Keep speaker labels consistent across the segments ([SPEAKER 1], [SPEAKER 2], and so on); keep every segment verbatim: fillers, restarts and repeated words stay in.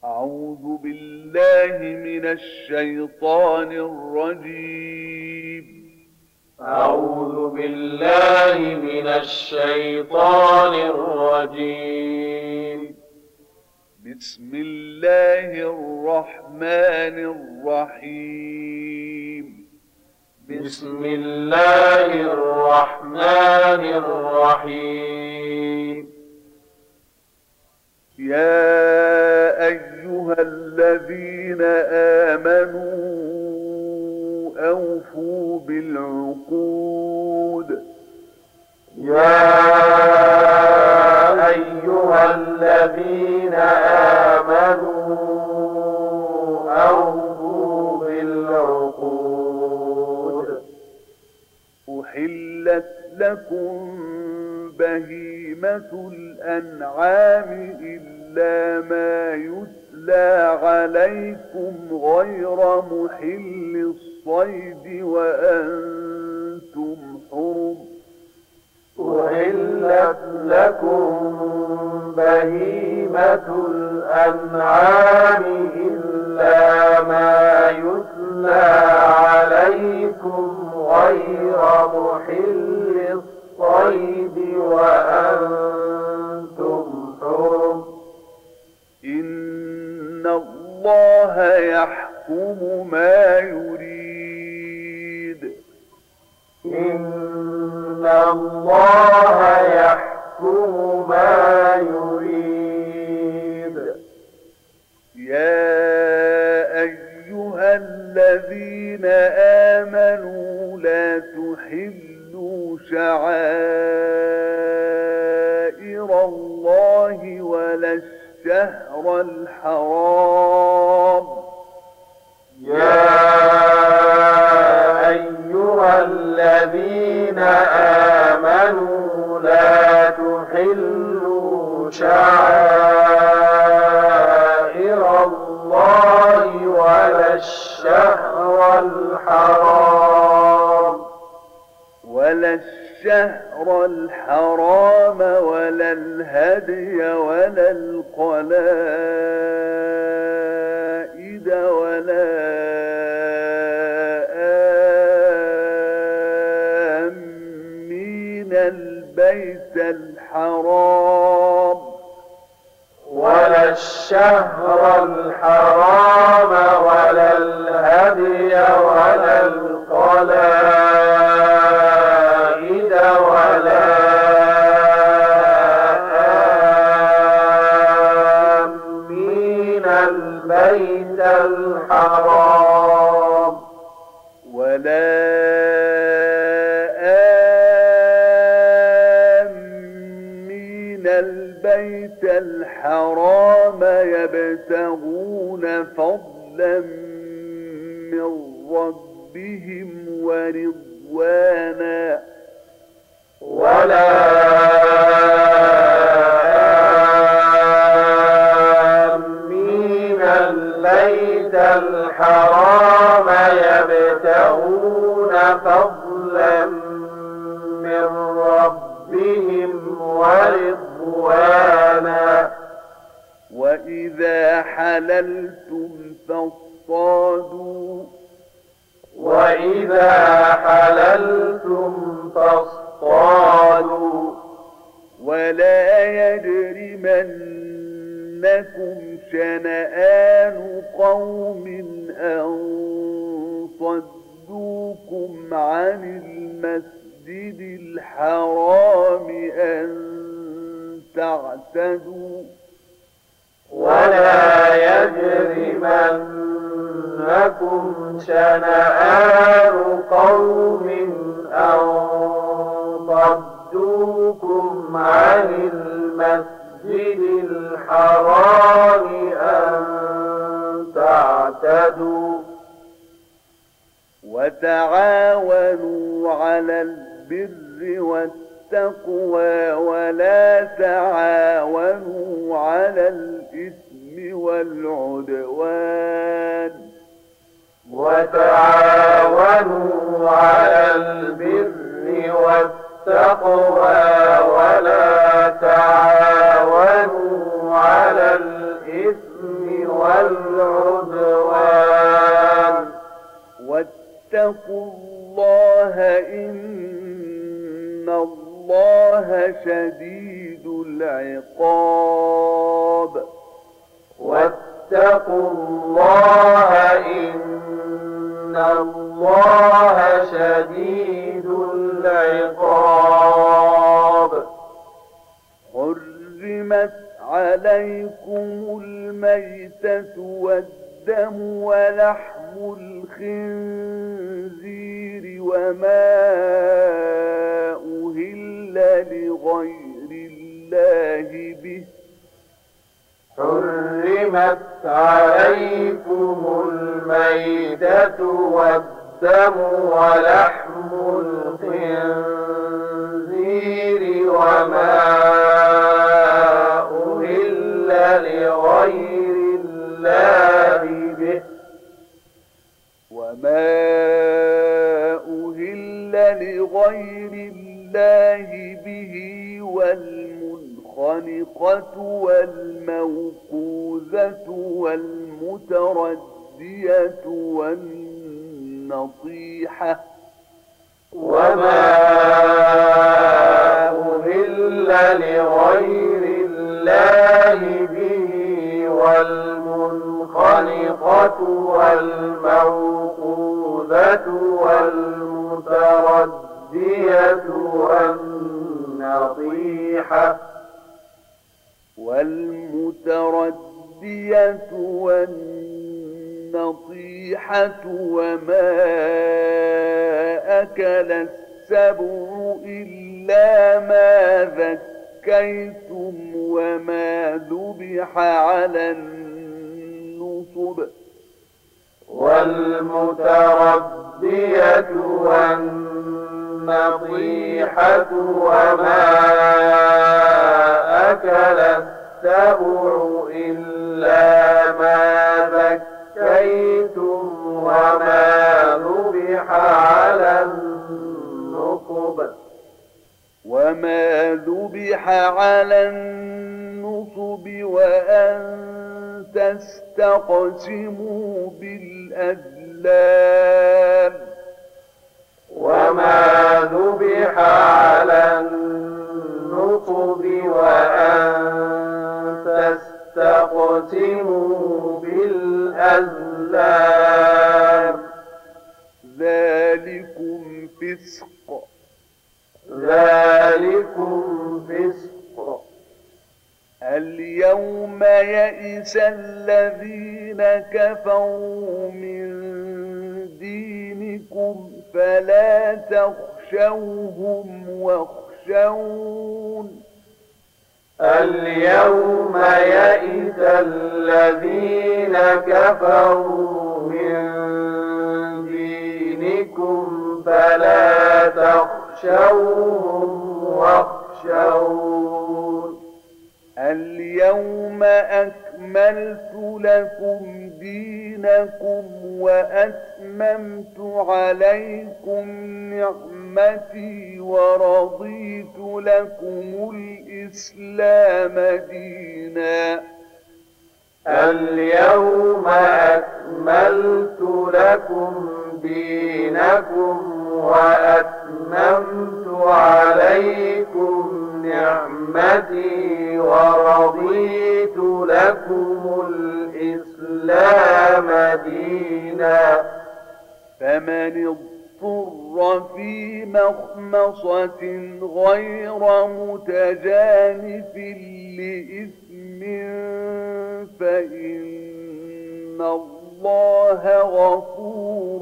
[SPEAKER 1] أعوذ بالله من الشيطان الرجيم.
[SPEAKER 2] أعوذ بالله من الشيطان الرجيم.
[SPEAKER 1] بسم الله الرحمن الرحيم.
[SPEAKER 2] بسم الله الرحمن الرحيم.
[SPEAKER 1] يا أيها الذين آمنوا أوفوا بالعقود.
[SPEAKER 2] يا أيها الذين آمنوا أوفوا بالعقود.
[SPEAKER 1] أحلت لكم بهيمة الأنعام إلا ما يتلى عليكم غير محل الصيد وأنتم حرم.
[SPEAKER 2] أحلت لكم بهيمة الأنعام إلا ما يتلى عليكم غير محل الصيد وأنتم حرم.
[SPEAKER 1] إن الله يحكم ما يريد.
[SPEAKER 2] إن الله يحكم ما يريد.
[SPEAKER 1] يا أيها الذين آمنوا لا تحلوا شعائر الله ولا الشهر الحرام.
[SPEAKER 2] يا أيها الذين آمنوا لا تحلوا شعائر الله ولا الشهر الحرام
[SPEAKER 1] ولا الشهر الحرام ولا الهدي ولا القلائد ولا آمين البيت الحرام
[SPEAKER 2] ولا الشهر الحرام ولا الهدي ولا القلائد ولا آمين البيت الحرام
[SPEAKER 1] ولا آمين البيت الحرام يبتغون فضلا من ربهم ورضوانا
[SPEAKER 2] ولا آمين البيت الحرام يبتغون فضلا من ربهم ورضوانا.
[SPEAKER 1] وإذا حللتم فاصطادوا
[SPEAKER 2] وإذا حللتم فاصطادوا
[SPEAKER 1] ولا يجرمنكم شنآن قوم أن صدوكم عن المسجد الحرام أن تعتدوا.
[SPEAKER 2] ولا يجرمنكم شنآن قوم أن صدوكم عن المسجد الحرام أن تعتدوا.
[SPEAKER 1] وتعاونوا على البر والتقوى ولا تعاونوا على الإثم والعدوان.
[SPEAKER 2] وتعاونوا على البر والتقوى ولا تعاونوا على الإثم واتقوا الله إن الله شديد العقاب.
[SPEAKER 1] حرمت عليكم الميتة والدم ولحم الخنزير وما أهل لغير الله به.
[SPEAKER 2] حرمت عليكم الميتة والدم ولحم الخنزير وما أهل لغير الله به
[SPEAKER 1] وما أهل لغير الله به والمنخنقة والموقوذة والمتردية والنطيحة
[SPEAKER 2] وما أهل لغير الله به والمنخنقة والموقوذة والمتردية والنطيحة والمتردية والنطيحة وما أكل السبع إلا ما ذكيتم وما ذبح على النصب والمتردية والنطيحة وما أكل السبع إلا ما ذكيتم وما ذبح على النصب
[SPEAKER 1] وما ذبح على النصب وأن تستقسموا بالأزلام
[SPEAKER 2] وما ذبح على النصب وأن تستقسموا بالأزلام
[SPEAKER 1] ذلكم فسق
[SPEAKER 2] ذلكم فسق.
[SPEAKER 1] اليوم يئس الذين كفروا من دينكم فلا تخشوهم واخشون.
[SPEAKER 2] اليوم يئس الذين كفروا من دينكم فلا تخشوهم واخشون.
[SPEAKER 1] اليوم أكملت لكم دينكم وأتممت عليكم نعمتي ورضيت لكم الإسلام دينا.
[SPEAKER 2] اليوم أكملت لكم دينكم وأتممت عليكم نعمتي ورضيت لكم الإسلام دينا.
[SPEAKER 1] فمن اضطر في مخمصة غير متجانف لإثم فإن الله غفور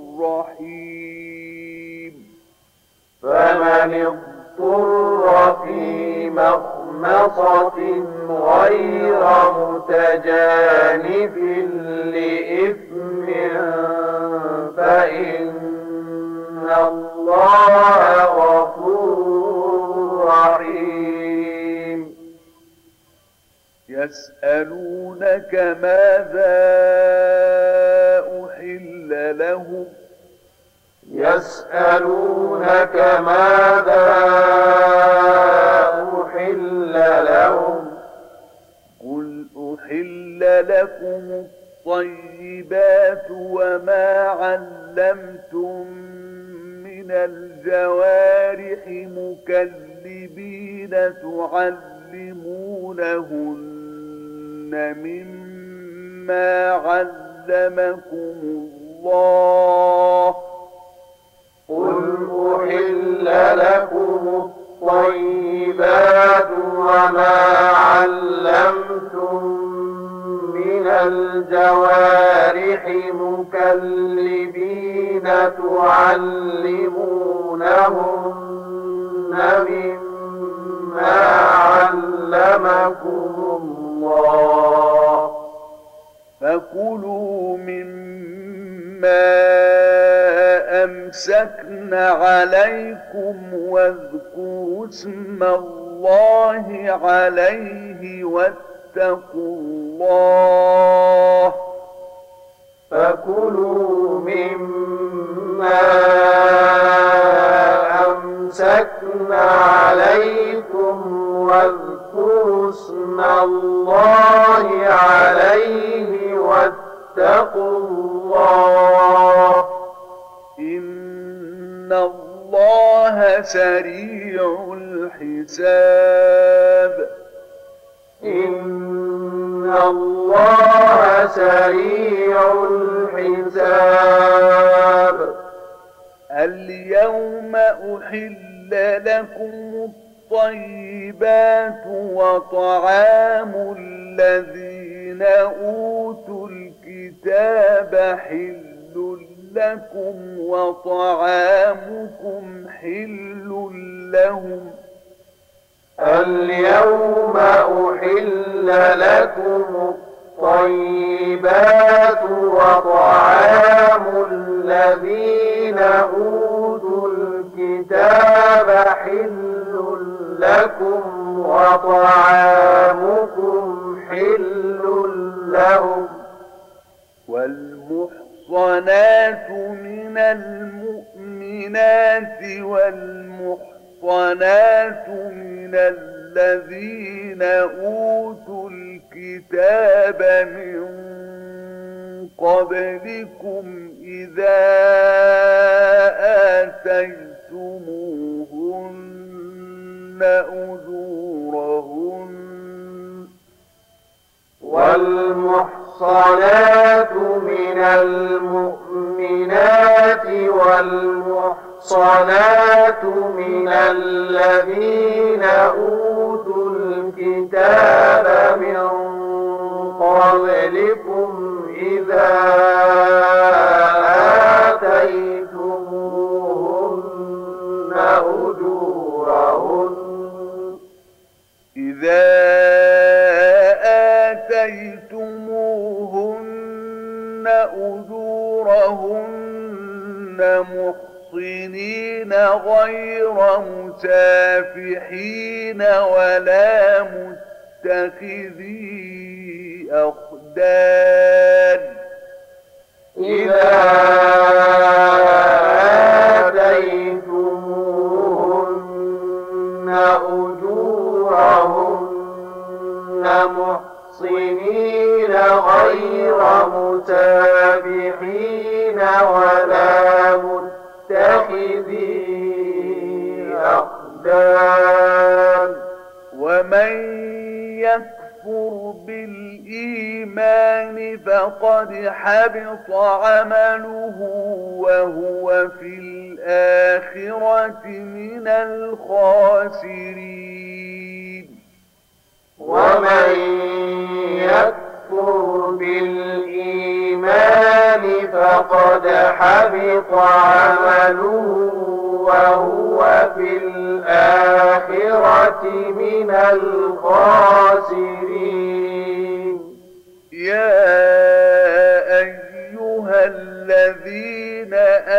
[SPEAKER 1] رحيم.
[SPEAKER 2] فمن اضطر في مخمصة غير متجانف لإثم فإن الله غفور رحيم.
[SPEAKER 1] يسألونك ماذا أحل لهم
[SPEAKER 2] يسألونك ماذا أحل لهم
[SPEAKER 1] قل أحل لكم الطيبات وما علمتم من الجوارح مكلبين تعلمونهن مما مما علمكم الله
[SPEAKER 2] قل أحل لكم الطيبات وما علمتم من الجوارح مكلبين تعلمونهن مما علمكم الله
[SPEAKER 1] فكلوا مما أمسكن عليكم واذكروا اسم الله عليه واتقوا الله
[SPEAKER 2] فكلوا مما أمسكن عليكم واذكروا اسم الله عليه واتقوا الله
[SPEAKER 1] إن الله سريع الحساب
[SPEAKER 2] إن الله سريع الحساب
[SPEAKER 1] اليوم أحل لكم الطيبات وطعام الذين أوتوا الكتاب حل لكم وطعامكم حل لهم
[SPEAKER 2] اليوم أحل لكم الطيبات وطعام الذين أوتوا الكتاب حل لكم وطعامكم حل لهم
[SPEAKER 1] والمحصنات من المؤمنات والمحصنات من الذين أوتوا الكتاب من قبلكم إذا آتيتموهن أجورهن
[SPEAKER 2] والمحصنات من المؤمنات والمحصنات من الذين أوتوا الكتاب من قبلكم إذا آتيتموهن أجورهن
[SPEAKER 1] إذا آتيتموهن أجورهن محصنين غير مسافحين ولا متخذي أخدان
[SPEAKER 2] إذا آتيتموهن أجورهن محصنين غير مسافحين ولا متخذي أخدان
[SPEAKER 1] ومن يكفر بالإيمان فقد حبط عمله وهو في الآخرة من الخاسرين
[SPEAKER 2] ومن يكفر بالإيمان فقد حبط عمله وهو في الآخرة من الخاسرين
[SPEAKER 1] يا أيها الذين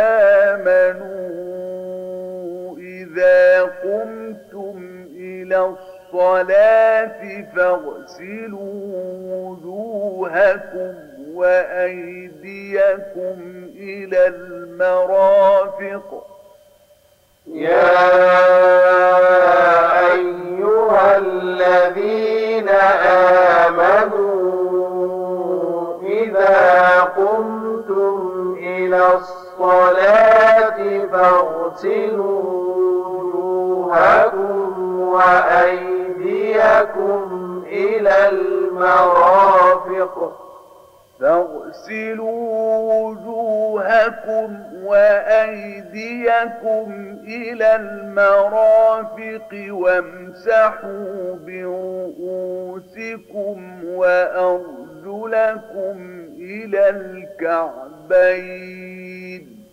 [SPEAKER 1] آمنوا إذا قمتم إلى الصلاة فاغسلوا وجوهكم وأيديكم إلى المرافق
[SPEAKER 2] يا أيها الذين آمنوا إذا قمتم إلى الصلاة فاغسلوا وجوهكم وأيديكم إلى المرافق
[SPEAKER 1] فاغسلوا وجوهكم وأيديكم إلى المرافق وامسحوا برؤوسكم وأرجلكم إلى الكعبين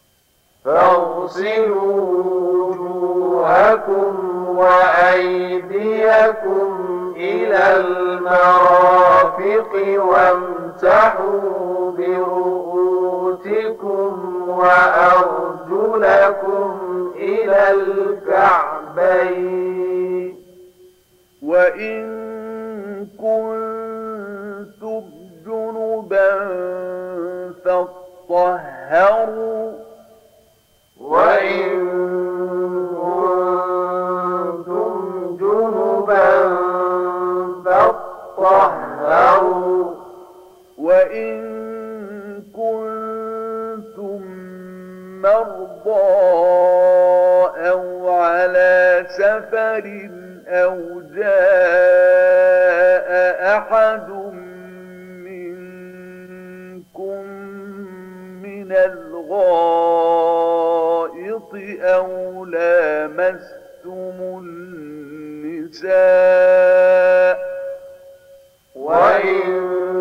[SPEAKER 2] فاغسلوا وجوهكم وأيديكم إلى المرافق وامسحوا برؤوسكم وأرجلكم إلى الكعبين
[SPEAKER 1] وإن كنتم جنبا فاطهروا
[SPEAKER 2] وإن كنتم جنبا فاطهروا
[SPEAKER 1] وإن كنتم مرضى أو على سفر أو جاء أحد منكم من الغائط أو لامستم النساء
[SPEAKER 2] وإن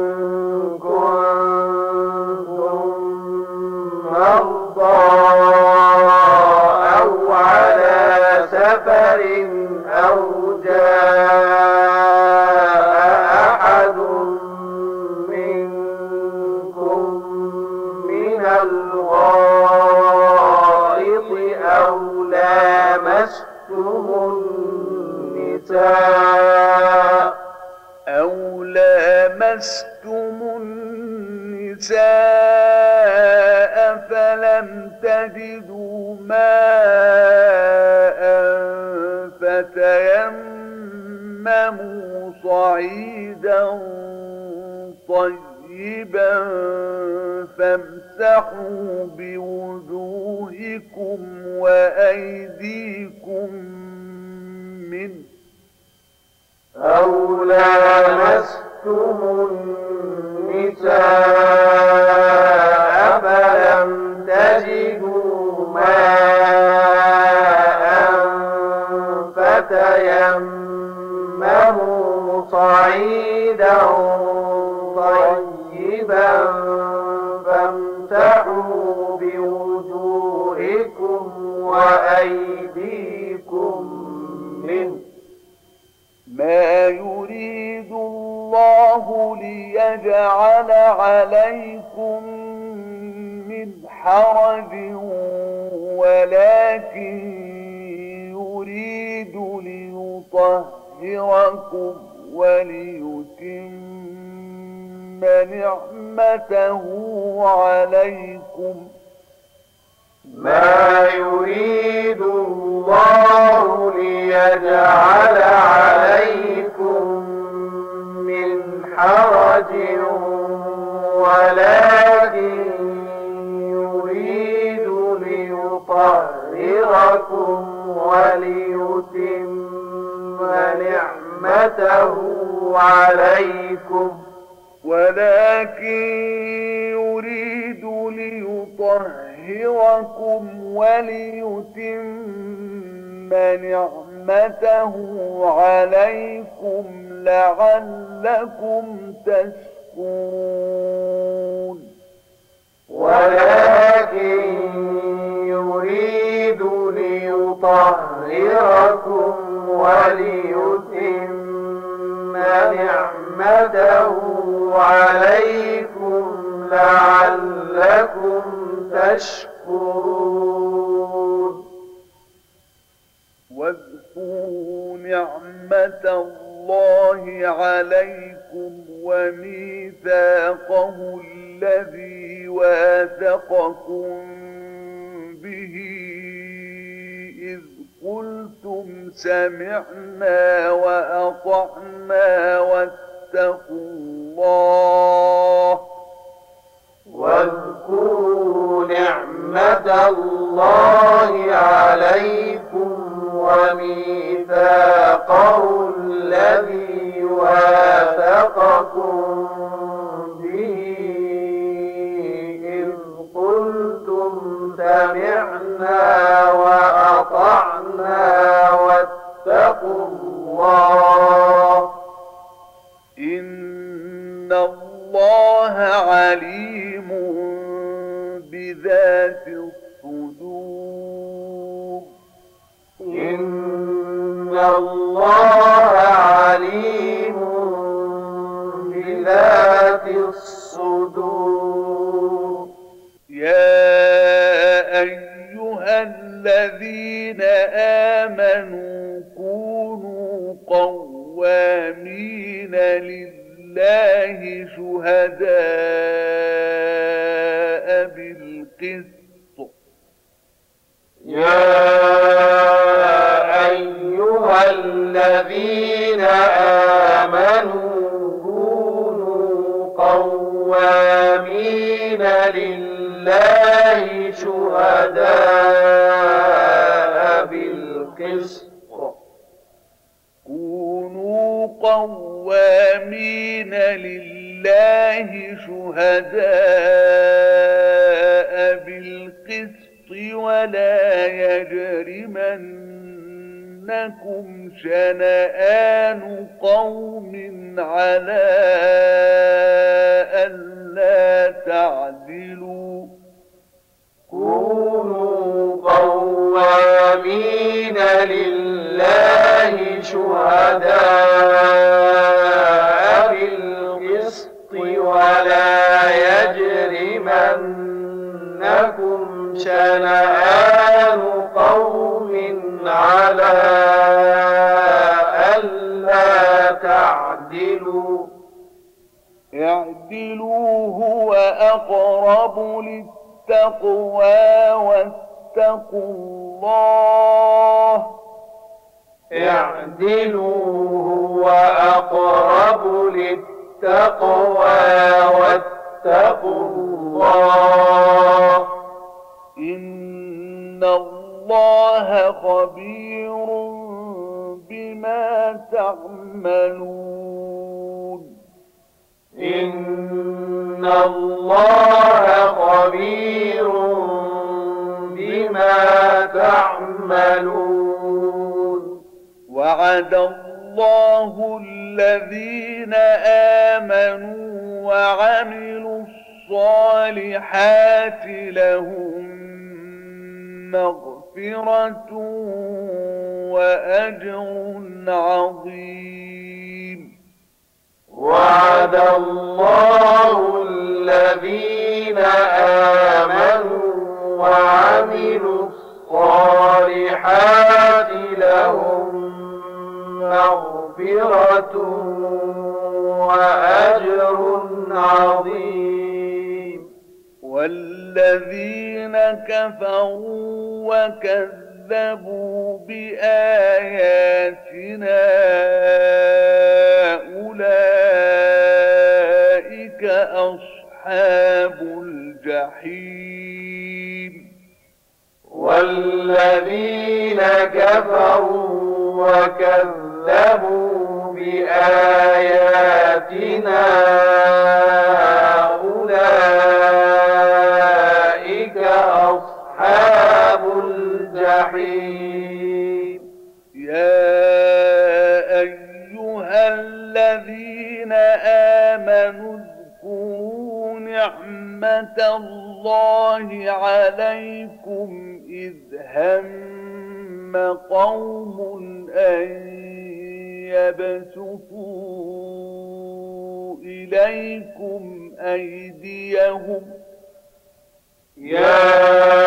[SPEAKER 2] كنتم مرضى أو على سفر أو جاء أحد منكم من الغائط أو لامستم النساء
[SPEAKER 1] أو لامستم النساء فلم تجدوا ماء فتيمموا صعيدا طيبا فامسحوا بوجوهكم وأيديكم منه
[SPEAKER 2] أو لامستم النساء فلم تجدوا ماء فتيمموا صعيدا طيبا فامسحوا بوجوهكم وأيديكم منه
[SPEAKER 1] ما يريد الله ليجعل عليكم من حرج ولكن يريد ليطهركم وليتم نعمته عليكم
[SPEAKER 2] ما يريد الله ليجعل عليكم من حرج ولكن يريد ليطهركم وليتم نعمته عليكم
[SPEAKER 1] ولكن يريد ليطهركم وليتم نعمته عليكم لعلكم تشكرون
[SPEAKER 2] ولكن يريد ليطهركم وليتم نعمته عليكم لعلكم تشكرون
[SPEAKER 1] واذكروا نعمة الله عليكم وميثاقه الذي واثقكم به إذ قلتم سمعنا وأطعنا واتقوا الله
[SPEAKER 2] واذكروا نعمة الله عليكم وميثاقه الذي واثقكم به
[SPEAKER 1] الله عليم بذات الصدور
[SPEAKER 2] إن الله عليم بذات الصدور
[SPEAKER 1] يا أيها الذين آمنوا كونوا قوامين لله شهداء بالقسط
[SPEAKER 2] يا أيها الذين آمنوا كونوا قوامين لله شهداء بالقسط
[SPEAKER 1] كونوا قوامين لله شهداء بالقسط ولا يجرمنكم شنآن قوم على ألا تعدلوا
[SPEAKER 2] كونوا قوامين لله شهداء بالقسط ولا يجرمنكم شنآن قوم على ألا تعدلوا
[SPEAKER 1] اعدلوا هو أقرب للتقوى واتقوا الله
[SPEAKER 2] اعدلوا هو أقرب للتقوى واتقوا الله
[SPEAKER 1] إن الله خبير بما تعملون
[SPEAKER 2] إن الله خبير بما تعملون
[SPEAKER 1] وعد الله الذين آمنوا وعملوا الصالحات لهم مغفرة وأجر عظيم
[SPEAKER 2] وعد الله الذين آمنوا وعملوا الصالحات لهم مغفرة وأجر عظيم
[SPEAKER 1] والذين كفروا وكذبوا بآياتنا أولئك أصحاب الجحيم
[SPEAKER 2] والذين كفروا وكذبوا بآياتنا أولئك أصحاب الجحيم
[SPEAKER 1] يا أيها الذين آمنوا اذكروا نعمة الله عليكم إذ هم قوم أن يبسطوا إليكم أيديهم
[SPEAKER 2] يا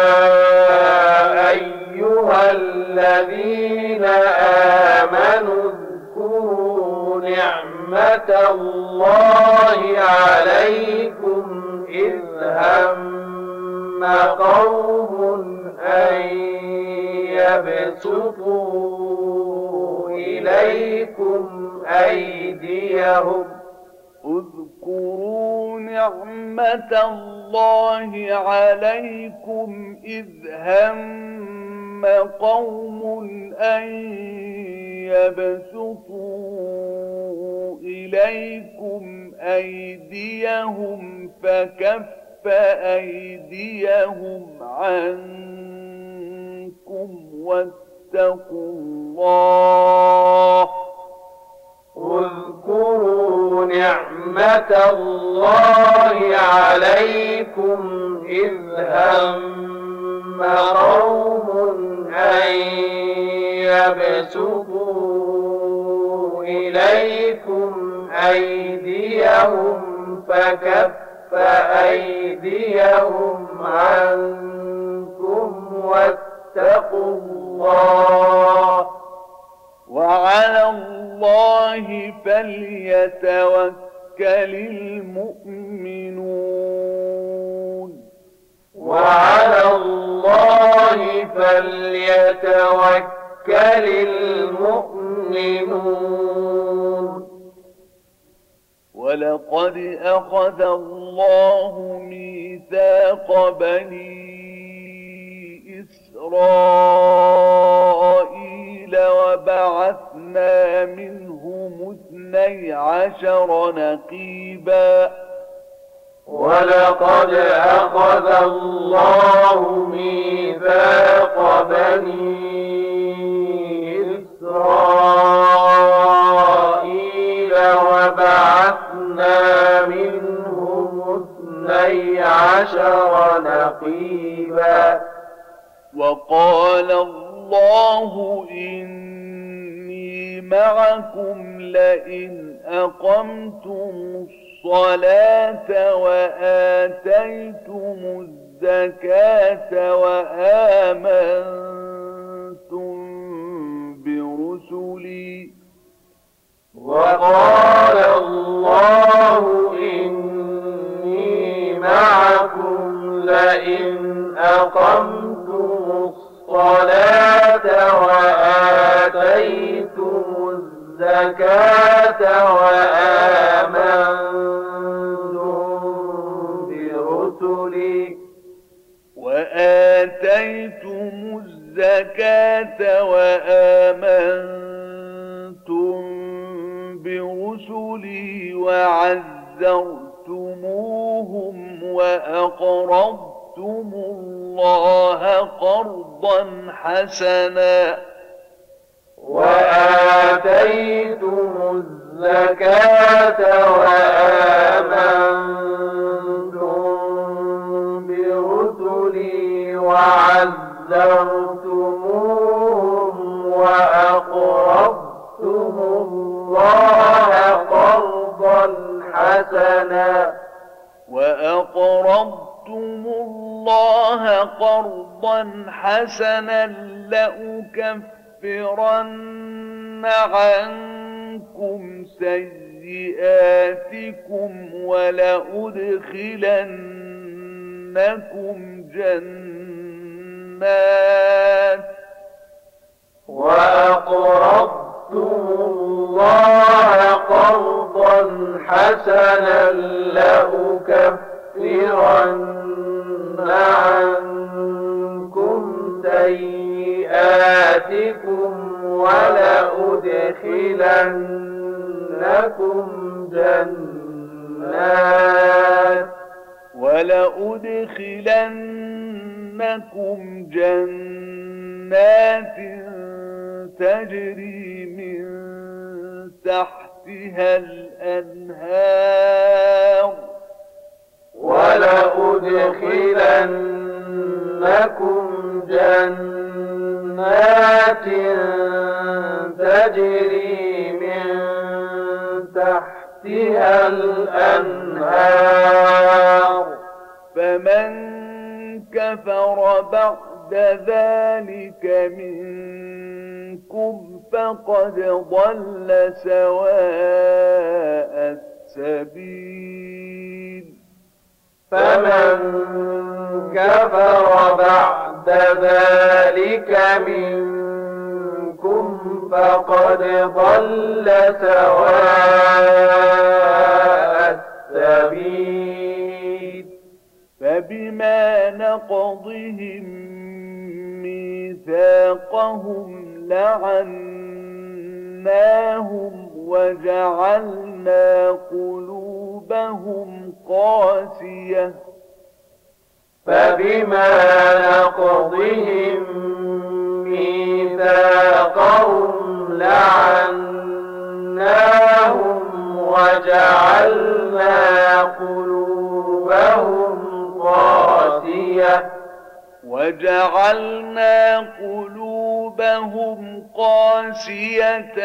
[SPEAKER 2] أيها الذين آمنوا اذكروا نعمة الله عليكم إذ هم قوم أن يبسطوا إليكم أيديهم
[SPEAKER 1] اذكروا نعمة الله عليكم إذ هم قوم أن يبسطوا إليكم أيديهم فكف أيديهم عنكم واتقوا الله
[SPEAKER 2] اذكروا نعمة الله عليكم إذ هم قوم أن يبسطوا إليكم أيديهم فكف أيديهم عنكم واتقوا الله
[SPEAKER 1] وعلى الله فليتوكل المؤمنون
[SPEAKER 2] وعلى الله فليتوكل المؤمنون
[SPEAKER 1] ولقد أخذ الله ميثاق بني إسرائيل وبعثنا منهم اثني عشر نقيبا
[SPEAKER 2] ولقد أخذ الله ميثاق بني إسرائيل وبعثنا منهم اثني عشر نقيبا
[SPEAKER 1] وقال الله إني معكم لئن أقمتم الصلاة وآتيتم الزكاة وآمنتم برسلي
[SPEAKER 2] وقال الله إني معكم لئن أقمتم الصلاة وآتيتم الزكاة وآمنتم برسلي
[SPEAKER 1] وآتيتم الزكاة وآمنتم برسلي وعزرتموهم وأقرضتم الله قرضا حسنا
[SPEAKER 2] وآتيتم الزكاة وآمنتم برسلي وعزرتموهم وأقرضتم الله قرضا حسنا
[SPEAKER 1] وأقرضتم الله قرضا حسنا لأكفرن عنكم سيئاتكم ولأدخلنكم جنات
[SPEAKER 2] وأقرضتم الله قرضا حسنا لأكفرن عنكم سيئاتكم ولأدخلنكم جنات
[SPEAKER 1] ولأدخلنكم جنات تجري من تحتها الأنهار
[SPEAKER 2] ولأدخلنكم جنات تجري من تحتها الأنهار
[SPEAKER 1] فمن كفر بعد ذلك منكم فقد ضل سواء السبيل
[SPEAKER 2] فمن كفر بعد ذلك منكم فقد ضل سواء السبيل
[SPEAKER 1] فبما نقضهم ميثاقهم لعناهم وجعلنا قلوبهم قاسية
[SPEAKER 2] فبما نقضهم ميثاقهم لعناهم وجعلنا قلوبهم قاسية
[SPEAKER 1] وجعلنا قلوبهم قاسية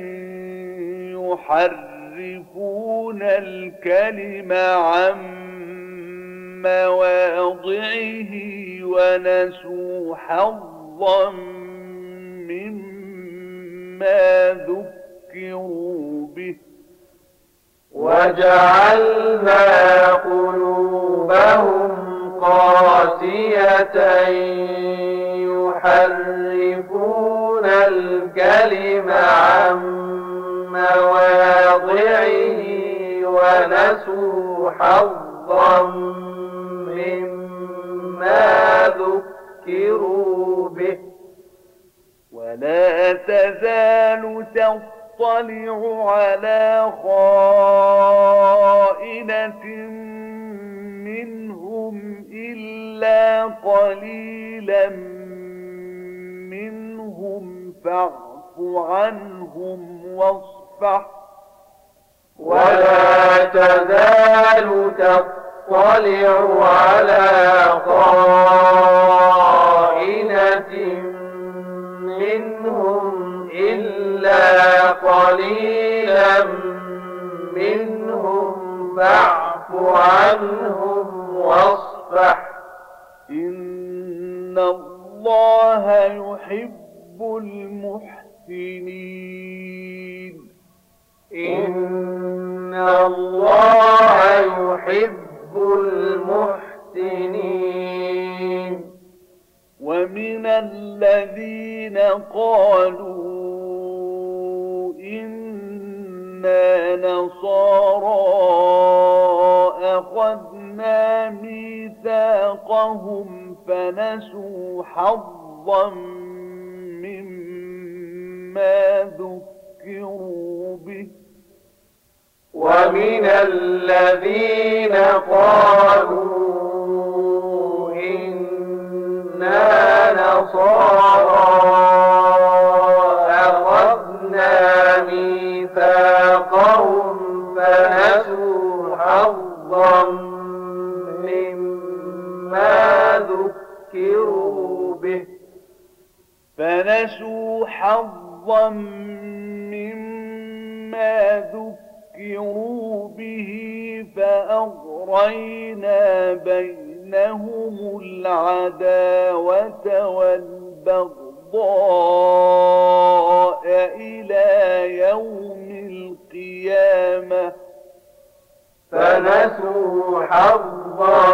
[SPEAKER 1] يحرفون الكلم عن مواضعه ونسوا حظا مما ذكروا به
[SPEAKER 2] وجعلنا قلوبهم قاسية يحرفون الكلم عن مواضعه ونسوا حظا مما ذكروا به
[SPEAKER 1] ولا تزال تطلع على خائنة منهم إلا قليلا منهم فاعف عنهم واصفح
[SPEAKER 2] ولا تزال تطلع على خائنة منهم إلا قليلا منهم فاعف عنهم واصفح
[SPEAKER 1] إن الله يحب المحسنين
[SPEAKER 2] إن الله يحب المحسنين
[SPEAKER 1] ومن الذين قالوا إنا نصارى أخذنا ميثاقهم فنسوا حظا مما ذكروا به
[SPEAKER 2] ومن الذين قالوا إنا نصارى أخذنا ميثاقهم فنسوا حظا مما ذكروا به
[SPEAKER 1] فنسوا حظا مما ذكروا به فأغرينا بينهم العداوة والبغضاء إلى يوم القيامة
[SPEAKER 2] فنسوا حظا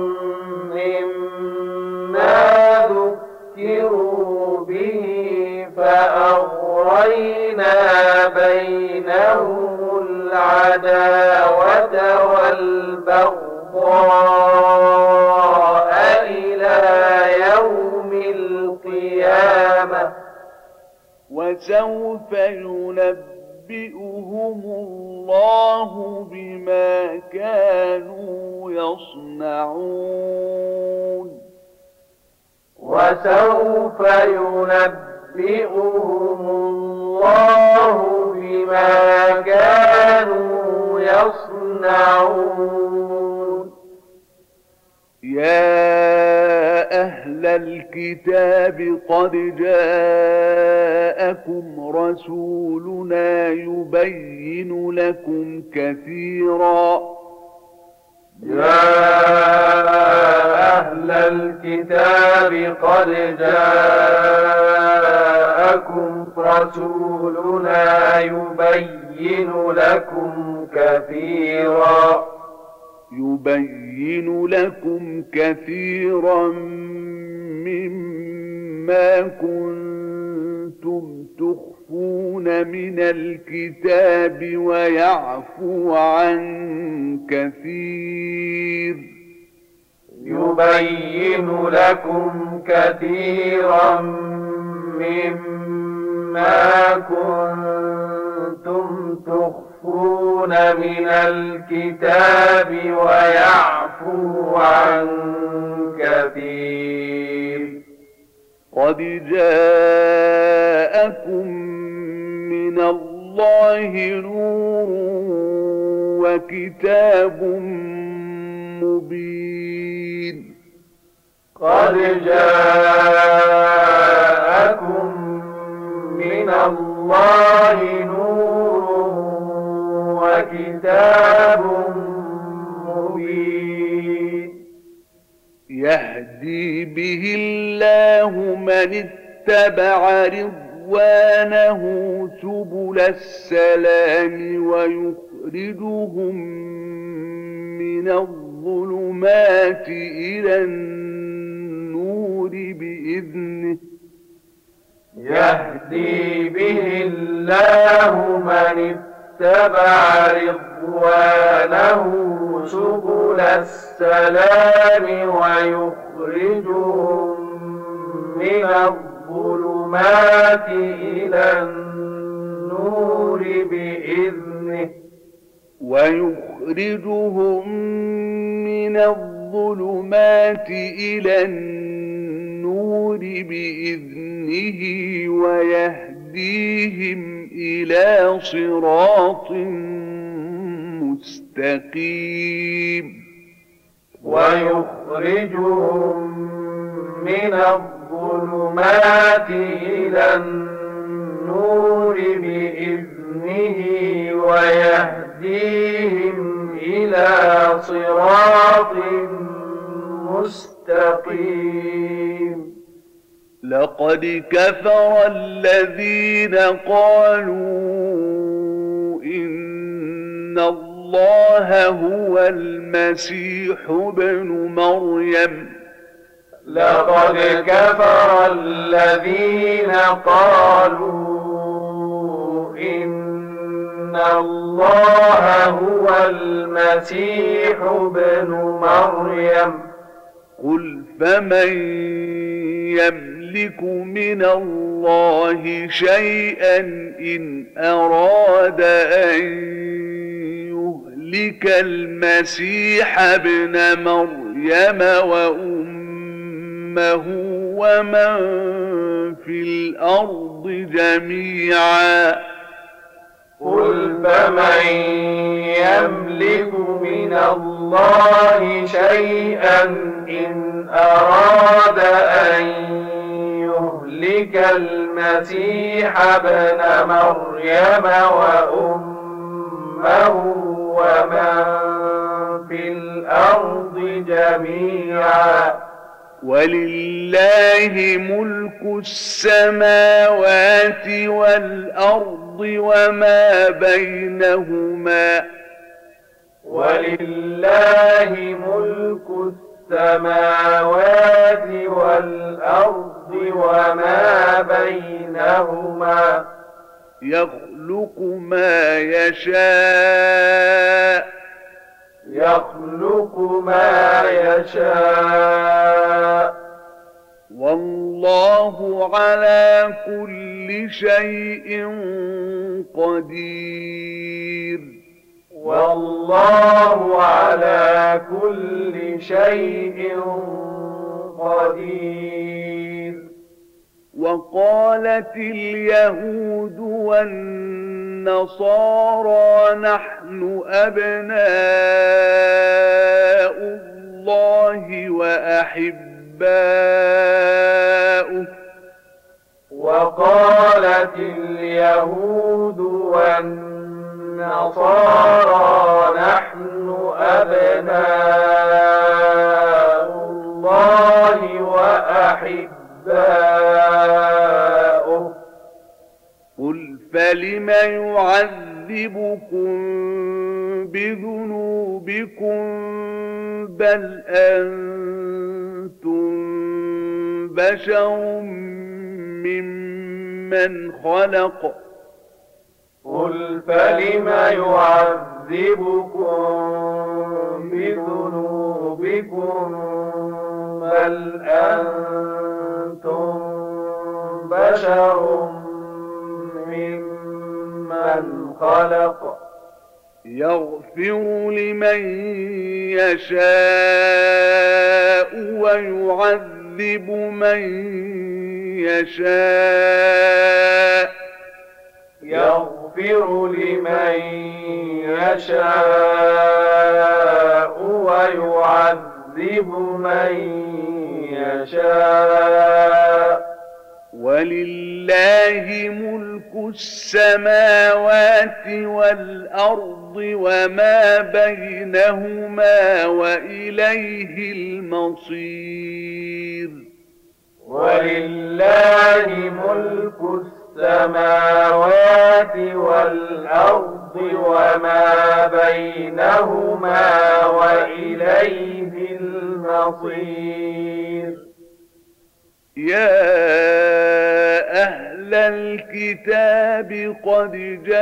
[SPEAKER 2] مما ذكروا به فأغرينا بينهم العداوة والبغضاء إلى يوم القيامة
[SPEAKER 1] وسوف ينبئهم الله بما كانوا يصنعون
[SPEAKER 2] وسوف ينبئهم الله بما كانوا يصنعون
[SPEAKER 1] يا أهل الكتاب قد جاءكم رسولنا يبين لكم كثيرا
[SPEAKER 2] يا أهل الكتاب قد جاءكم رسولنا يبين لكم كثيرا
[SPEAKER 1] يبين لكم كثيرا مما كنتم تخفون من الكتاب ويعفو عن كثير
[SPEAKER 2] يبين لكم كثيرا مما كنتم تخفون من الكتاب ويعفو عن كثير
[SPEAKER 1] قد جاءكم من الله نور وكتاب مبين.
[SPEAKER 2] قد جاءكم من الله نور وكتاب مبين.
[SPEAKER 1] يهدي به الله من اتبع رضوانه سبل السلام ويخرجهم من الظلمات إلى النور بإذنه
[SPEAKER 2] يهدي به الله من اتبع رضوانه سبل السلام ويخرجهم من الظلمات إلى النور بإذنه
[SPEAKER 1] ويخرجهم من الظلمات إلى النور بإذنه ويهديهم إلى صراط مستقيم.
[SPEAKER 2] ويخرجهم من الظلمات إلى النور بإذنه ويهديهم إلى صراط مستقيم.
[SPEAKER 1] لقد كفر الذين قالوا إن الله هو المسيح ابن مريم.
[SPEAKER 2] لقد كفر الذين قالوا إن الله هو المسيح ابن مريم.
[SPEAKER 1] قل فمن يملك من الله شيئا إن أراد أن يهلك المسيح ابن مريم وأمه ومن في الأرض جميعا.
[SPEAKER 2] قل فمن يملك من الله شيئا إن أراد أن يهلك المسيح ابن مريم وأمه ومن في الأرض جميعا.
[SPEAKER 1] ولله ملك السماوات والأرض وما بينهما.
[SPEAKER 2] ولله ملك السماوات والأرض وما بينهما.
[SPEAKER 1] يخلق ما يشاء
[SPEAKER 2] يخلق ما يشاء
[SPEAKER 1] والله على كل شيء قدير.
[SPEAKER 2] والله على كل شيء قدير.
[SPEAKER 1] وقالت اليهود والنصارى نحن أبناء الله وأحباؤه.
[SPEAKER 2] وقالت اليهود والنصارى نحن أبناء الله وأحباؤه.
[SPEAKER 1] قل فلم يعذبكم بذنوبكم بل أنتم بشر ممن خلق.
[SPEAKER 2] قل فلم يعذبكم بذنوبكم بل أنتم بشر ممن خلق.
[SPEAKER 1] يغفر لمن يشاء ويعذب من يشاء.
[SPEAKER 2] يغفر يغفر لمن يشاء ويعذب من يشاء
[SPEAKER 1] ولله ملك السماوات والأرض وما بينهما وإليه المصير
[SPEAKER 2] ولله ملك السماوات والأرض وما بينهما وإليه المصير
[SPEAKER 1] يا أهل الكتاب قد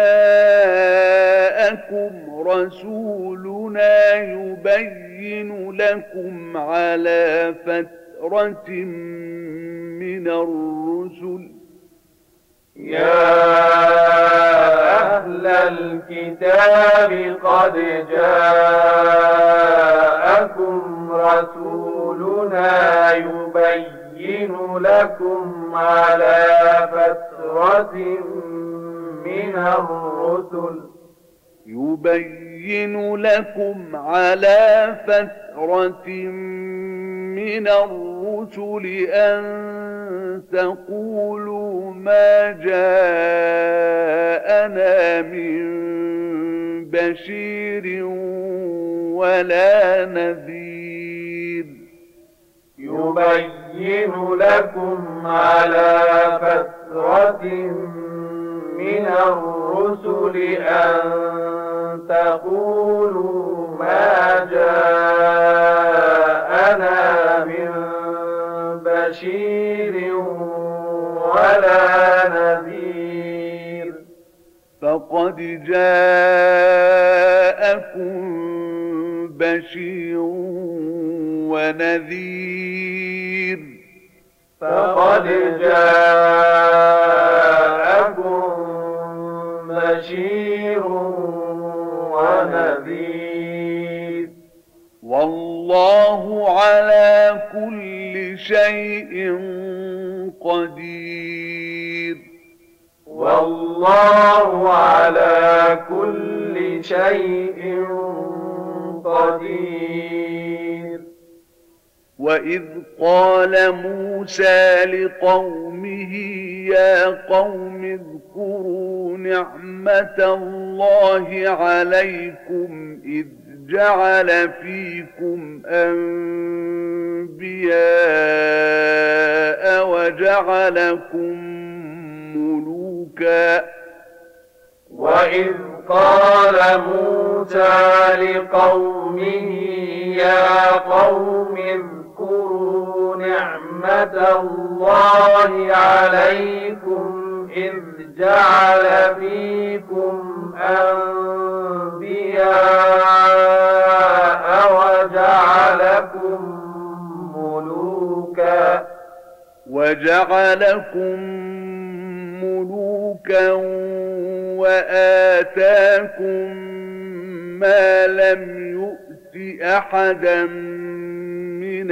[SPEAKER 1] جاءكم رسولنا يبين لكم على فترة من الرسل
[SPEAKER 2] يا أهل الكتاب قد جاءكم رسولنا يبين لكم على فترة من الرسل
[SPEAKER 1] يبين لكم على فترة من الرسل أن تقولوا ما جاءنا من بشير ولا نذير
[SPEAKER 2] يبين لكم على فترة من الرسل أن تقولوا ما جاءنا من بشير ولا نذير
[SPEAKER 1] فقد جاءكم بشير ونذير
[SPEAKER 2] فقد جاءكم بشير ونذير
[SPEAKER 1] والله على كل شيء قدير
[SPEAKER 2] والله على كل شيء قدير
[SPEAKER 1] وإذ قال موسى لقومه يا قوم اذكروا نعمة الله عليكم إذ جعل فيكم أنبياء وجعلكم ملوكا
[SPEAKER 2] وإذ قال موسى لقومه يا قوم اذكروا نعمة الله عليكم إذ جعل فيكم أنبياء وجعلكم ملوكا
[SPEAKER 1] وجعلكم ملوكا وآتاكم ما لم يؤت أحدا من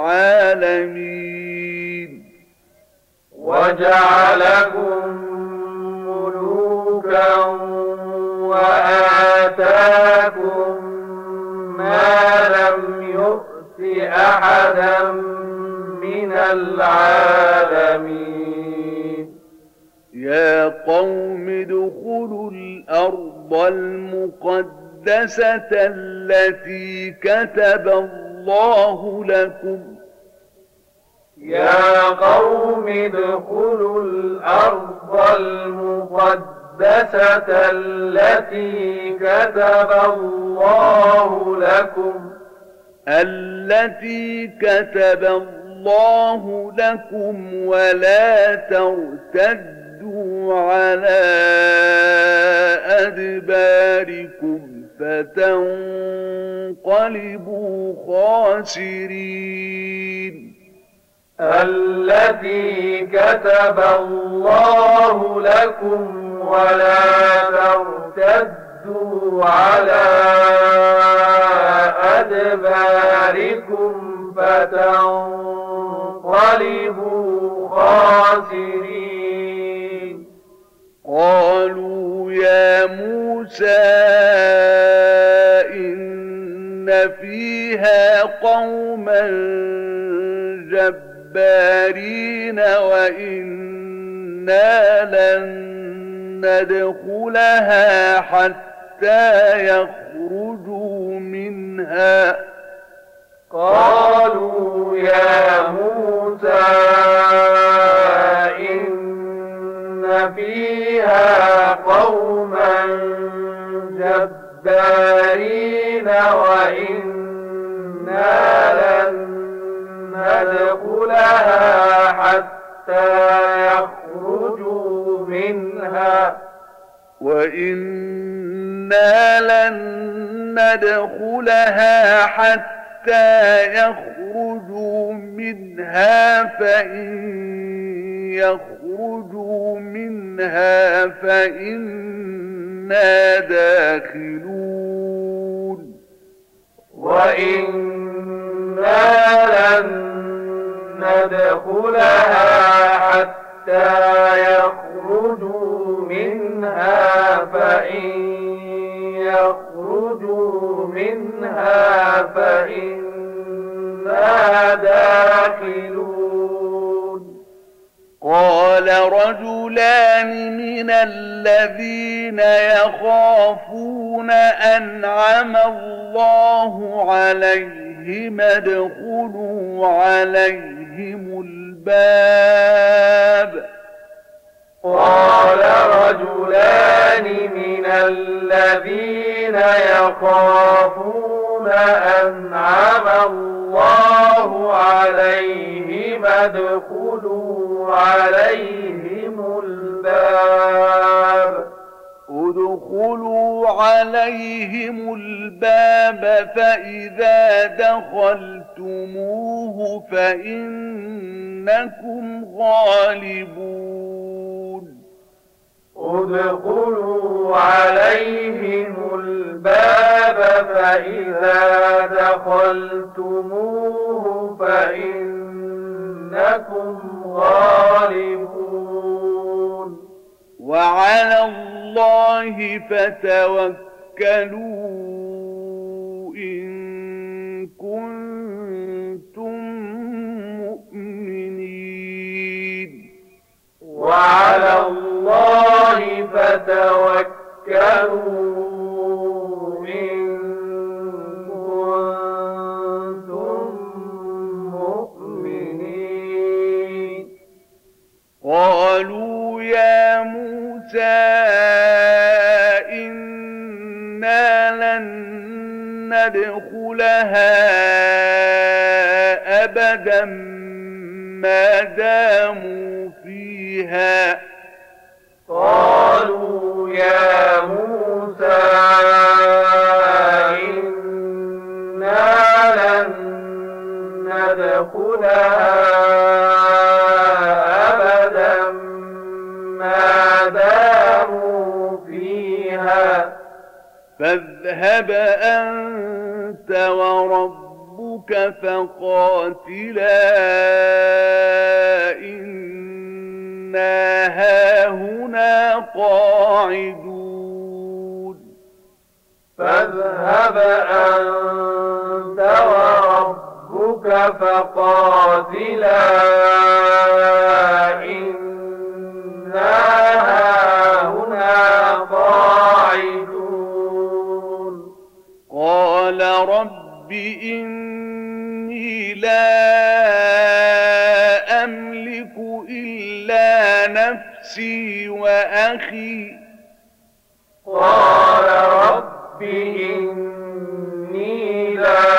[SPEAKER 1] العالمين
[SPEAKER 2] وجعلكم ملوكا وآتاكم ما لم يؤت أحدا من العالمين
[SPEAKER 1] يا قوم ادخلوا الأرض المقدسة التي كتب الله لكم
[SPEAKER 2] يا قوم ادخلوا الأرض المقدسة التي كتب الله لكم
[SPEAKER 1] التي كتب الله لكم ولا ترتدوا على أدباركم فتنقلبوا خاسرين
[SPEAKER 2] التي كتب الله لكم ولا ترتدوا على أدباركم فتنقلبوا خاسرين
[SPEAKER 1] قالوا يا موسى إن فيها قوما جبارين وإنا لن ندخلها حتى يخرجوا منها.
[SPEAKER 2] قالوا يا موسى إن فيها قوما جبارين وإنا لن ندخلها حتى يخرجوا منها
[SPEAKER 1] وإنا لن ندخلها حتى يخرجوا منها فإن يخرجوا منها فإنا داخلون.
[SPEAKER 2] وإنا لن ندخلها حتى يخرجوا منها فإن يخرجوا منها فإنا داخلون.
[SPEAKER 1] قال رجلان من الذين يخافون أنعم الله عليهم ادخلوا عليهم الباب.
[SPEAKER 2] قال رجلان من الذين يخافون أنعم الله عليهم ادخلوا عليهم الباب
[SPEAKER 1] ادخلوا عليهم الباب فإذا دخلتموه فإنكم غالبون.
[SPEAKER 2] ادخلوا عليهم الباب فإذا دخلتموه فإنكم غالبون.
[SPEAKER 1] وعلى الله فتوكلوا إن كنتم مؤمنين.
[SPEAKER 2] وعلى الله فتوكلوا إن كنتم مؤمنين.
[SPEAKER 1] قالوا يا موسى إنا لن ندخلها أبدا ما داموا فيها.
[SPEAKER 2] قالوا يا موسى إنا لن ندخلها أبدا ما داموا فيها
[SPEAKER 1] فاذهب أنت وربك فقاتلا إنا هاهنا قاعدون.
[SPEAKER 2] فاذهب أنت وربك فقاتلا إنا هاهنا قاعدون.
[SPEAKER 1] قال رب إني لا أملك إلا نفسي وأخي.
[SPEAKER 2] قال رب إني لا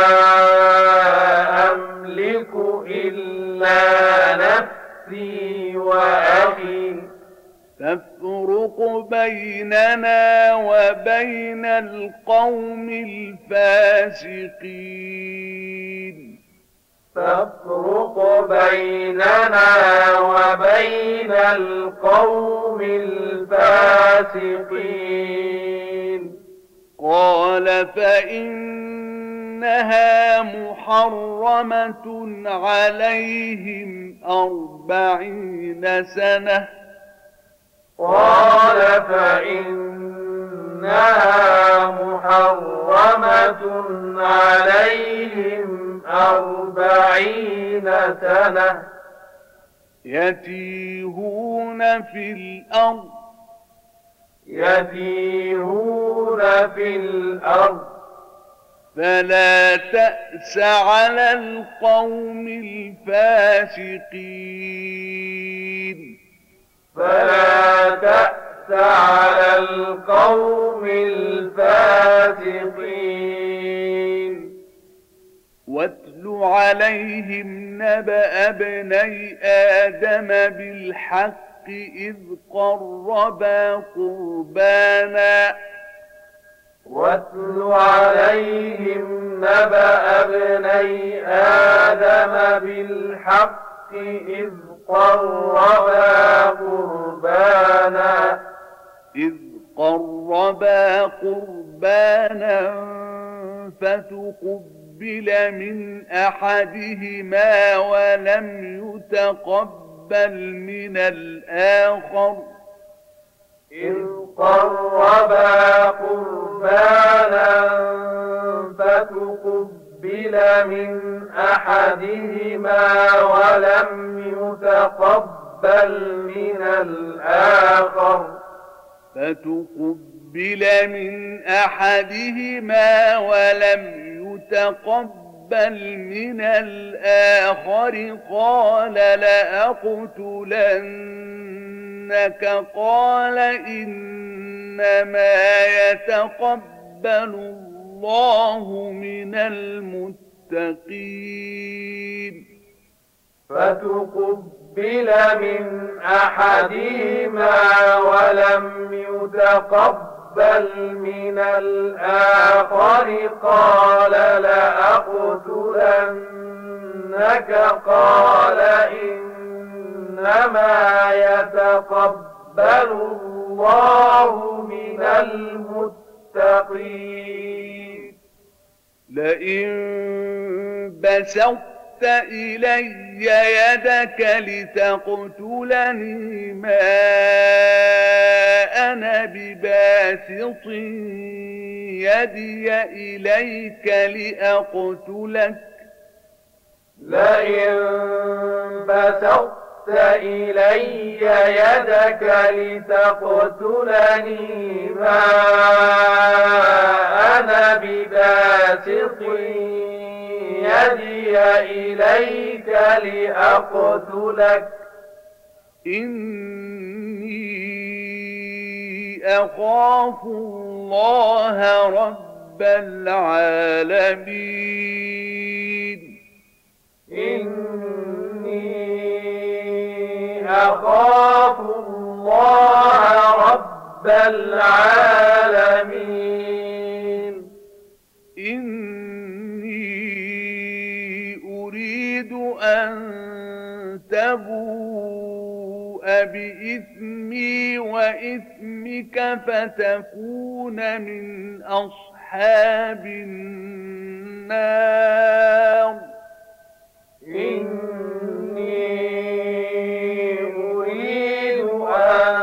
[SPEAKER 2] أملك إلا نفسي وأخي.
[SPEAKER 1] تفرق بيننا وبين القوم الفاسقين.
[SPEAKER 2] تفرق بيننا وبين القوم الفاسقين.
[SPEAKER 1] قال فإنها محرمة عليهم أربعين سنة.
[SPEAKER 2] قال فإنها محرمة عليهم أربعين سنة
[SPEAKER 1] يتيهون في الأرض
[SPEAKER 2] يتيهون في الأرض
[SPEAKER 1] فلا تأس على القوم الفاسقين
[SPEAKER 2] فلا تأس على القوم الفاسقين
[SPEAKER 1] واتل عليهم نبأ ابني آدم بالحق إذ قربا قربانا
[SPEAKER 2] واتل عليهم نبأ ابني آدم بالحق إذ قربا قربانا
[SPEAKER 1] إذ قربا قربانا فتقبل من أحدهما ولم يتقبل من الآخر
[SPEAKER 2] إذ قربا قربانا فتقبل من أحدهما ولم يتقبل من الآخر
[SPEAKER 1] فتقبل من أحدهما ولم يتقبل من الآخر قال لأقتلنك قال إنما يتقبل الله من المتقين
[SPEAKER 2] فتقبل من أحدهما ولم يتقبل من الآخر قال لأقتلنك قال إنما يتقبل الله من المتقين
[SPEAKER 1] لئن بسطت إلي يدك لتقتلني ما أنا بباسط يدي إليك لأقتلك
[SPEAKER 2] لئن بسطت إلي يدك لتقتلني ما أنا بباسط يدي إليك لأقتلك
[SPEAKER 1] إني أخاف الله رب العالمين
[SPEAKER 2] إني أخاف الله رب العالمين
[SPEAKER 1] أريد أن تبوء بإثمي وإثمك فتكون من أصحاب النار
[SPEAKER 2] إني أريد أن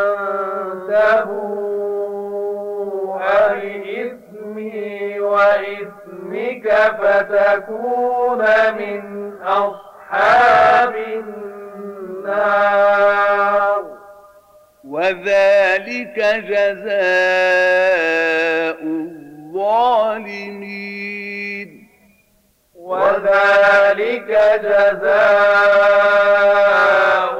[SPEAKER 2] تبوء بإثمي وإثمك فتكون من أصحاب النار
[SPEAKER 1] وذلك جزاء الظالمين
[SPEAKER 2] وذلك جزاء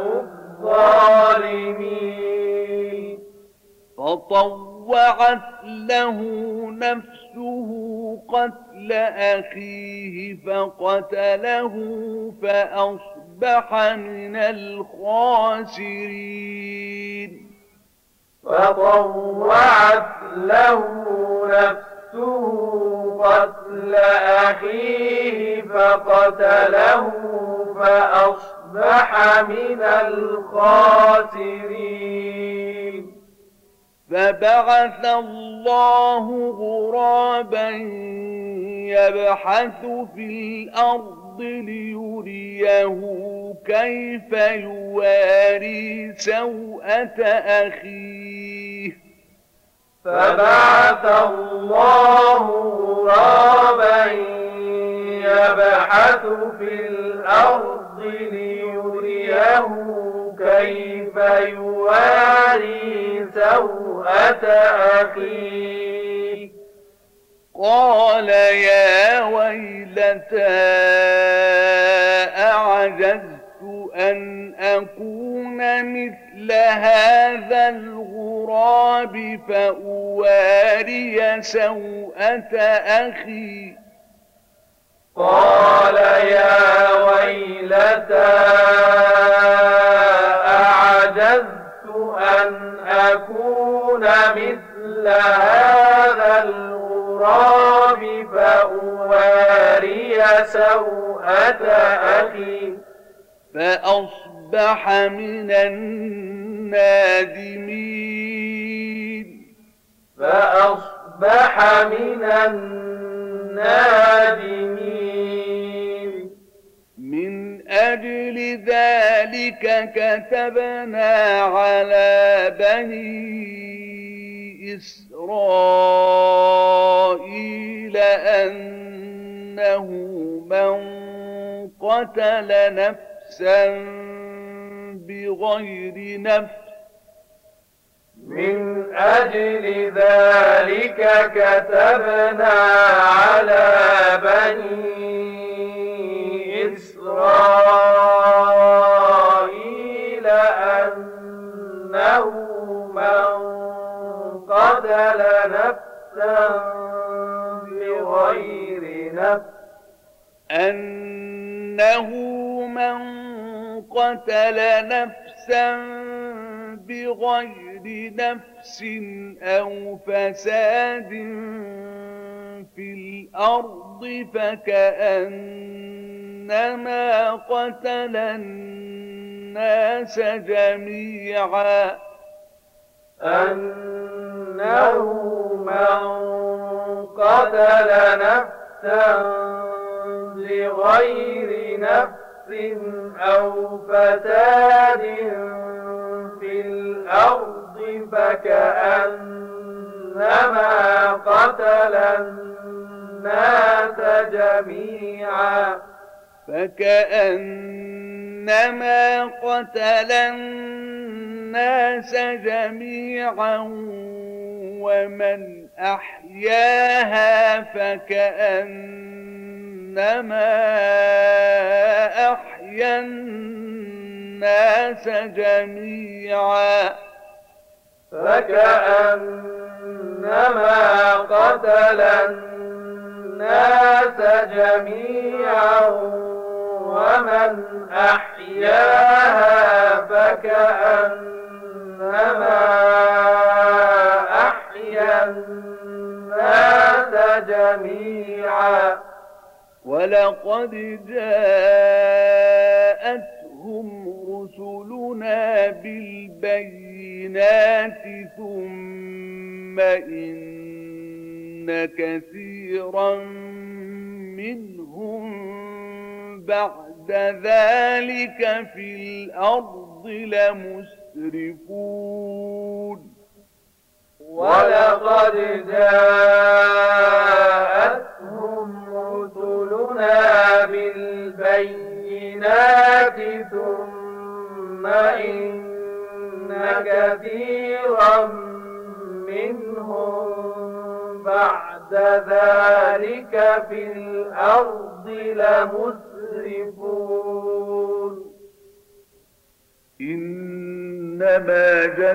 [SPEAKER 2] الظالمين
[SPEAKER 1] فطوعت له نفسه قتل أخيه فقتله فأصبح من الخاسرين
[SPEAKER 2] فطوعت له نفسه قتل أخيه فقتله فأصبح من الخاسرين
[SPEAKER 1] فبعث الله غرابا يبحث في الأرض ليريه كيف يواري سوءة أخيه
[SPEAKER 2] فبعث الله غرابا يبحث في الأرض ليريه كيف يواري سوءة أخيه
[SPEAKER 1] قال يا ويلتى أعجزت أن أكون مثل هذا الغراب فأواري سوءة أخي
[SPEAKER 2] قال يا ويلتى أعجزت أن أكون مثل هذا الغراب فأواري سوءة أخي
[SPEAKER 1] فأصبح من النادمين
[SPEAKER 2] فأصبح من النادمين
[SPEAKER 1] من أجل ذلك كتبنا على بني إسرائيل أنه من قتل نفسا بغير نفس
[SPEAKER 2] من أجل ذلك كتبنا على بني إسرائيل أنه من قتل نفسا بغير نفس
[SPEAKER 1] أنه من قتل نفسا بغير نفس أو فساد في الأرض فكأنما قتل الناس جميعا
[SPEAKER 2] أنه من قتل نفسا بغير نفس أو فساد في الأرض فكأنما قتل الناس جميعا
[SPEAKER 1] فكأنما قتل الناس جميعا ومن أحياها فكأنما أحيا الناس جميعا
[SPEAKER 2] فكأنما قتل الناس جميعا ومن أحياها فكأنما أحيا الناس جميعا
[SPEAKER 1] ولقد جاءتهم رسلنا بالبينات ثم إن كثيرا منهم بعد ذلك في الأرض لمسرفون
[SPEAKER 2] ولقد جاءتهم رسلنا بالبينات ثم إن كثيرا منهم بعد ذلك في الأرض لمسرفون
[SPEAKER 1] إنما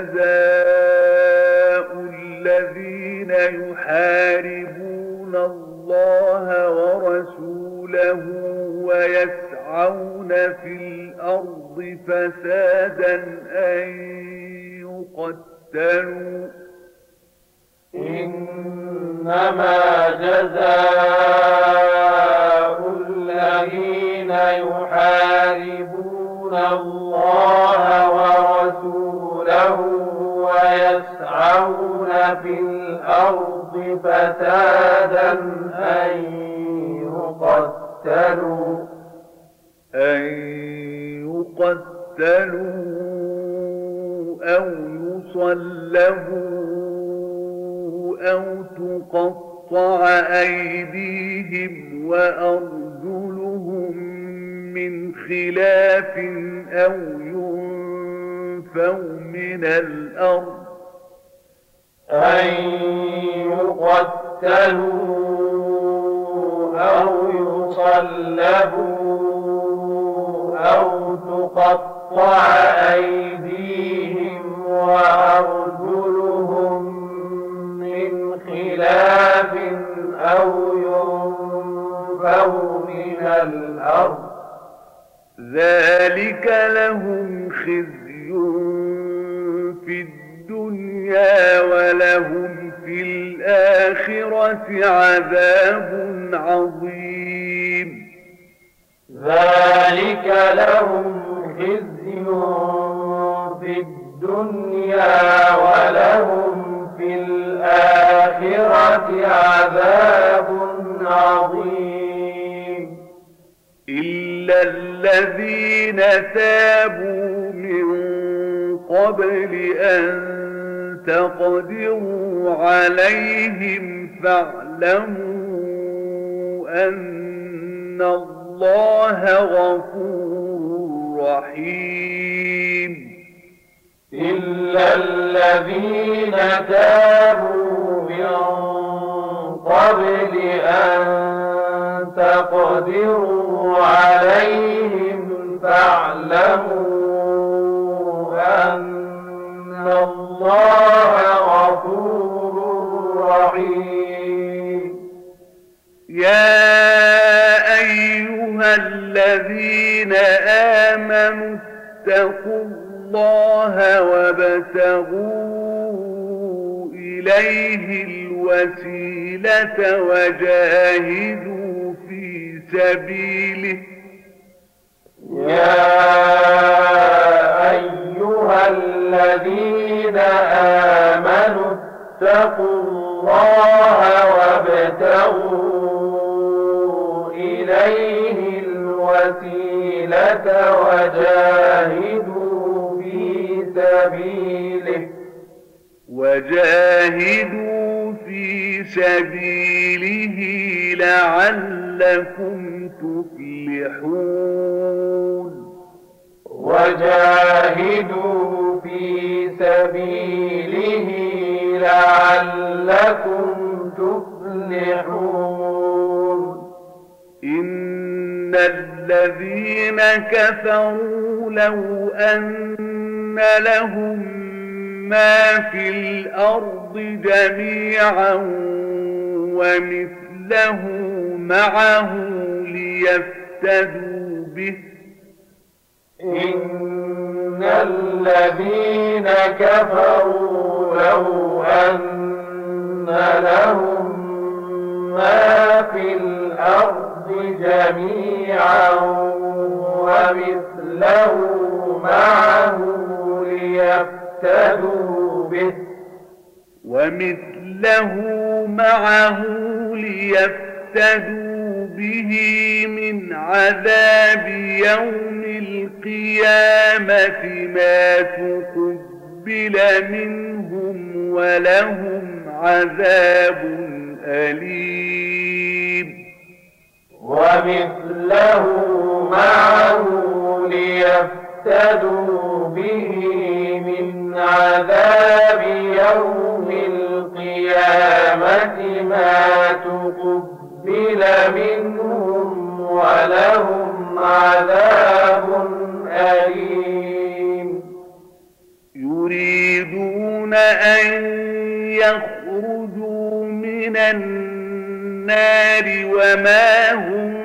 [SPEAKER 1] جزاء الذين يحاربون الله ورسوله ويسعون في الأرض فسادا أن يقتلوا
[SPEAKER 2] إنما جزاء الذين يحاربون الله ورسوله ويسعون في الأرض فسادا أن يقتلوا
[SPEAKER 1] أن يقتلوا أو يصلبوا أو تقطع أيديهم وأرجلهم من خلاف أو ينفوا من الأرض
[SPEAKER 2] أن يقتلوا أو يصلبوا أو تقطع أيديهم وأرجلهم من خلاف أو ينفوا من الأرض
[SPEAKER 1] ذلك لهم خزي في الدنيا ولهم في الآخرة عذاب عظيم
[SPEAKER 2] ذلك لهم خزي في الدنيا ولهم في الآخرة عذاب عظيم
[SPEAKER 1] إلا الذين تابوا من قبل أن تقدروا عليهم فاعلموا أن الله غفور رحيم
[SPEAKER 2] إلا الذين تابوا من قبل أن تقدروا عليهم فاعلموا أن الله غفور رحيم
[SPEAKER 1] يا أيها الذين آمنوا اتقوا الله وابتغوا إليه الوسيلة وجاهدوا في سبيله
[SPEAKER 2] يا أيها الذين آمنوا اتقوا الله وابتغوا إليه الوسيلة وجاهدوا في سبيله
[SPEAKER 1] وجاهدوا في سبيله لعلكم تفلحون
[SPEAKER 2] وجاهدوا في سبيله لعلكم تفلحون
[SPEAKER 1] إن الذين كفروا لو أن لهم ما في الأرض جميعا ومثله معه ليفتدوا به
[SPEAKER 2] إن الذين كفروا لو أن لهم ما في الأرض جميعا ومثله معه ليفتدوا به
[SPEAKER 1] ومثله معه ليفتدوا به من عذاب يوم القيامة ما تقبل منهم ولهم عذاب أليم
[SPEAKER 2] ومثله معه ليفتدوا به من عذاب يوم القيامة ما تقبل منهم ولهم عذاب أليم
[SPEAKER 1] يريدون أن يخرجوا من النار وما هم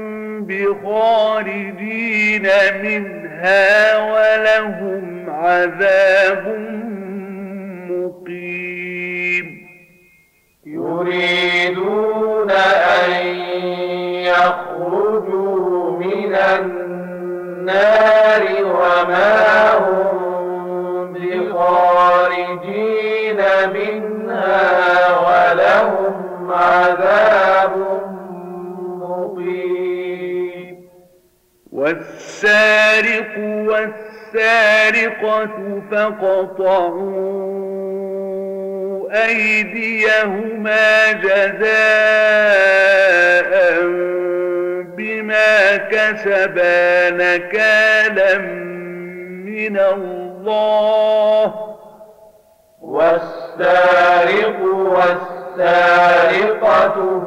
[SPEAKER 1] بخارجين منها ولهم عذاب مقيم
[SPEAKER 2] يريدون أن يخرجوا من النار وما هم بخارجين منها عذاب مقيم.
[SPEAKER 1] والسارق والسارقة فاقطعوا أيديهما جزاء بما كسبا نكالا من الله.
[SPEAKER 2] والسارق والسارقة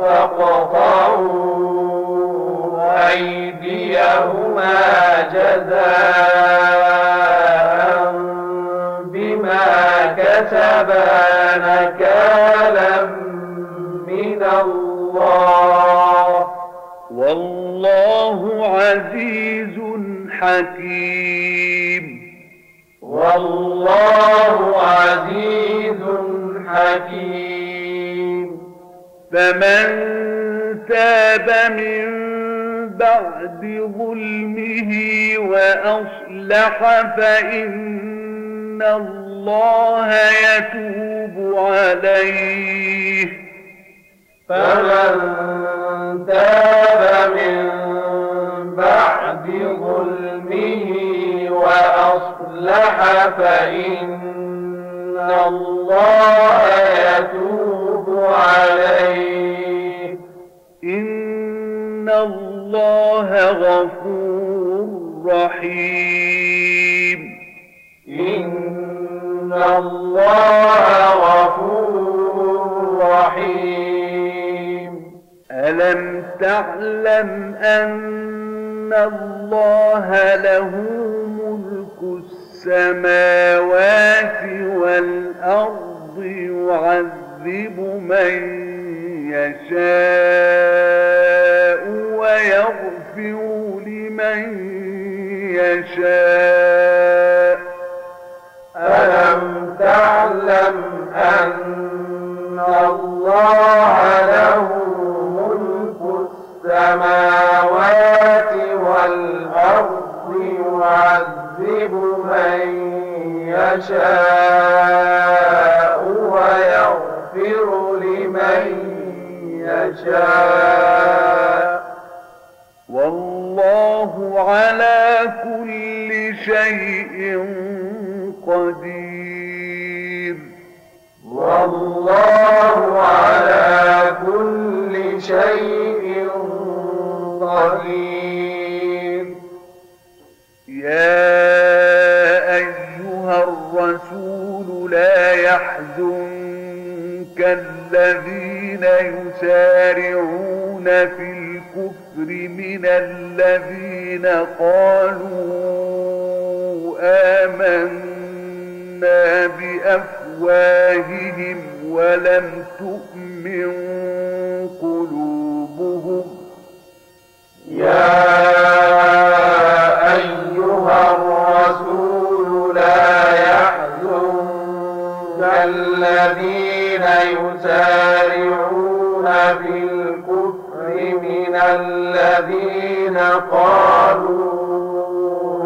[SPEAKER 2] فاقطعوا أيديهما جزاء بما كسبا نكالا من الله.
[SPEAKER 1] والله عزيز حكيم.
[SPEAKER 2] والله عزيز حكيم.
[SPEAKER 1] فمن تاب من بعد ظلمه وأصلح فإن الله يتوب عليه.
[SPEAKER 2] فمن تاب من بعد ظلمه وأصلح فإن الله يتوب عليه.
[SPEAKER 1] إن الله غفور رحيم.
[SPEAKER 2] إن الله غفور رحيم.
[SPEAKER 1] ألم تعلم أن الله له ملك السماوات والأرض يعذب من يشاء ويغفر لمن يشاء.
[SPEAKER 2] ألم تعلم أن الله له ملك السماوات والأرض يعذب من يشاء ويغفر لمن يشاء.
[SPEAKER 1] والله على كل شيء قدير.
[SPEAKER 2] والله على كل شيء قدير.
[SPEAKER 1] يا أيها الرسول لا يحزنك الذين يسارعون في الكفر من الذين قالوا آمنا بأفواههم ولم تؤمن قلوبهم.
[SPEAKER 2] يا أيها الرسول لا يحزنك الذين يسارعون في الكفر من الذين قالوا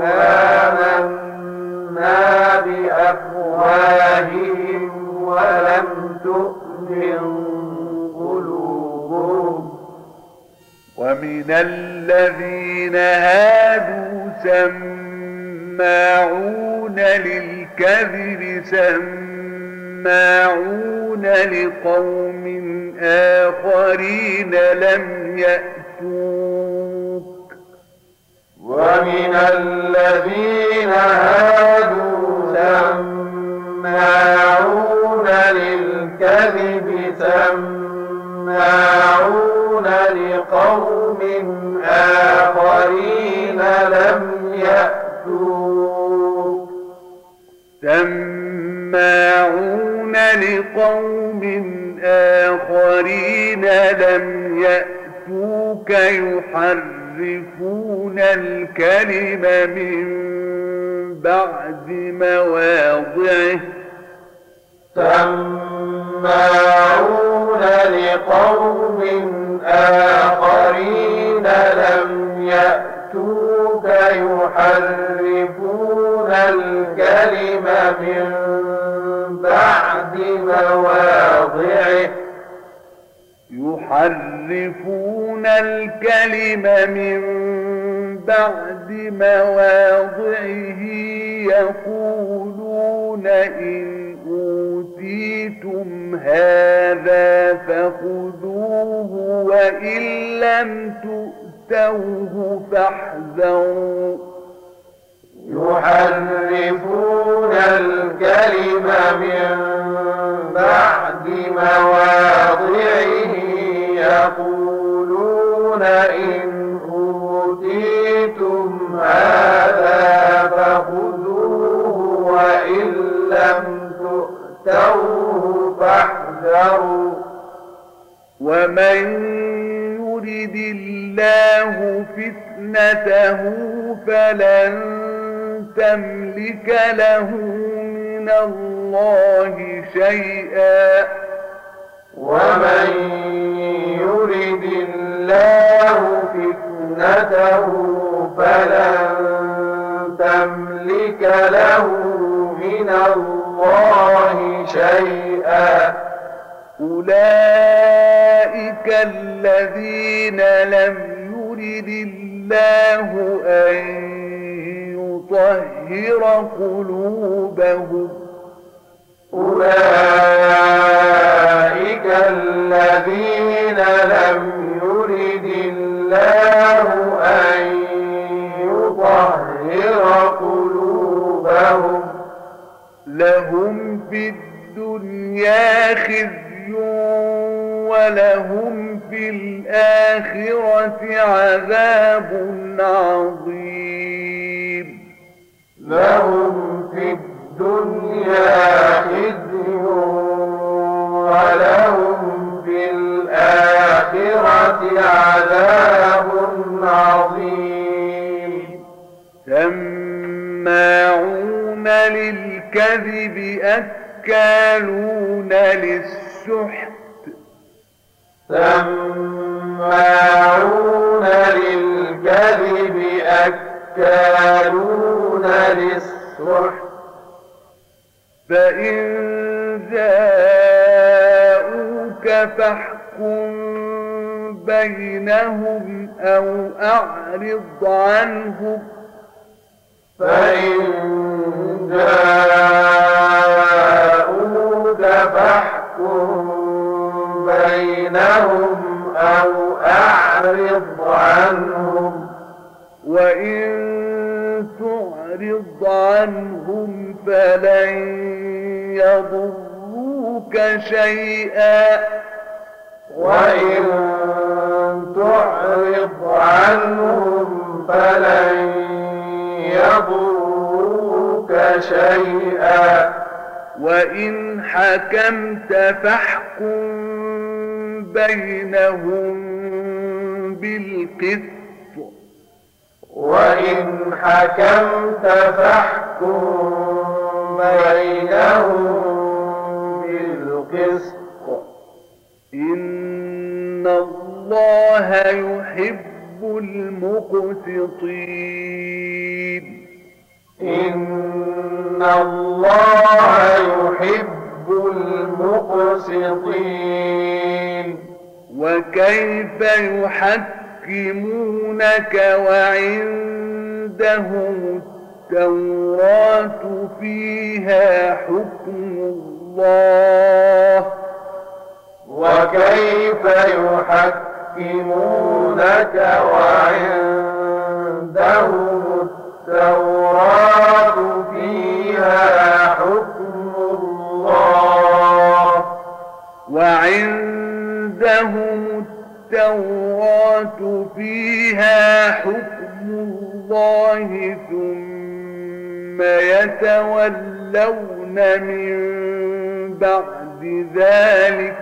[SPEAKER 2] آمنا بأفواههم ولم تؤمن قلوبهم.
[SPEAKER 1] ومن الذين هادوا سماعون للكذب سماعون لقوم آخرين لم يأتوك.
[SPEAKER 2] ومن الذين هادوا سماعون للكذب سماعون لقوم آخرين لم يأتوك. سماعون لقوم آخرين لم يأتوك يحرفون الكلم من بعد مواضعه. سماعون لقوم آخرين لم يأتوك يحرفون الكلم من بعد مواضعه
[SPEAKER 1] يحرفون الكلم من بعد مواضعه يقولون إن أوتيتم هذا فخذوه وإن لم تؤتوه فاحذروا
[SPEAKER 2] يحرفون الكلم من بعد مواضعه يقولون إن أوتيتم هذا فخذوه وإن لم تؤتوه فاحذروا
[SPEAKER 1] ومن يرد الله فتنته فلن تملك له من الله شيئا
[SPEAKER 2] ومن يرد الله فتنته فلن تملك له من الله شيئا
[SPEAKER 1] أولئك الذين لم يرد الله أن يطهر قلوبهم
[SPEAKER 2] أولئك الذين لم يرد الله أن يطهر قلوبهم
[SPEAKER 1] لهم في الدنيا خزي ولهم في الآخرة عذاب عظيم
[SPEAKER 2] لهم في الدنيا خزي ولهم في الآخرة عذاب عظيم
[SPEAKER 1] سماعون للكذب أكالون للسحت
[SPEAKER 2] سماعون للكذب أكالون للسحت
[SPEAKER 1] فإن جاءوك فاحكم بينهم أو أعرض عنهم
[SPEAKER 2] فإن جاءوك فاحكم بينهم أو أعرض عنهم
[SPEAKER 1] وإن تعرض عنهم فلن يضروك شيئا
[SPEAKER 2] وإن تعرض عنهم فلن يضروك شيئا
[SPEAKER 1] وإن حكمت فاحكم بينهم بالقسط
[SPEAKER 2] وإن حكمت فاحكم بينهم بالقسط
[SPEAKER 1] إن الله يحب المقسطين
[SPEAKER 2] إن الله يحب المقسطين
[SPEAKER 1] وكيف يحكمونك وعندهم التوراة فيها حكم الله
[SPEAKER 2] وكيف يحكمونك وعندهم التوراة فيها حكم الله
[SPEAKER 1] وعندهم التوراة فيها حكم الله ثم يتولون من بعد ذلك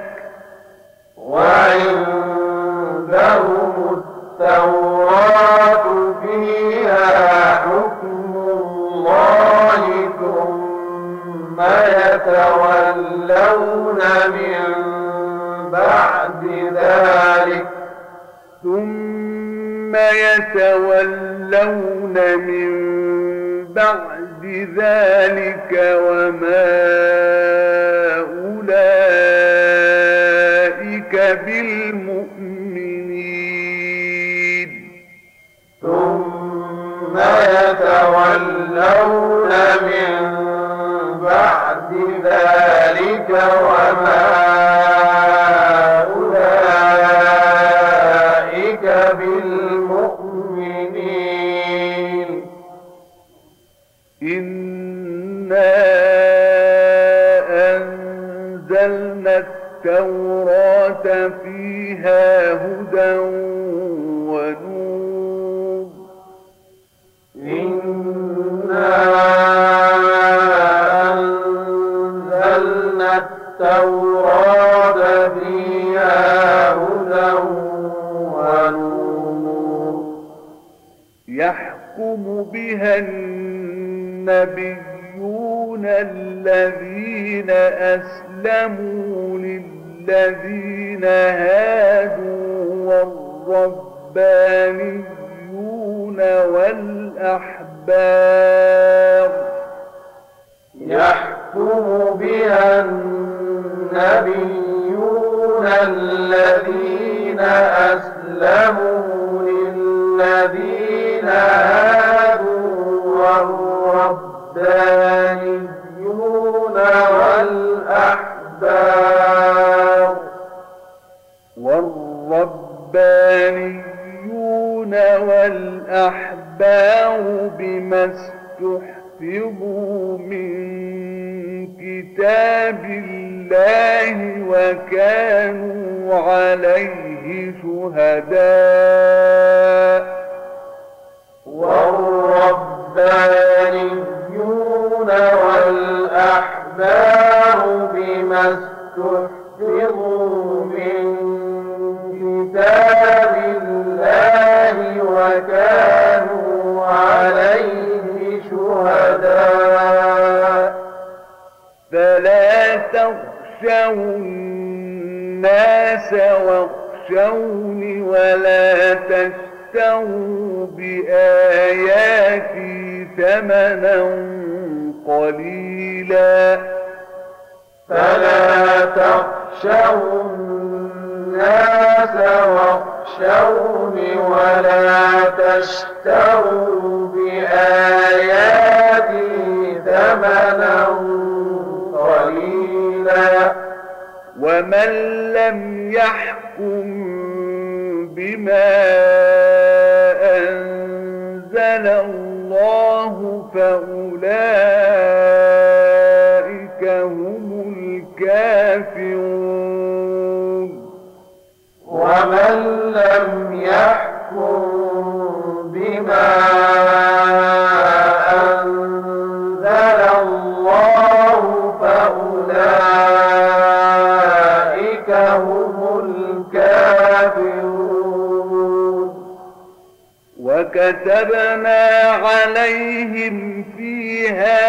[SPEAKER 2] وعندهم التوراة فيها حكم الله ثم يتولون من بعد ذلك
[SPEAKER 1] ثم يتولون من بعد ذلك وما أولئك بالمؤمنين
[SPEAKER 2] ثم يتولون من بعد ذلك وما أولئك بالمؤمنين
[SPEAKER 1] إنا أنزلنا التوراة فيها هدى ونور
[SPEAKER 2] إنا أنزلنا التوراة فيها هدى ونور
[SPEAKER 1] يحكم بها النبيون الذين أسلموا للذين هادوا والربانيون والأحبار
[SPEAKER 2] يحكم بها النبيون الذين أسلموا للذين هادوا والربانيون والأحبار
[SPEAKER 1] والربانيون والأحبار بما استحفظوا من كتاب الله وكانوا عليه شهداء
[SPEAKER 2] والربانيون والأحبار بما استحفظوا من كتاب الله وكانوا عليه شهداء
[SPEAKER 1] فلا تخشوا الناس واخشوني ولا تشتروا بآياتي ثمنا قليلا
[SPEAKER 2] فلا تخشوا الناس واخشوني ولا تشتروا بآياتي ثمنا قليلا
[SPEAKER 1] ومن لم يحكم بما أنزل الله فأولئك هم الكافرون
[SPEAKER 2] ومن لم يحكم بما أنزل الله فأولئك هم الكافرون
[SPEAKER 1] وكتبنا عليهم فيها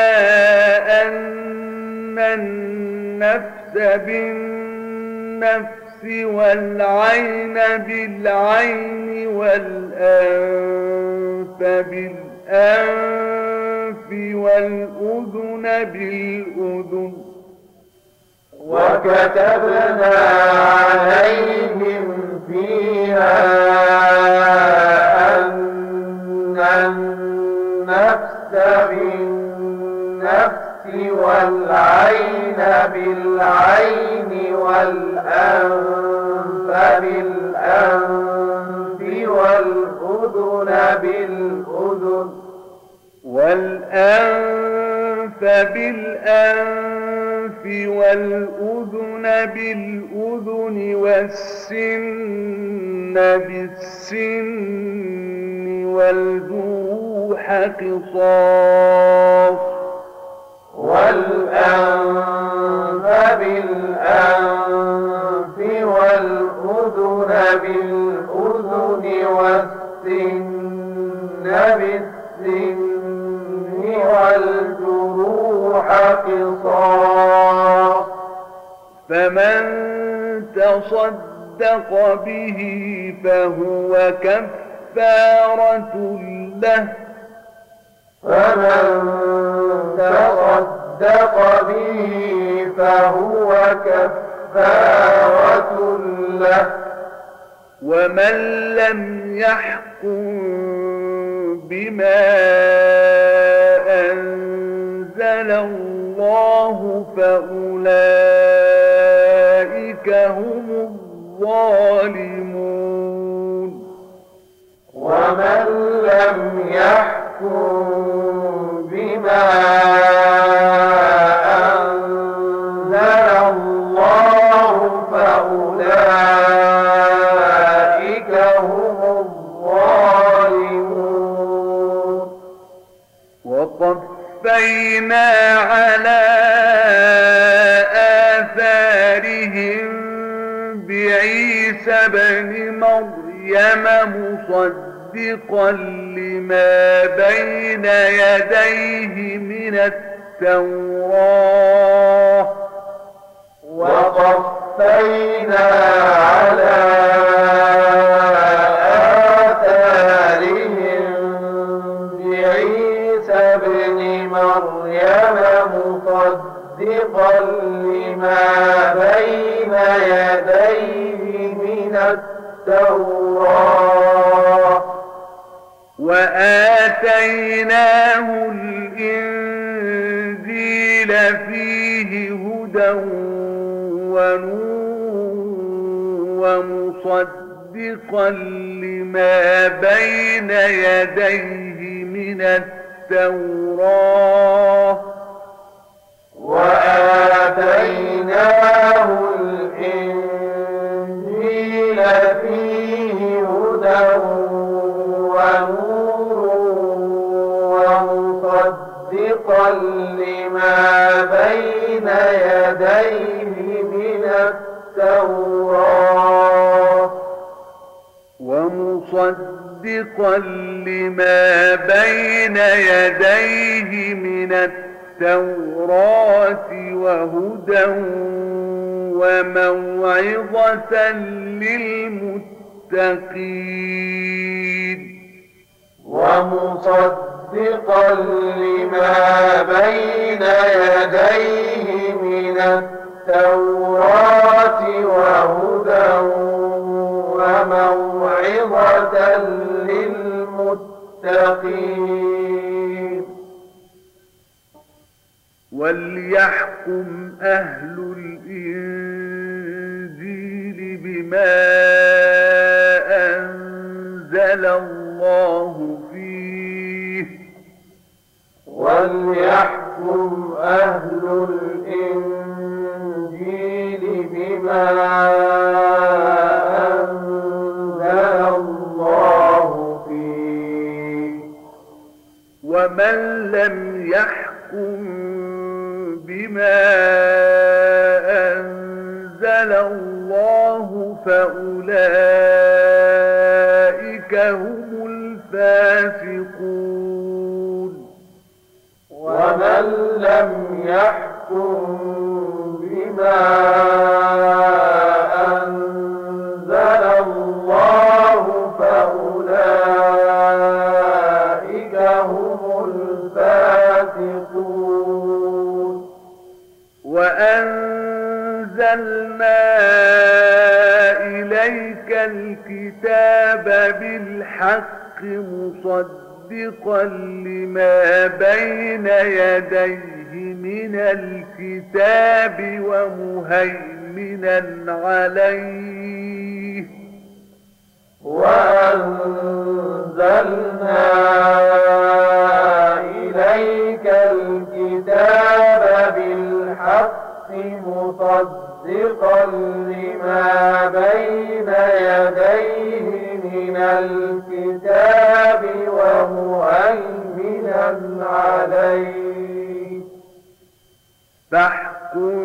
[SPEAKER 1] أن النفس بالنفس والعين بالعين والأنف بالأنف والأذن بالأذن
[SPEAKER 2] وكتبنا عليهم فيها أن النفس بالنفس والعين بالعين والأنف بالأنف والأذن بالأذن
[SPEAKER 1] والأنف بالأنف والأذن بالأذن والسن بالسن والجروح قصاص
[SPEAKER 2] والأنف بالأنف والأذن بالأذن والسن بالسن والجروح قصاص
[SPEAKER 1] فمن تصدق به فهو كفارة له
[SPEAKER 2] فمن تصدق به فهو كفارة كفارة له.
[SPEAKER 1] ومن لم يحكم بما أنزل الله فأولئك هم الظالمون.
[SPEAKER 2] ومن لم يحكم بما أنزل الله فأولئك هم الظالمون.
[SPEAKER 1] وقفينا على آثارهم بعيسى ابن مريم مصدقا لما بين يديه من التوراة
[SPEAKER 2] وقفينا على آثارهم بعيسى ابن مريم مصدقا لما بين يديه من التوراة
[SPEAKER 1] وآتيناه الإنجيل فيه هدى ونور ومصدقا لما بين يديه من التوراة
[SPEAKER 2] وآتيناه الإنجيل فيه هدى ونور ومصدقا لما بين يديه من التوراة
[SPEAKER 1] ومصدقا لما بين يديه من التوراة وهدى وموعظة للمتقين.
[SPEAKER 2] ومصدقا لما بين يديه من التوراة وهدى وموعظة للمتقين.
[SPEAKER 1] وليحكم أهل الإنجيل بما أنزل الله فيه.
[SPEAKER 2] وليحكم أهل الإنجيل بما أنزل الله فيه.
[SPEAKER 1] ومن لم يحكم بما أنزل الله فأولئك هم الفاسقون.
[SPEAKER 2] ومن لم يحكم بما أنزل الله فأولئك هم الفاسقون.
[SPEAKER 1] وأنزلنا إليك الكتاب بالحق مصدقا لما بين يديه من الكتاب ومهيمنا عليه.
[SPEAKER 2] وأنزلنا إليك الكتاب بالحق مصدقا لما بين يديه من الكتاب ومهيمنا عليه.
[SPEAKER 1] فاحكم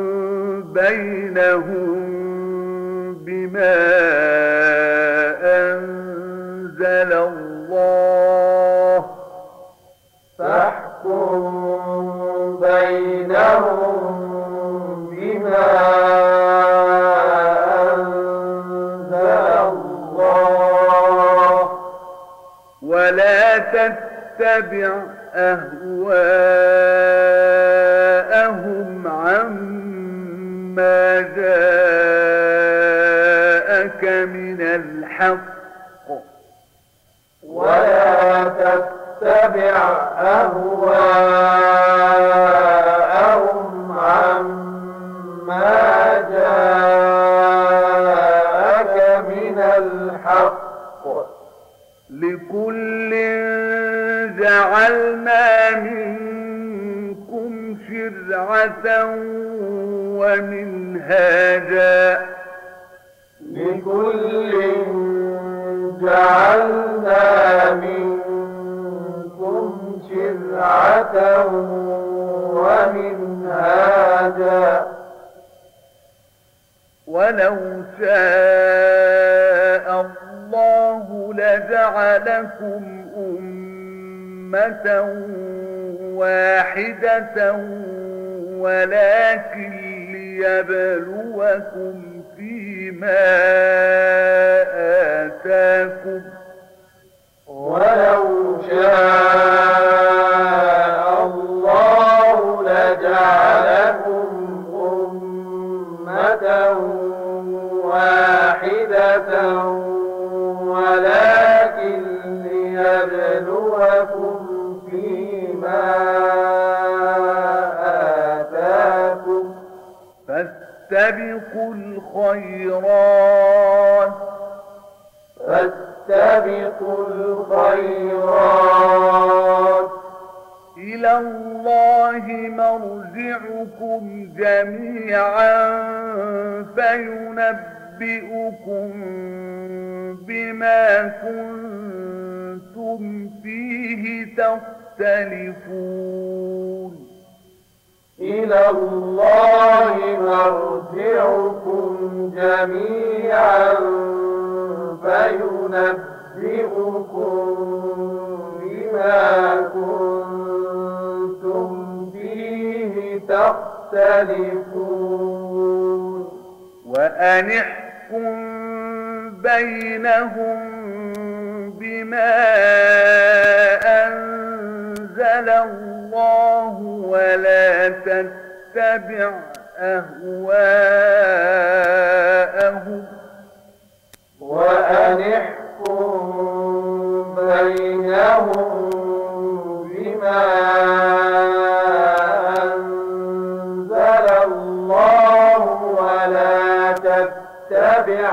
[SPEAKER 1] بينهم بما أنزل الله.
[SPEAKER 2] فاحكم بينهم بما أنزل الله
[SPEAKER 1] ولا تتبع أهواءهم عما ما جاءك من الحق
[SPEAKER 2] ولا تتبع أهواءهم عما جاءك من الحق
[SPEAKER 1] لكل جعلنا منكم شرعة ومنهاجا
[SPEAKER 2] لكل جعلنا منكم شرعة ومنهاجا
[SPEAKER 1] ولو شاء الله لجعلكم أمة واحدة ولكن ليبلوكم فيما آتاكم
[SPEAKER 2] ولو شاء الله لجعلكم أمة واحدة ولكن ليبلوكم فيما آتاكم
[SPEAKER 1] فاستبقوا الخيرات
[SPEAKER 2] فاستبقوا الخيرات
[SPEAKER 1] إلى الله مرجعكم جميعا فينبئكم بما كنتم فيه تختلفون
[SPEAKER 2] إلى الله مرجعكم جميعا فينبئكم بما كنتم فيه تختلفون
[SPEAKER 1] وأن احكم بينهم بما أنزل الله ولا تتبع أهواءهم
[SPEAKER 2] وأن احكم بينهم بما أنزل الله ولا تتبع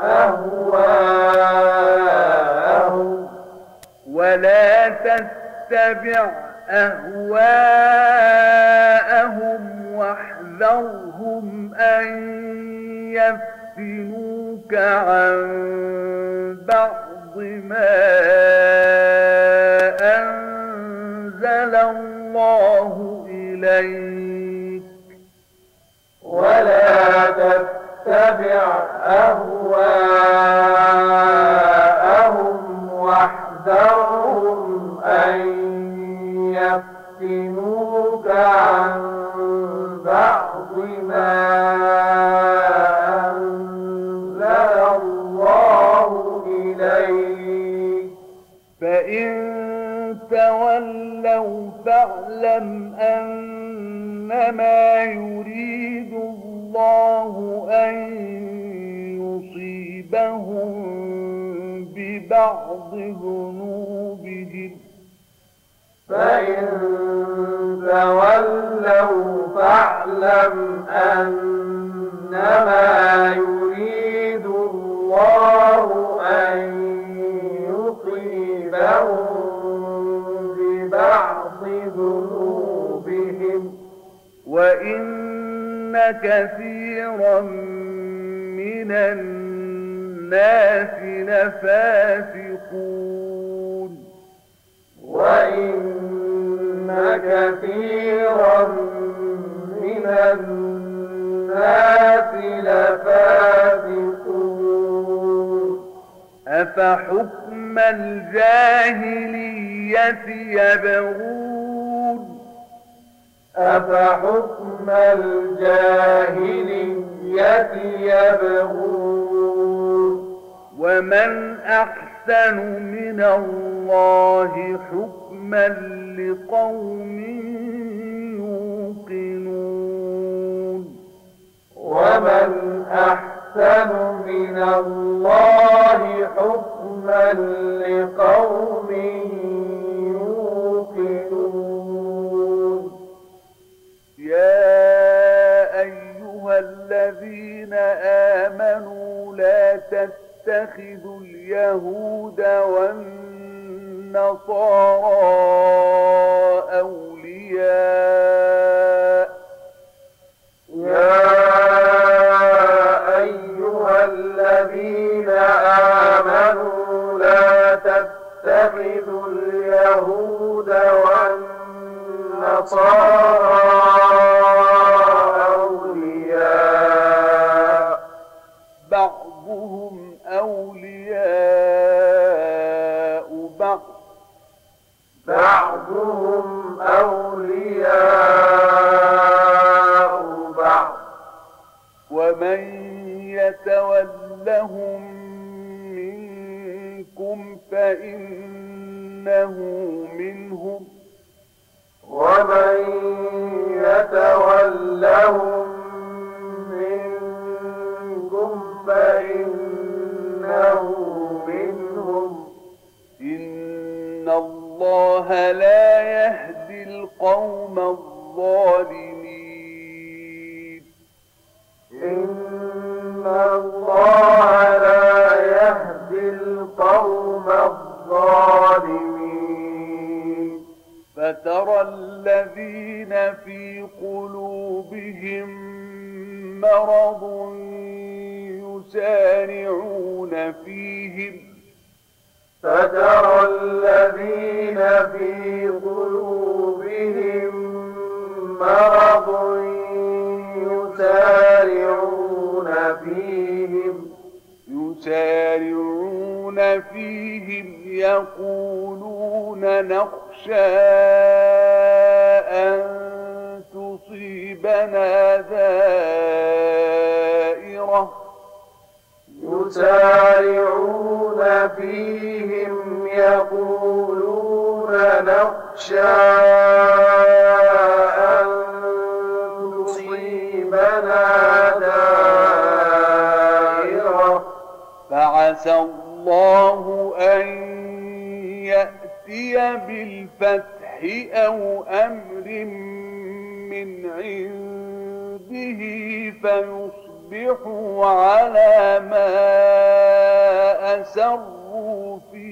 [SPEAKER 2] أهواءهم
[SPEAKER 1] ولا تتبع أهواءهم واحذرهم أن يفتنوك عن بعض ما أنزل الله إليك
[SPEAKER 2] ولا تتبع أهواءهم واحذرهم أن يفتنوك عن بعض ما أنزل الله إليك
[SPEAKER 1] فإن تولوا فاعلم أنما يريد الله أن يصيبهم ببعض ذنوبهم
[SPEAKER 2] فإن تولوا فاعلم أنما يريد الله أن يصيبهم ببعض ذنوبهم
[SPEAKER 1] وإن كثيرا من الناس لفاسقون
[SPEAKER 2] وإن كثيرا من الناس لفاسقون
[SPEAKER 1] أفحكم الجاهلية يبغون
[SPEAKER 2] أفحكم الجاهلية يبغون
[SPEAKER 1] ومن أحسن من الله حكما لقوم يوقنون
[SPEAKER 2] ومن أحسن من الله حكما لقوم يوقنون.
[SPEAKER 1] يا أيها الذين آمنوا لا تتخذوا اليهود والنصارى أولياء.
[SPEAKER 2] يا أيها الذين آمنوا لا تتخذوا اليهود والنصارى أولياء
[SPEAKER 1] بعضهم أولياء بعض
[SPEAKER 2] بعضهم أولياء بعض
[SPEAKER 1] ومن يتولهم منكم فإنه منهم
[SPEAKER 2] ومن يتولهم منكم فإنه منهم.
[SPEAKER 1] إن الله لا يهدي القوم الظالمين.
[SPEAKER 2] إن الله لا يهدي القوم الظالمين.
[SPEAKER 1] فترى الذين في قلوبهم مرض يسارعون فيهم
[SPEAKER 2] فترى الذين في قلوبهم مرض يسارعون فيهم
[SPEAKER 1] يسارعون فيهم يقولون نخشى أن تصيبنا دائرة
[SPEAKER 2] يسارعون فيهم يقولون نخشى أن تصيبنا دائرة
[SPEAKER 1] فعسى الله أن يأتي بالفتح أو أمر من عنده فيصبحوا على ما أسروا في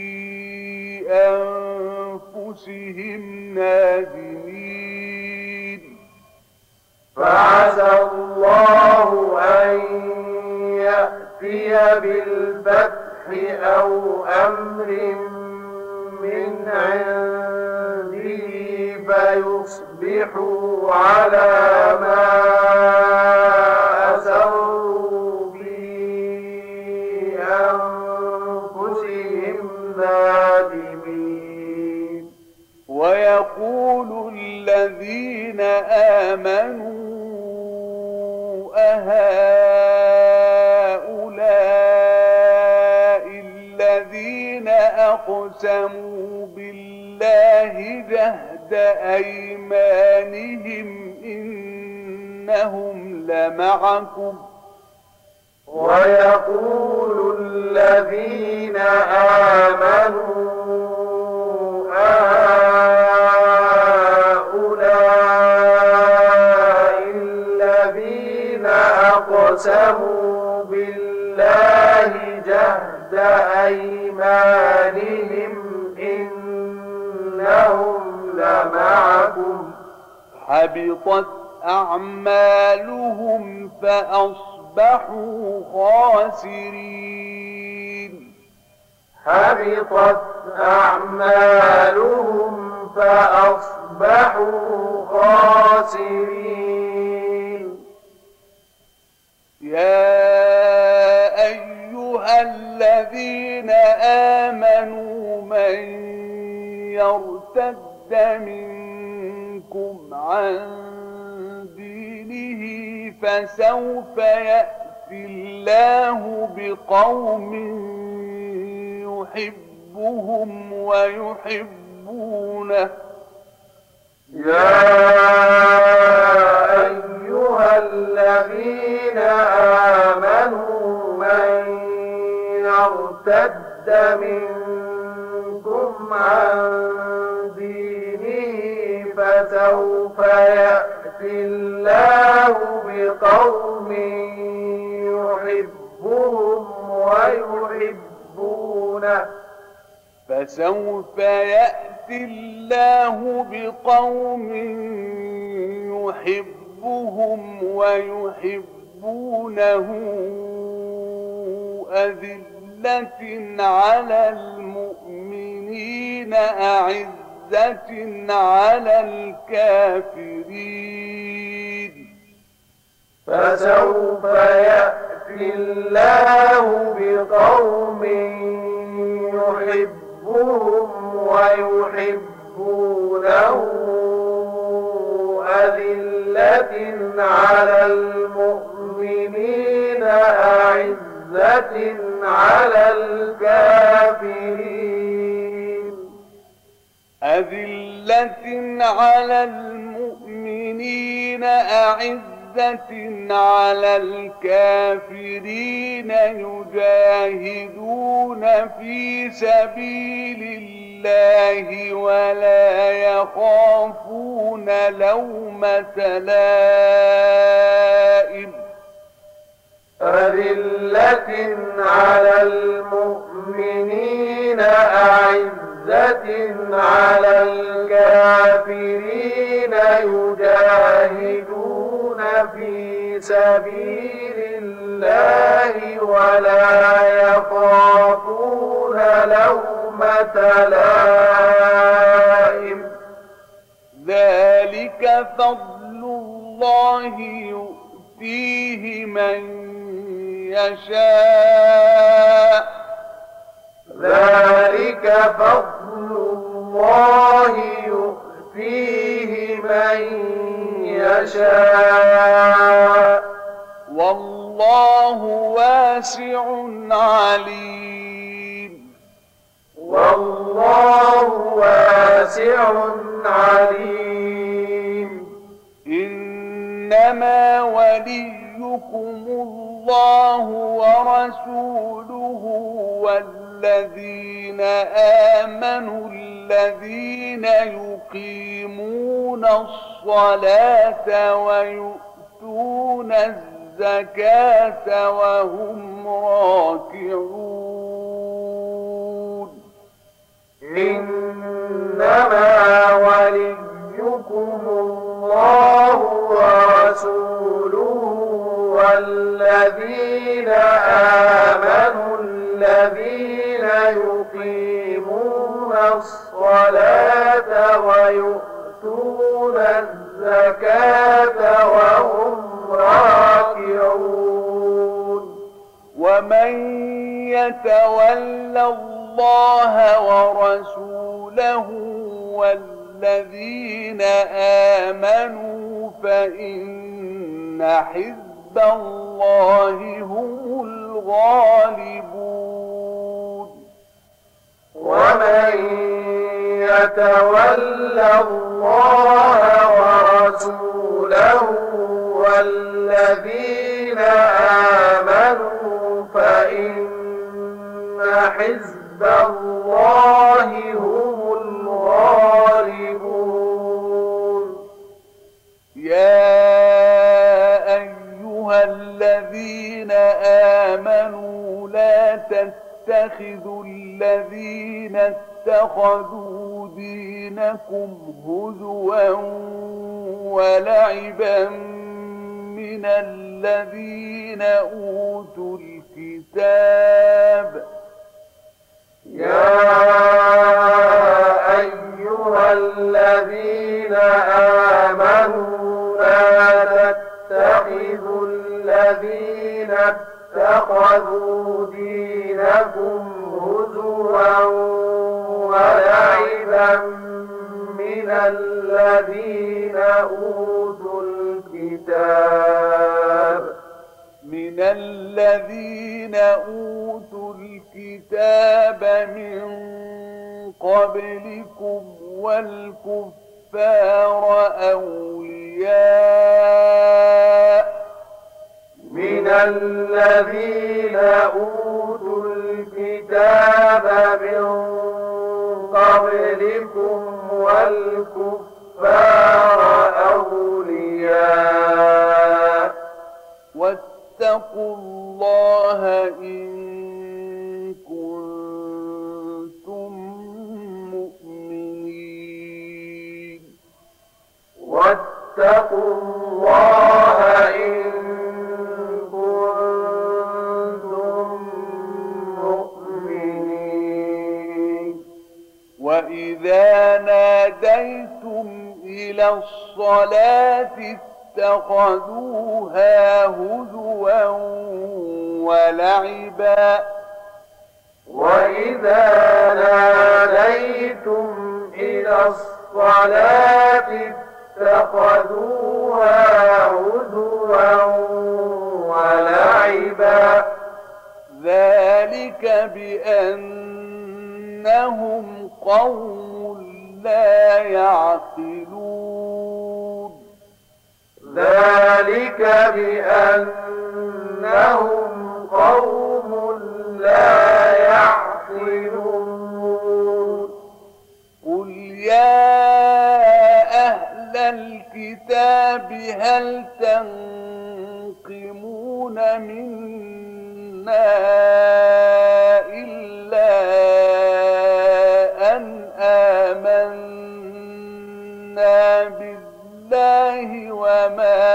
[SPEAKER 1] أنفسهم نادمين.
[SPEAKER 2] فعسى الله أن يأتي بالفتح أو أمر من عنده فيصبحوا على ما أسروا في أنفسهم نادمين.
[SPEAKER 1] ويقول الذين آمنوا أهؤلاء الذين أقسموا بالله جهد أيمانهم إنهم لمعكم.
[SPEAKER 2] ويقول الذين آمنوا أهؤلاء الذين أقسموا بالله جهد أيمانهم إنهم لمعكم
[SPEAKER 1] حبطت أعمالهم فأصبحوا خاسرين.
[SPEAKER 2] حبطت أعمالهم فأصبحوا خاسرين.
[SPEAKER 1] يا أيها الذين آمنوا من يرتد منكم عن دينه فسوف يأتي الله بقوم يحبهم ويحبونه.
[SPEAKER 2] يا أيها الذين آمنوا من يرتد منكم عن دينه فسوف يأتي الله بقوم يحبهم ويحبونه
[SPEAKER 1] فسوف يأتي الله بقوم يحبهم ويحبونه أذلة على المؤمنين أعزة على الكافرين
[SPEAKER 2] فسوف يأتي الله بقوم يحبهم ويحبونه أذلة على المؤمنين أعزة على الكافرين
[SPEAKER 1] أذلة على المؤمنين أعزة على الكافرين يجاهدون في سبيل الله ولا يخافون لومة لائم
[SPEAKER 2] أذلة على المؤمنين أعزة على الكافرين يجاهدون في سبيل الله ولا يخافون لومة لائم
[SPEAKER 1] ذلك فضل الله يؤتيه من يشاء
[SPEAKER 2] ذلك فضل الله يؤتيه من يشاء
[SPEAKER 1] والله واسع عليم
[SPEAKER 2] والله واسع عليم
[SPEAKER 1] إنما وليكم الله ورسوله والذين آمنوا الذين يقيمون الصلاة ويؤتون الزكاة وهم راكعون
[SPEAKER 2] إنما وليكم الله ورسوله والذين آمنوا الذين يقيمون الصلاة ويؤتون الزكاة وهم راكعون
[SPEAKER 1] ومن يتول الله ورسوله والذين آمنوا فإن حزب الله هم الغالبون
[SPEAKER 2] ومن يتول الله ورسوله والذين آمنوا فإن حزب الله هم الغالبون
[SPEAKER 1] يا أيها الذين آمنوا لا تتخذوا الذين اتخذوا دينكم هزوا ولعبا من الذين أوتوا الكتاب
[SPEAKER 2] يا أيها الذين آمنوا لا تتخذوا الذين اتخذوا دينكم هزوا ولعبا من الذين أوتوا الكتاب
[SPEAKER 1] من الذين أوتوا الكتاب من قبلكم والكفار أولياء
[SPEAKER 2] من الذين أوتوا الكتاب من قبلكم والكفار أولياء
[SPEAKER 1] واتقوا الله إن كنتم مؤمنين
[SPEAKER 2] واتقوا الله إن كنتم مؤمنين
[SPEAKER 1] وإذا ناديتم إلى الصلاة اتخذوها هزوا ولعبا
[SPEAKER 2] وإذا ناديتم إلى الصلاة اتخذوها هزوا ولعبا
[SPEAKER 1] ذلك بأنهم قوم لا يعقلون
[SPEAKER 2] ذلك بأنهم قوم لا يعقلون
[SPEAKER 1] قل يا أهل الكتاب هل تنقمون منا إلا أن آمنا بالله وما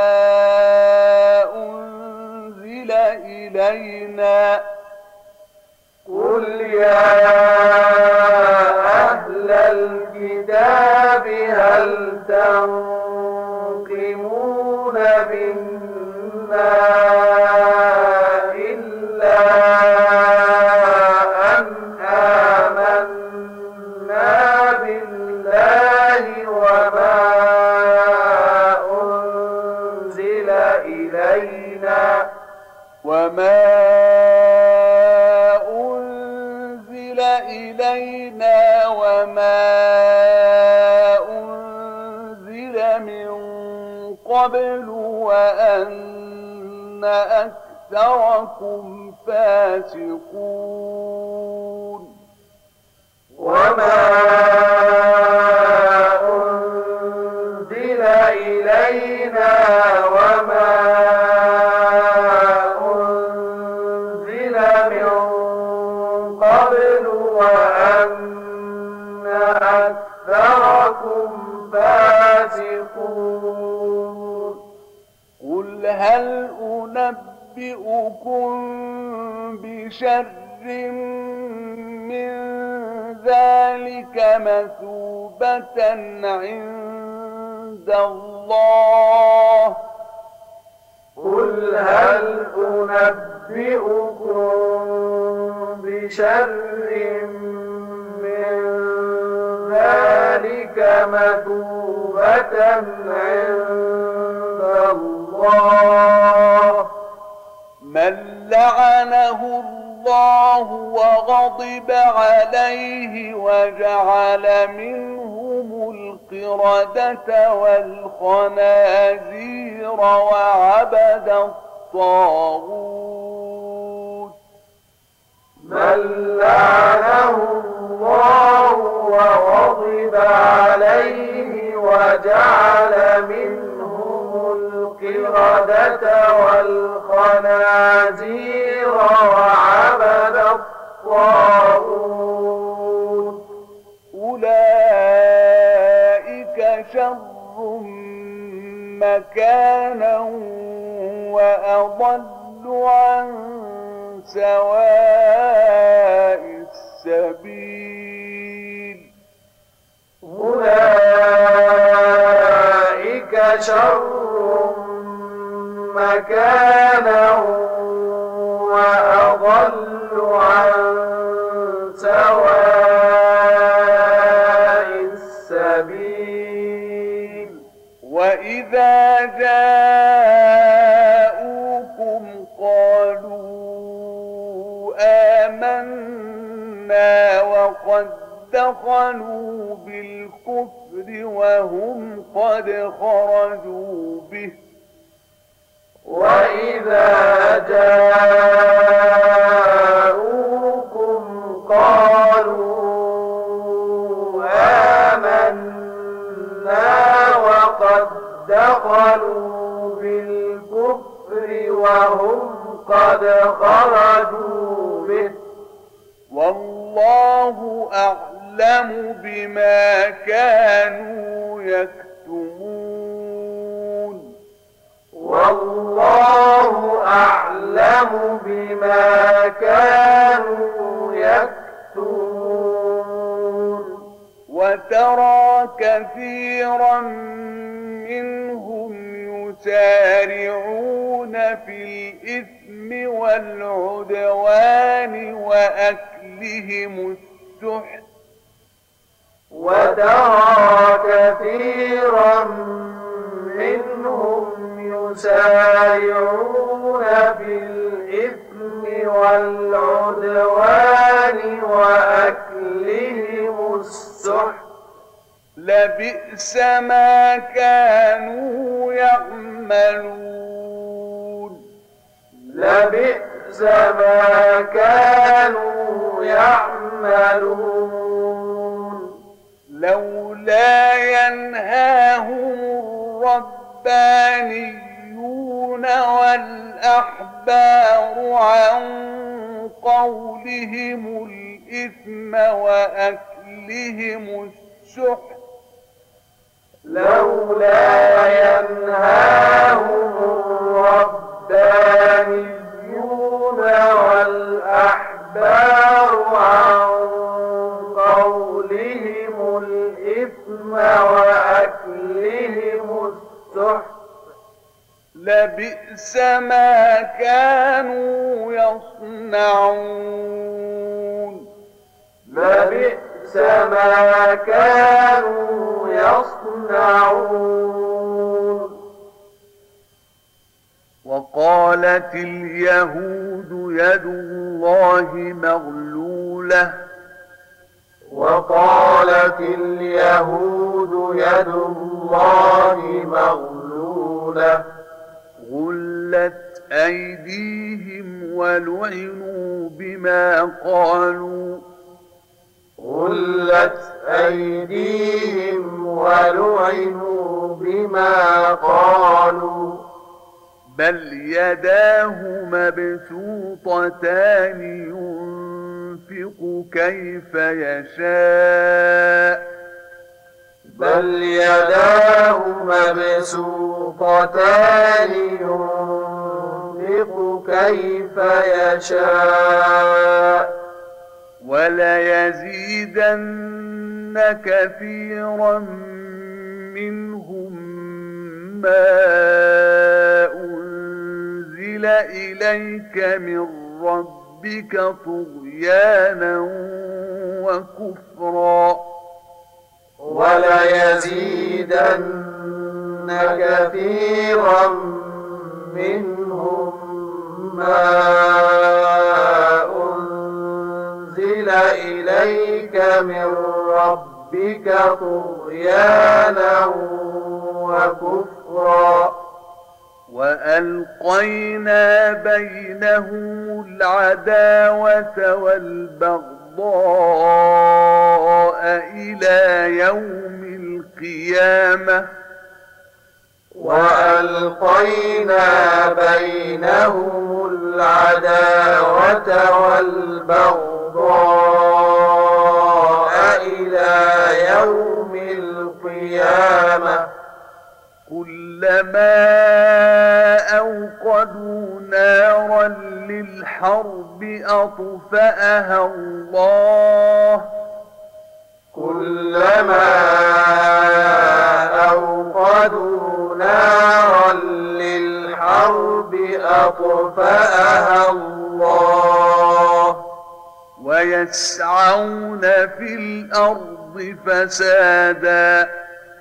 [SPEAKER 1] أنزل إلينا
[SPEAKER 2] قل يا أهل الكتاب هل تنقمون منا إلا أن آمنا بالله وما أنزل إلينا
[SPEAKER 1] وما أنزل إلينا وما أنزل من قبل وأن أكثركم فاسقون
[SPEAKER 2] وما أنزل إلينا وما أنزل من قبل وأن أكثركم فاسقون
[SPEAKER 1] قل هل أنبئكم بشر من ذلك مثوبة عند الله
[SPEAKER 2] قل هل أنبئكم بشر من ذلك مثوبة عند الله
[SPEAKER 1] من لعنه الله وغضب عليه وجعل منهم القردة والخنازير وعبد الطاغوت
[SPEAKER 2] من لعنه الله وغضب عليه وجعل منهم القردة والخنازير وعبد الطاغوت
[SPEAKER 1] أولئك شر مكانا وأضل عن سواء السبيل
[SPEAKER 2] أولئك شر مكانا وأضل عن سواء السبيل
[SPEAKER 1] وإذا جاءوكم قالوا آمنا وقد دخلوا بالكفر وهم قد خرجوا به
[SPEAKER 2] وإذا جاءوكم قالوا آمنا وقد دخلوا بالكفر وهم قد خرجوا به
[SPEAKER 1] والله أعلم بما كانوا يكتمون
[SPEAKER 2] والله أعلم بما كانوا يكتمون
[SPEAKER 1] وترى كثيرا منهم يسارعون في الإثم والعدوان وأكلهم السحت
[SPEAKER 2] وترى كثيرا منهم يسارعون في الإثم والعدوان وأكلهم السحت
[SPEAKER 1] لبئس ما كانوا يعملون
[SPEAKER 2] لبئس ما كانوا يعملون
[SPEAKER 1] لولا ينهاهم الربانيون والأحبار عن قولهم الإثم وأكلهم السحت
[SPEAKER 2] لولا ينهاهم الربانيون والأحبار عن قولهم الإثم وأكلهم السحت
[SPEAKER 1] لبئس ما كانوا يصنعون
[SPEAKER 2] لبئس ما كانوا يصنعون
[SPEAKER 1] وقالت اليهود يد الله مغلولة
[SPEAKER 2] وقالت اليهود يد الله مغلولة
[SPEAKER 1] غلت أيديهم ولعنوا بما قالوا
[SPEAKER 2] غلت أيديهم ولعنوا بما قالوا
[SPEAKER 1] بل يداه مبسوطتان ينفق كيف يشاء
[SPEAKER 2] بل يداه مبسوطتان ينفق كيف يشاء
[SPEAKER 1] وليزيدن كثيرا منهم ما أنزل إليك من ربك طغيانا وكفرا
[SPEAKER 2] وليزيدن كثيرا منهم ما أنزل إليك من ربك طغيانا وكفرا
[SPEAKER 1] وألقينا بينهم العداوة والبغضاء إلى يوم القيامة
[SPEAKER 2] وألقينا بينهم العداوة والبغضاء إلى يوم القيامة
[SPEAKER 1] كلما أوقدوا نارا للحرب أطفأها الله
[SPEAKER 2] كلما أوقدوا نارا للحرب أطفأها الله
[SPEAKER 1] ويسعون في الأرض فسادا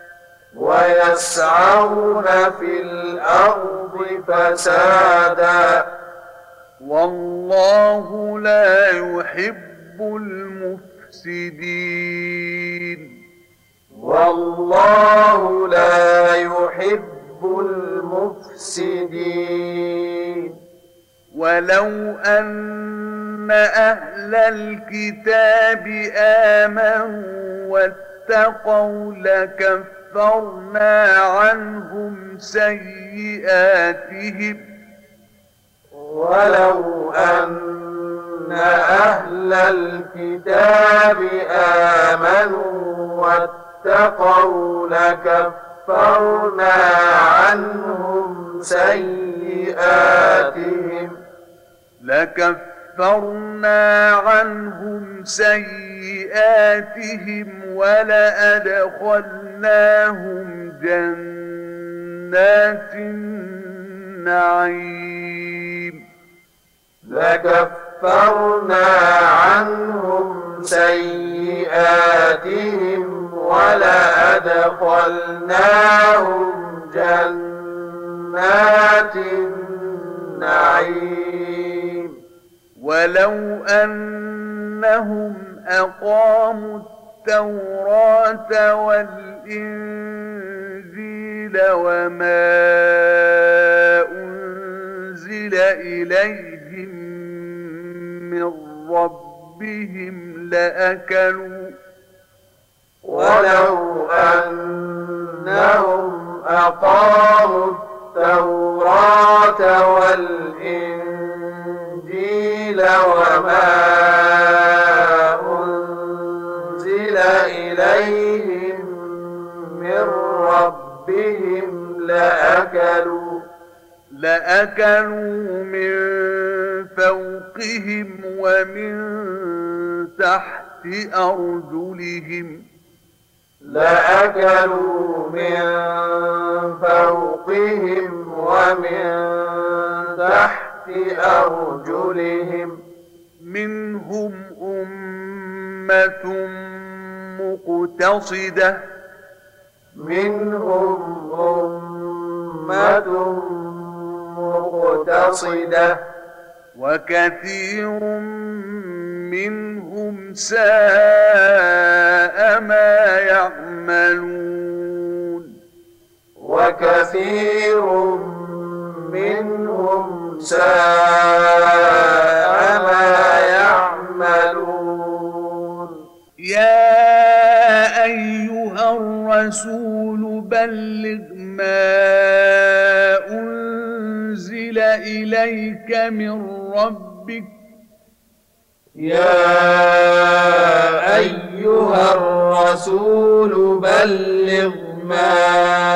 [SPEAKER 2] ويسعون في الأرض فسادا
[SPEAKER 1] والله لا يحب المفسدين
[SPEAKER 2] والله لا يحب المفسدين مفسدين
[SPEAKER 1] ولو أن أهل الكتاب آمنوا واتقوا لكفرنا عنهم سيئاتهم
[SPEAKER 2] ولو أن أهل الكتاب آمنوا واتقوا لكفرنا عنهم سيئاتهم
[SPEAKER 1] لكفرنا عنهم سيئاتهم ولأدخلناهم جنات النعيم
[SPEAKER 2] لكفرنا عنهم سيئاتهم ولأدخلناهم جنات النعيم
[SPEAKER 1] ولو أنهم أقاموا التوراة والإنجيل وما أنزل إليهم من ربهم لأكلوا
[SPEAKER 2] ولو أنهم أقاموا التوراة والإنجيل وما أنزل إليهم من ربهم لأكلوا
[SPEAKER 1] لأكلوا من فوقهم ومن تحت أرجلهم
[SPEAKER 2] لأكلوا من فوقهم ومن تحت أرجلهم
[SPEAKER 1] منهم أمة مقتصدة
[SPEAKER 2] منهم أمة مقتصدة
[SPEAKER 1] وكثير منهم ساء ما يعملون
[SPEAKER 2] وكثير منهم ساء ما يعملون
[SPEAKER 1] يا أيها الرسول بلغ ما أنزل إليك من ربك
[SPEAKER 2] يا أيها الرسول بلغ ما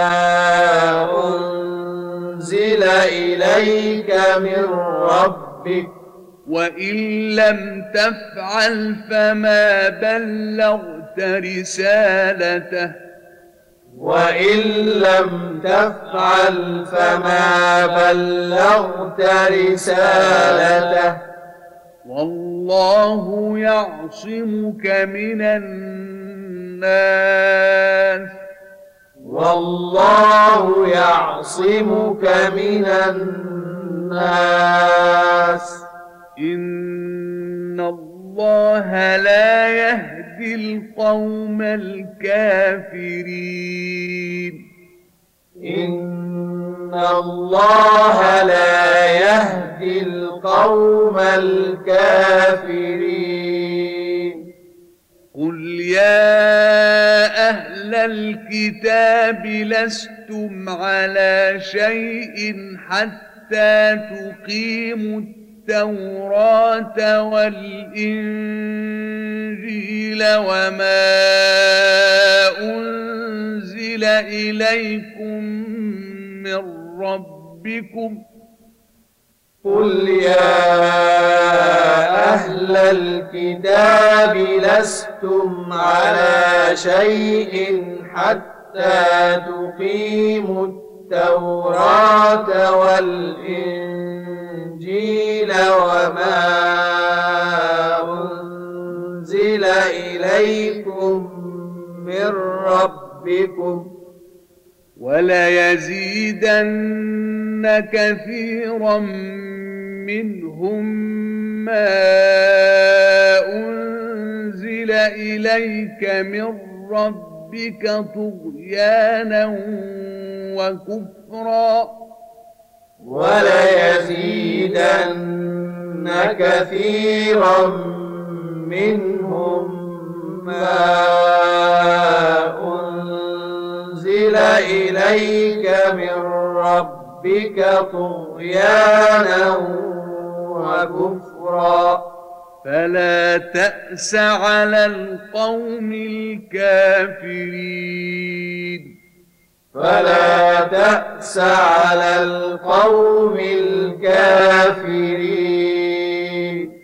[SPEAKER 2] أنزل إليك من ربك
[SPEAKER 1] وإن لم تفعل فما بلغت رسالته
[SPEAKER 2] وإن لم تفعل فما بلغت رسالته
[SPEAKER 1] والله يعصمك من الناس
[SPEAKER 2] والله يعصمك من الناس
[SPEAKER 1] إن الله لا يهدي القوم الكافرين
[SPEAKER 2] إن الله لا يهدي القوم الكافرين
[SPEAKER 1] قل يا أهل الكتاب لستم على شيء حتى تقيموا التوراة والإنجيل وما أنزل إليكم من ربكم
[SPEAKER 2] قل يا أهل الكتاب لستم على شيء حتى تقيموا التوراة والإنجيل وما أنزل إليكم من ربكم
[SPEAKER 1] وليزيدن كثيرا منهم ما أنزل إليك من ربك طغيانا وكفرا
[SPEAKER 2] وليزيدن كثيرا منهم ما أنزل إليك من ربك طغيانا وكفرا
[SPEAKER 1] فلا تأس على القوم الكافرين
[SPEAKER 2] فلا تأس على القوم الكافرين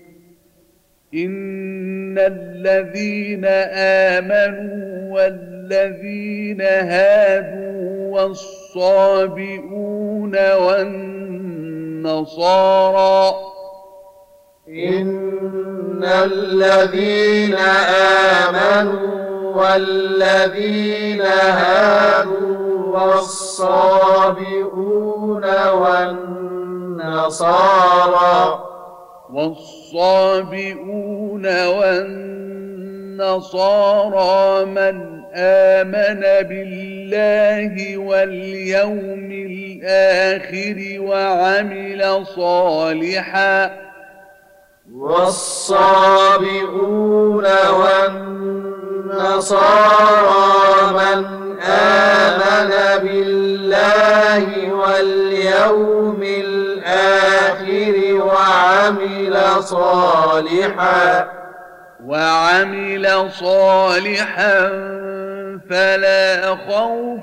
[SPEAKER 1] إن الذين آمنوا والذين هادوا والصابئون والنصارى
[SPEAKER 2] إن الذين آمنوا والذين هادوا والصابئون والنصارى
[SPEAKER 1] والصابئون والنصارى من آمن بالله واليوم الآخر وعمل صالحا
[SPEAKER 2] والصابئون والنصارى من آمن بالله واليوم الآخر وعمل صالحا
[SPEAKER 1] وعمل صالحا فلا خوف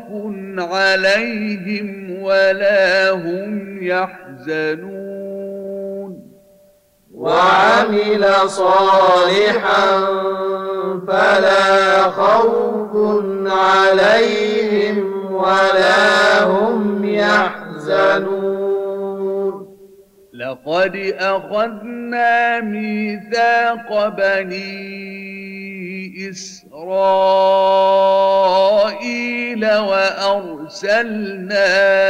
[SPEAKER 1] عليهم ولا هم يحزنون
[SPEAKER 2] وعمل صالحا فلا خوف عليهم ولا هم يحزنون
[SPEAKER 1] لقد أخذنا ميثاق بني إسرائيل وأرسلنا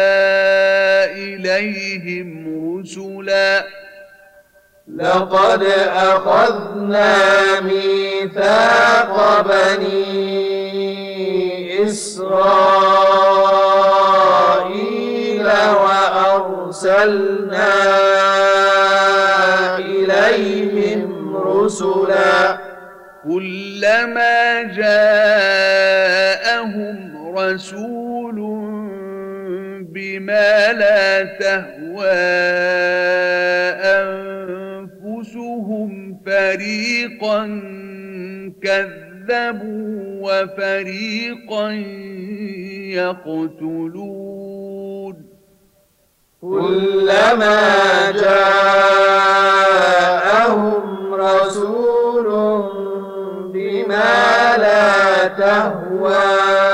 [SPEAKER 1] إليهم رسلا
[SPEAKER 2] لقد أخذنا ميثاق بني إسرائيل وأرسلنا إليهم رسلا
[SPEAKER 1] كلما جاءهم رسول بما لا تهوى أنفسهم فريقا كذبوا وفريقا يقتلون
[SPEAKER 2] كلما جاءهم رسول بما لا تهوى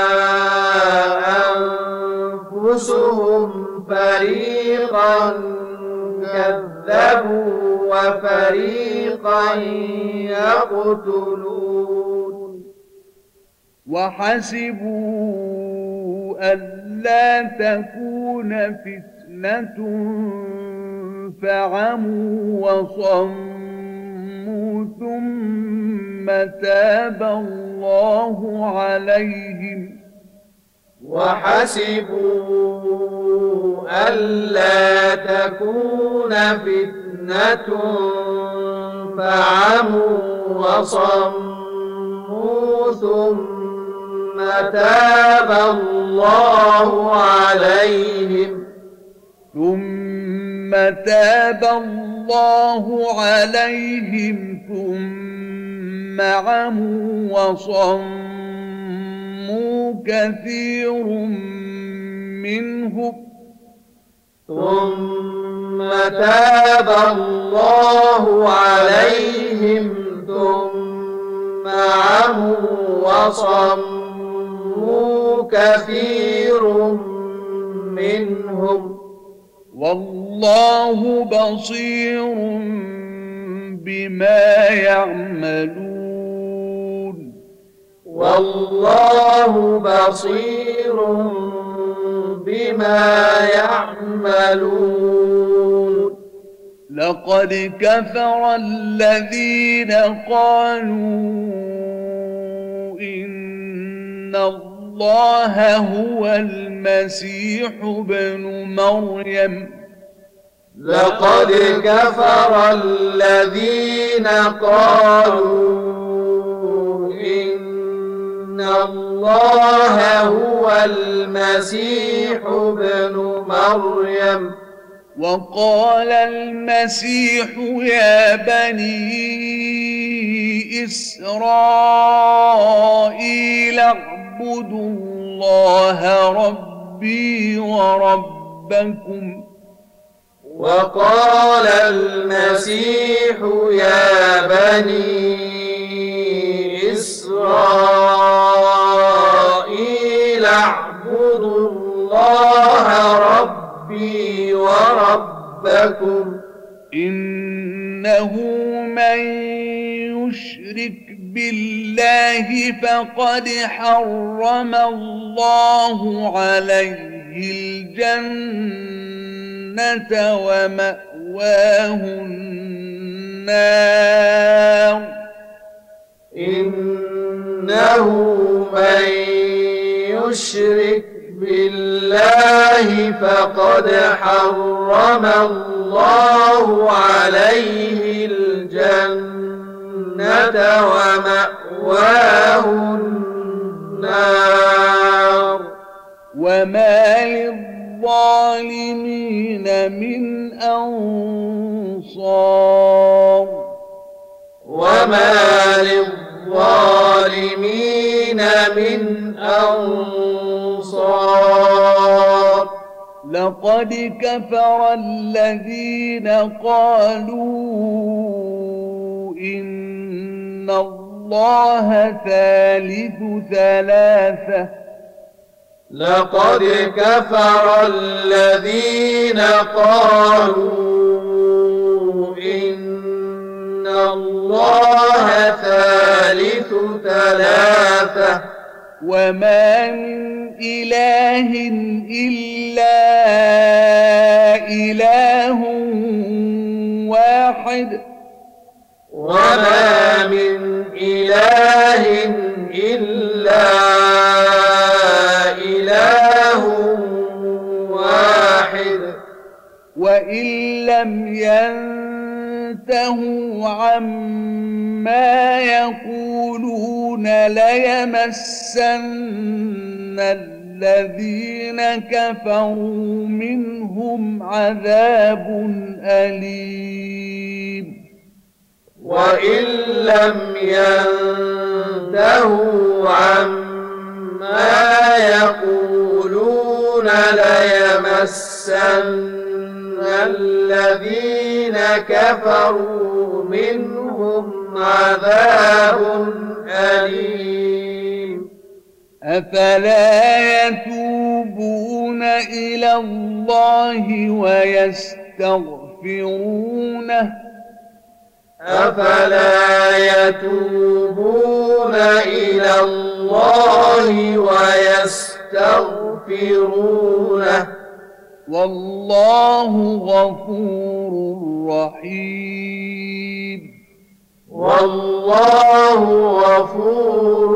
[SPEAKER 2] أنفسهم فريقا كذبوا وفريقا يقتلون
[SPEAKER 1] وحسبوا ألا تكون فتنة فعموا وصموا ثم تاب الله عليهم
[SPEAKER 2] وحسبوا ألا تكون فتنة فعموا وصموا ثم تاب الله عليهم
[SPEAKER 1] ثم تاب الله عليهم ثم عموا وصموا كثير منهم
[SPEAKER 2] ثم تاب الله عليهم ثم عموا وصموا كثير منهم
[SPEAKER 1] والله بصير بما يعملون
[SPEAKER 2] والله بصير بما يعملون
[SPEAKER 1] لقد كفر الذين قالوا إن الله هو المسيح ابن مريم
[SPEAKER 2] لقد كفر الذين قالوا إن الله هو المسيح ابن مريم
[SPEAKER 1] وقال المسيح يا بني إسرائيل اعبدوا الله ربي وربكم
[SPEAKER 2] وقال المسيح يا بني إسرائيل اعبدوا الله ربي وربكم
[SPEAKER 1] إنه من يشرك بالله فقد حرم الله عليه الجنة ومأواه النار
[SPEAKER 2] إنه من يشرك بالله فقد حرم الله عليه الجنة ومأواه النار
[SPEAKER 1] وما للظالمين من أنصار
[SPEAKER 2] وما للظالمين من أنصار
[SPEAKER 1] لقد كفر الذين قالوا إن الله ثالث ثلاثة
[SPEAKER 2] لقد كفر الذين قالوا إن الله ثالث ثلاثة
[SPEAKER 1] وما من إله إلا إله واحد
[SPEAKER 2] وما من إله إلا إله واحد
[SPEAKER 1] وإن لم ينتهوا عما يقولون ليمسن الذين كفروا منهم عذاب أليم
[SPEAKER 2] وإن لم ينتهوا عما يقولون ليمسن الذين كفروا منهم عذاب أليم
[SPEAKER 1] أفلا يتوبون إلى الله ويستغفرونه
[SPEAKER 2] أفلا يتوبون إلى الله ويستغفرونه
[SPEAKER 1] والله غفور رحيم
[SPEAKER 2] والله غفور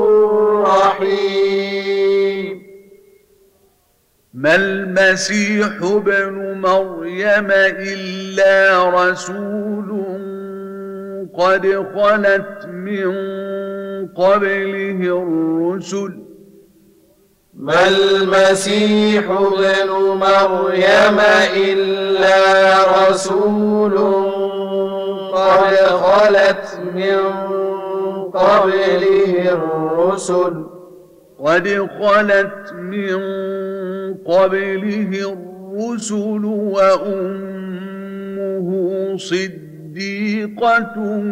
[SPEAKER 2] رحيم
[SPEAKER 1] ما المسيح ابن مريم إلا رسول قد خلت من قبله الرسل
[SPEAKER 2] ما المسيح ابن مريم إلا رسول قد خلت من قبله الرسل
[SPEAKER 1] قد خلت من قبله الرسل وأمه صديقة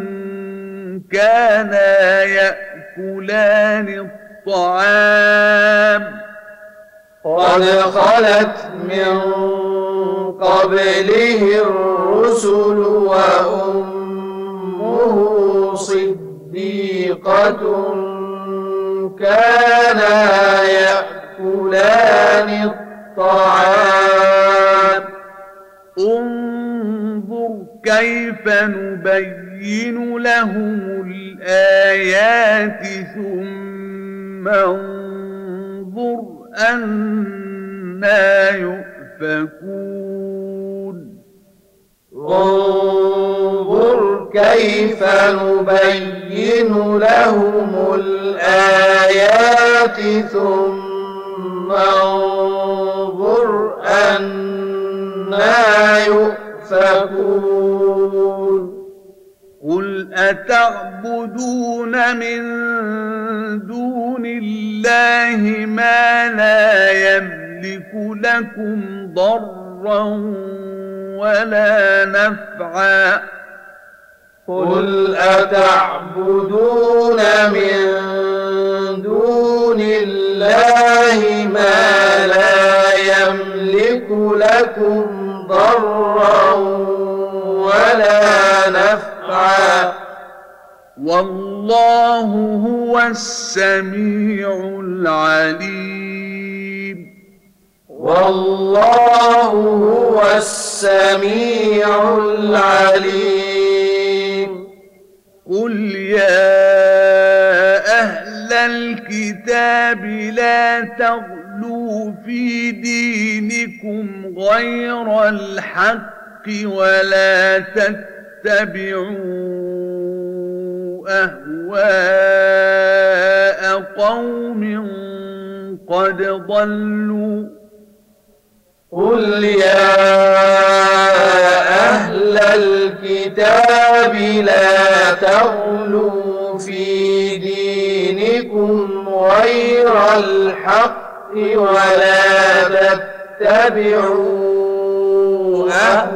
[SPEAKER 1] كانا يأكلان الطعام
[SPEAKER 2] قد خلت من قبله الرسل وأمه صديقة كانا يأكلان الطعام
[SPEAKER 1] انظر كيف نبين لهم الآيات ثم انظر أنا يؤفكون
[SPEAKER 2] انظر كيف نبين لهم الآيات ثم انظر أنى يؤفكون
[SPEAKER 1] قل أتعبدون من دون الله ما لا يملك لكم ضرا ولا نفعا
[SPEAKER 2] قل أتعبدون من دون الله ما لا يملك لكم ضرا ولا نفعا
[SPEAKER 1] والله هو السميع العليم
[SPEAKER 2] والله هو السميع العليم
[SPEAKER 1] قل يا أهل الكتاب لا تغلوا في دينكم غير الحق ولا تتبعوا أهواء قوم قد ضلوا
[SPEAKER 2] قل يا أهل الكتاب لا تغلوا في دينكم غير الحق ولا تتبعوا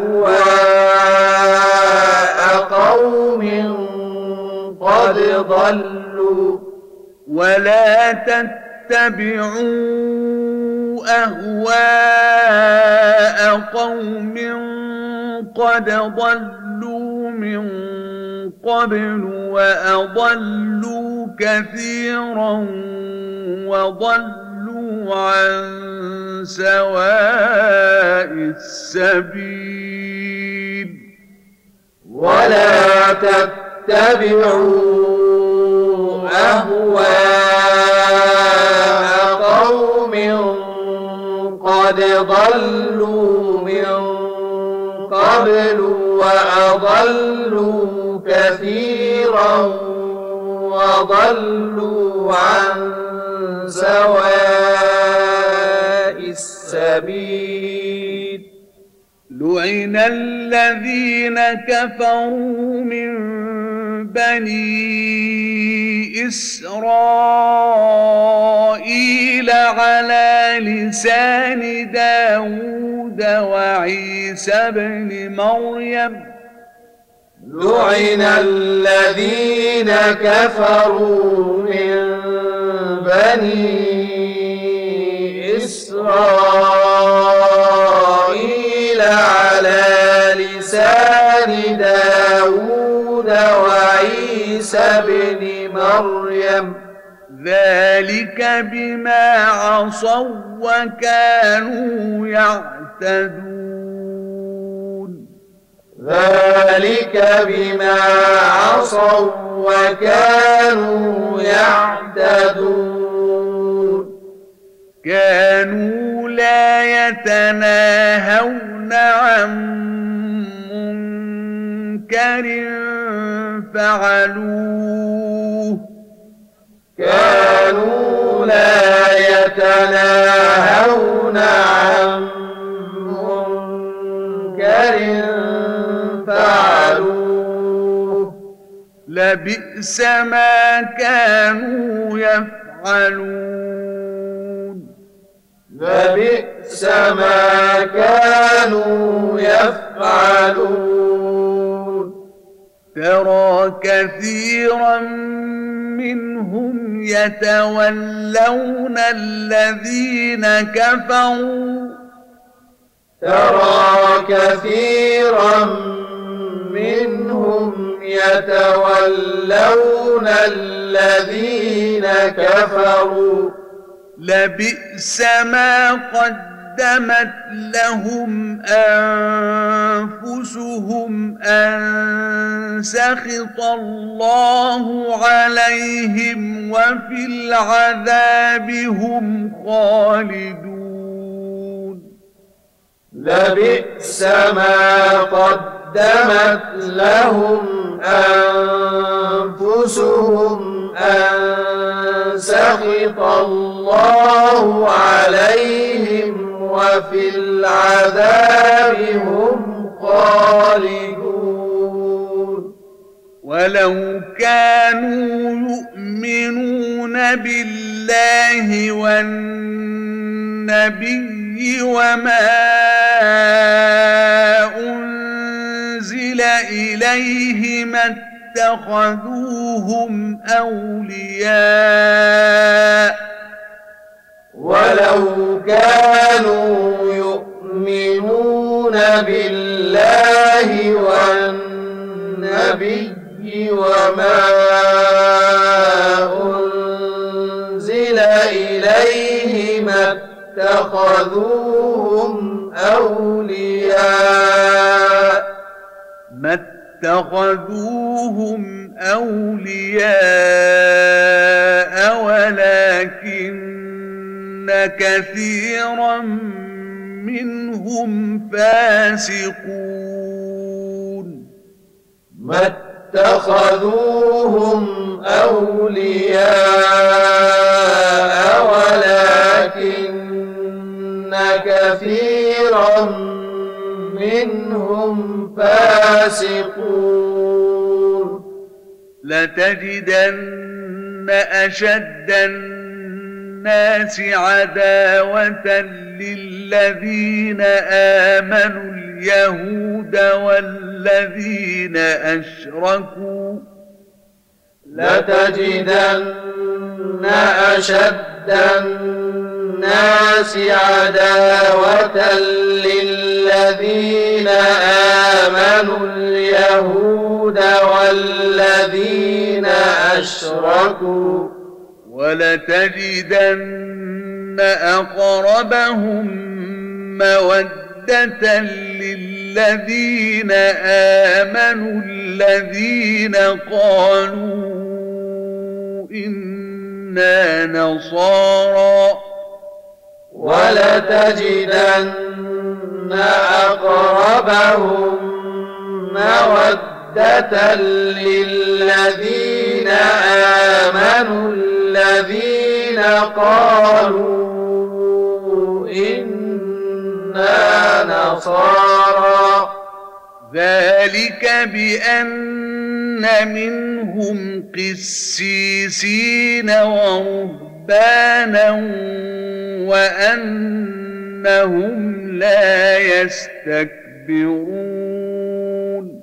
[SPEAKER 2] أهواء قوم قد ضلوا
[SPEAKER 1] ولا تتبعوا أهواء قوم قد ضلوا من قبل وأضلوا كثيرا وضلوا عن سواء السبيل
[SPEAKER 2] ولا تتبعوا أهواء قوم قد ضلوا من قبل وأضلوا كثيرا وضلوا عن سواء السبيل
[SPEAKER 1] لعن الذين كفروا من بني إسرائيل على لسان داود وعيسى بن مريم
[SPEAKER 2] لعن الذين كفروا من بني إسرائيل على لسان داود وعيسى بن مريم
[SPEAKER 1] ذلك بما عصوا وكانوا يعتدون
[SPEAKER 2] ذلك بما عصوا وكانوا يعتدون
[SPEAKER 1] كانوا لا يتناهون عن منكر فعلوه
[SPEAKER 2] كانوا لا يتناهون عن منكر فعلوه
[SPEAKER 1] لبئس ما كانوا يفعلون
[SPEAKER 2] لبئس ما كانوا يفعلون
[SPEAKER 1] ترى كثيرا منهم يتولون الذين كفروا
[SPEAKER 2] ترى كثيرا منهم يتولون الذين كفروا
[SPEAKER 1] لبئس ما قدمت لهم أنفسهم أن سخط الله عليهم وفي العذاب هم خالدون
[SPEAKER 2] لبئس ما قدمت قدمت لهم أنفسهم أن سخط الله عليهم وفي العذاب هم خالدون.
[SPEAKER 1] ولو كانوا يؤمنون بالله والنبي وما أنزل إليه ما اتخذوهم أولياء
[SPEAKER 2] ولو كانوا يؤمنون بالله والنبي وما أنزل إليه ما اتخذوهم أولياء
[SPEAKER 1] ما اتخذوهم أولياء ولكن كثيرا منهم فاسقون.
[SPEAKER 2] ما اتخذوهم أولياء ولكن كثيرا منهم فاسقون.
[SPEAKER 1] لتجدن أشد الناس عداوة للذين آمنوا اليهود والذين أشركوا
[SPEAKER 2] لتجدن أشد الناس عداوة للذين آمنوا اليهود والذين أشركوا
[SPEAKER 1] ولتجدن أقربهم مودة للذين آمنوا الذين قالوا إنا نصارى
[SPEAKER 2] ولتجدن أقربهم مودة للذين آمنوا الذين قالوا إنا نصارى
[SPEAKER 1] ذلك بأن منهم قسيسين ورهبانا وأنهم لا يستكبرون.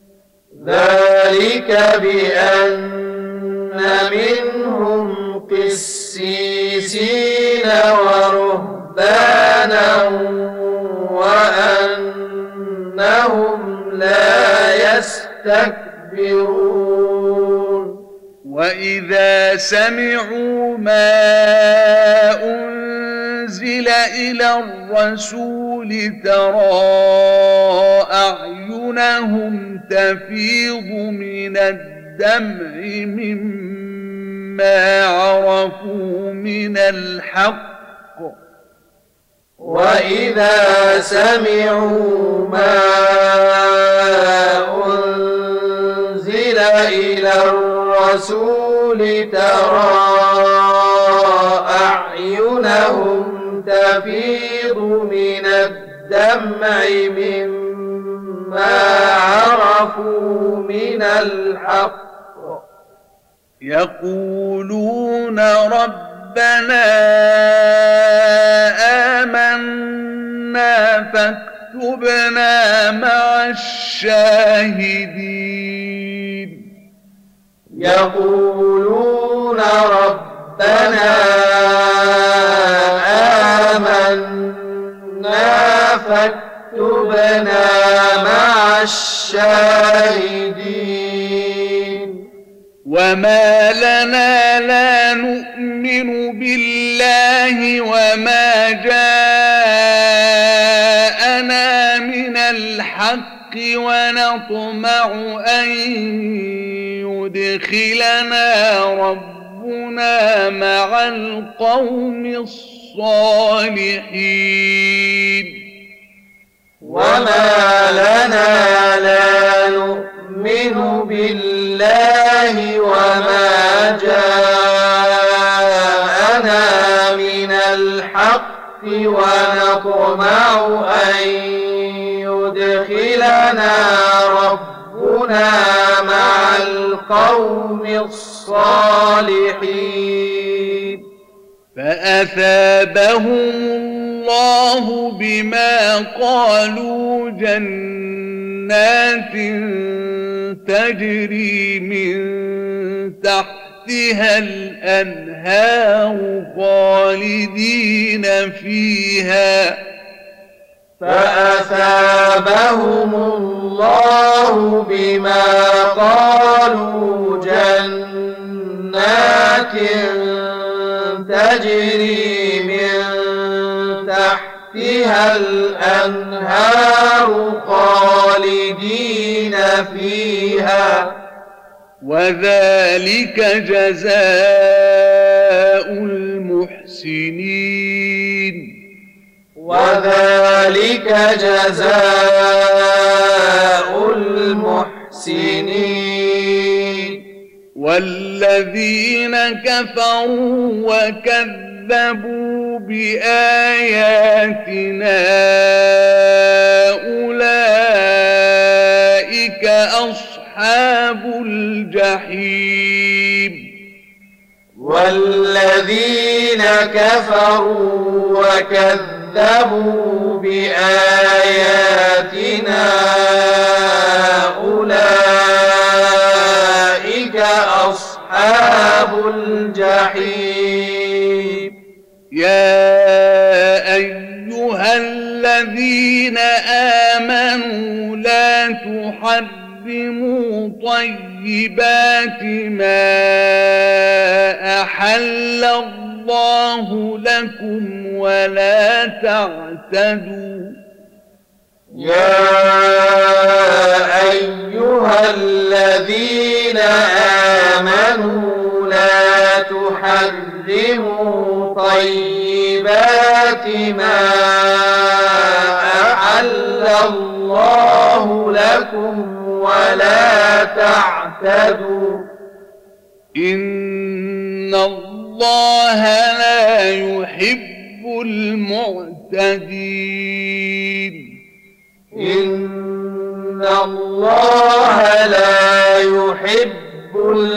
[SPEAKER 2] ذلك بأن منهم قسيسين ورهبانا وأنهم لا يستكبرون.
[SPEAKER 1] وإذا سمعوا ما أنزل إلى الرسول ترى أعينهم تفيض من الدمع مما عرفوا من الحق
[SPEAKER 2] وإذا سمعوا ما أنزل إلى الرسول ترى أعينهم تفيض من الدمع مما عرفوا من الحق
[SPEAKER 1] يقولون ربنا آمنا فاكتبنا مع الشاهدين.
[SPEAKER 2] يقولون ربنا آمنا فاكتبنا مع الشاهدين.
[SPEAKER 1] وما لنا لا نؤمن بالله وما جاءنا من الحق ونطمع أن يدخلنا ربنا مع القوم الصالحين.
[SPEAKER 2] وما لنا لا بالله وما جاءنا من الحق ونطمع أن يدخلنا ربنا مع القوم الصالحين
[SPEAKER 1] فأثابهم الله بما قالوا جنات تجري من تحتها الأنهار خالدين فيها
[SPEAKER 2] فأثابهم الله بما قالوا جنات تجري من تحتها الأنهار خالدين فيها
[SPEAKER 1] وذلك جزاء المحسنين
[SPEAKER 2] وذلك جزاء المحسنين
[SPEAKER 1] والذين كفروا وكذبوا بآياتنا أولئك أصحاب الجحيم
[SPEAKER 2] والذين كفروا وكذبوا بآياتنا أولئك أصحاب الجحيم
[SPEAKER 1] يا أيها الذين آمنوا لا تحرموا طيبات ما أحل الله لكم ولا تعتدوا
[SPEAKER 2] يا أيها الذين آمنوا لا تحرموا طيبات ما أحل الله لكم ولا تعتدوا
[SPEAKER 1] إن الله لا يحب المعتدين
[SPEAKER 2] إن الله لا يحب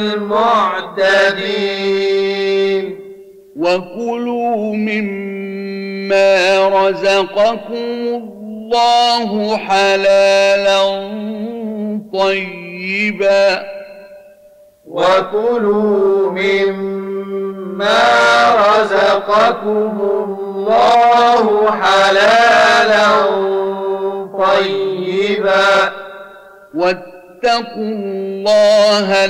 [SPEAKER 2] المعتدين
[SPEAKER 1] وكلوا مما رزقكم الله حلالا طيبا
[SPEAKER 2] وكلوا مما رزقكم الله حلالا طيبا
[SPEAKER 1] واتقوا الله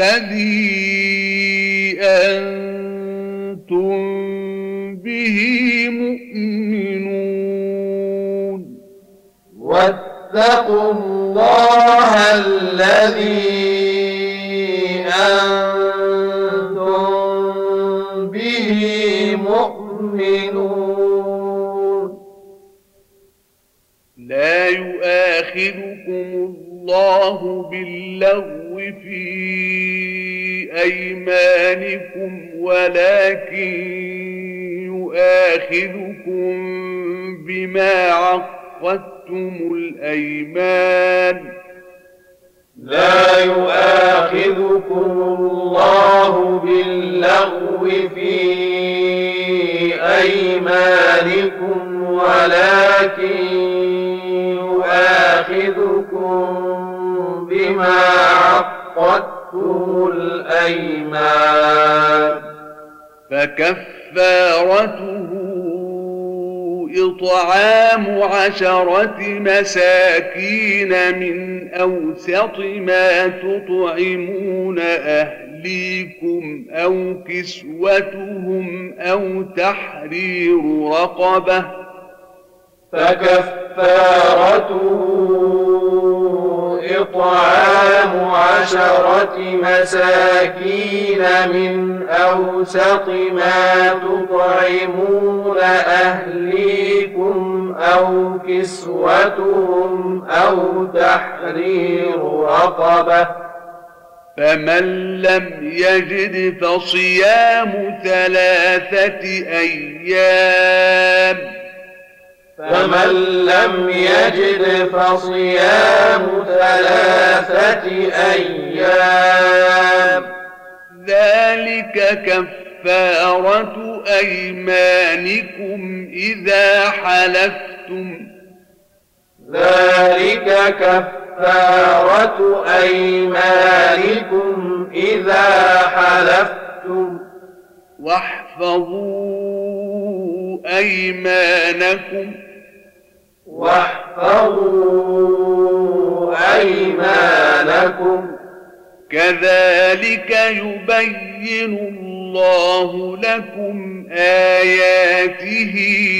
[SPEAKER 1] الذي أنتم به مؤمنون
[SPEAKER 2] واتقوا الله الذي أنتم به مؤمنون
[SPEAKER 1] لا يؤاخذكم الله باللغو في أيمانكم ولكن يؤاخذكم بما عقدتم الأيمان
[SPEAKER 2] لا يؤاخذكم الله باللغو في أيمانكم ولكن يؤاخذكم بما عقدتم الأيمان
[SPEAKER 1] فكفارته إطعام عشرة مساكين من أوسط ما تطعمون أهليكم أو كسوتهم أو تحرير رقبة
[SPEAKER 2] فكفارته إطعام عشرة مساكين من أوسط ما تطعمون أهليكم أو كسوتهم أو تحرير رقبة
[SPEAKER 1] فمن لم يجد فصيام ثلاثة أيام
[SPEAKER 2] فمن لم يجد فصيام ثلاثة أيام
[SPEAKER 1] ذلك كفارة أيمانكم إذا حلفتم
[SPEAKER 2] ذلك كفارة أيمانكم إذا حلفتم
[SPEAKER 1] واحفظوا أيمانكم
[SPEAKER 2] واحفظوا أيمانكم
[SPEAKER 1] كذلك يبين الله لكم آياته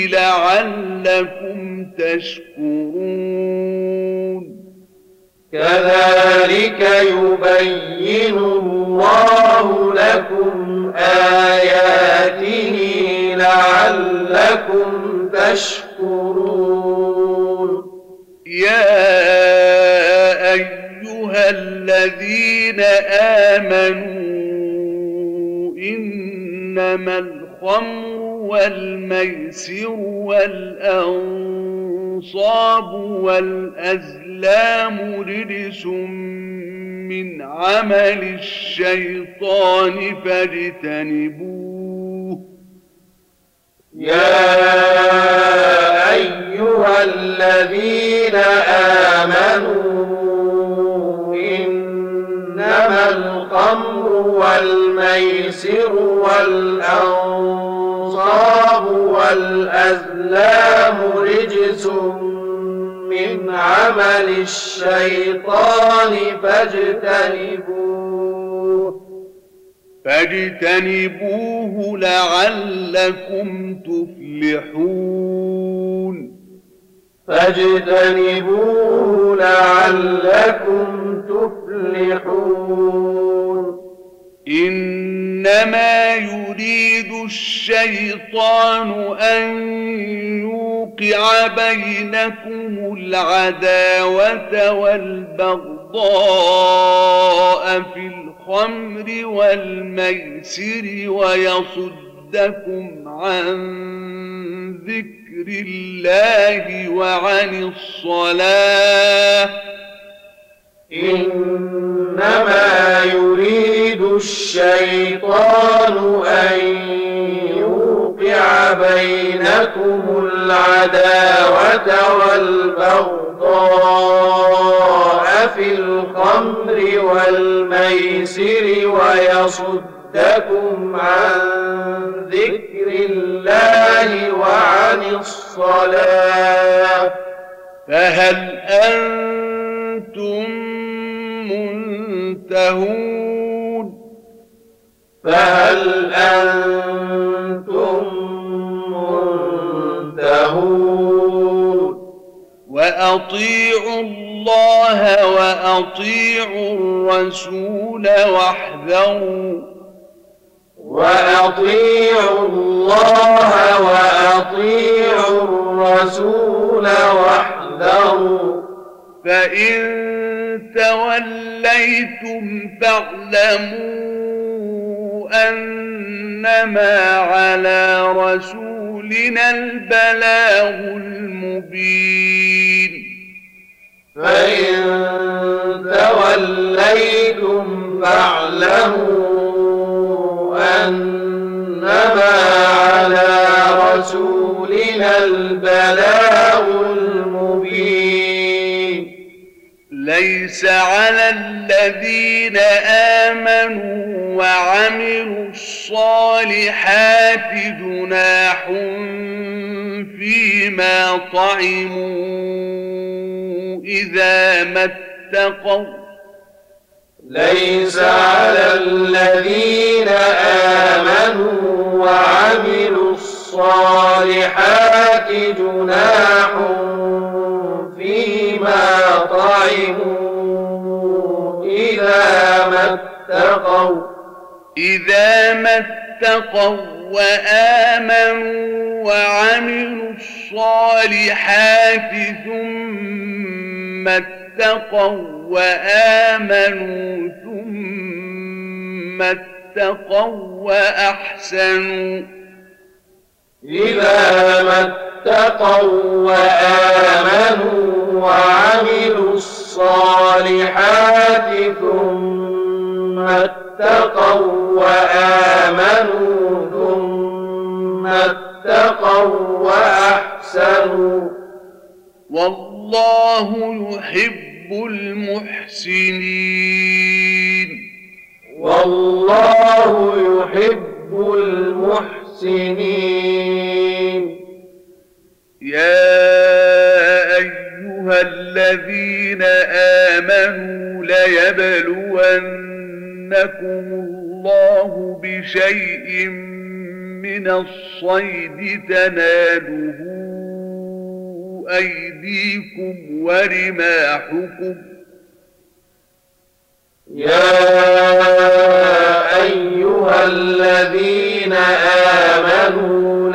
[SPEAKER 1] لعلكم تشكرون
[SPEAKER 2] كذلك يبين الله لكم آياته لعلكم تشكرون
[SPEAKER 1] يا أيها الذين آمنوا إنما الخمر والميسر والأنصاب والأزلام رجس من عمل الشيطان فاجتنبوه
[SPEAKER 2] يا أيها الذين آمنوا إنما الخمر والميسر والأنصاب والأزلام رجس من عمل الشيطان فاجتنبوه
[SPEAKER 1] فاجتنبوه لعلكم تفلحون
[SPEAKER 2] فاجتنبوه لعلكم تفلحون
[SPEAKER 1] إنما يريد الشيطان أن يوقع بينكم العداوة والبغضاء في الخمر والميسر ويصدكم عن ذكر الله وعن الصلاة
[SPEAKER 2] إنما يريد الشيطان أن يوقع بينكم العداوة والبغضاء في الخمر والميسر ويصدكم عن ذكر الله وعن الصلاة
[SPEAKER 1] فهل أنتم منتهون
[SPEAKER 2] فهل أنتم منتهون
[SPEAKER 1] وأطيعوا الله وأطيعوا الرسول واحذروا
[SPEAKER 2] وأطيعوا الله وأطيعوا الرسول واحذروا
[SPEAKER 1] فإن توليتم فاعلموا أنما على رسولنا البلاغ المبين
[SPEAKER 2] فإن توليتم فاعلموا أنما على رسولنا البلاغ المبين
[SPEAKER 1] ليس على الذين آمنوا وعملوا الصالحات جناح فيما طعموا إذا ما اتقوا
[SPEAKER 2] ليس على الذين آمنوا وعملوا الصالحات جناح فيما طعموا إذا ما اتقوا
[SPEAKER 1] إذا ما اتقوا وآمنوا وعملوا الصالحات ثم اتقوا اتقوا وآمنوا ثم اتقوا وأحسنوا
[SPEAKER 2] إذا ما اتقوا وآمنوا وعملوا الصالحات ثم اتقوا وآمنوا ثم اتقوا وأحسنوا
[SPEAKER 1] والله يحب المحسنين
[SPEAKER 2] والله يحب المحسنين
[SPEAKER 1] يا أيها الذين آمنوا ليبلونكم الله بشيء من الصيد تناله أيديكم ورماحكم
[SPEAKER 2] يا أيها الذين آمنوا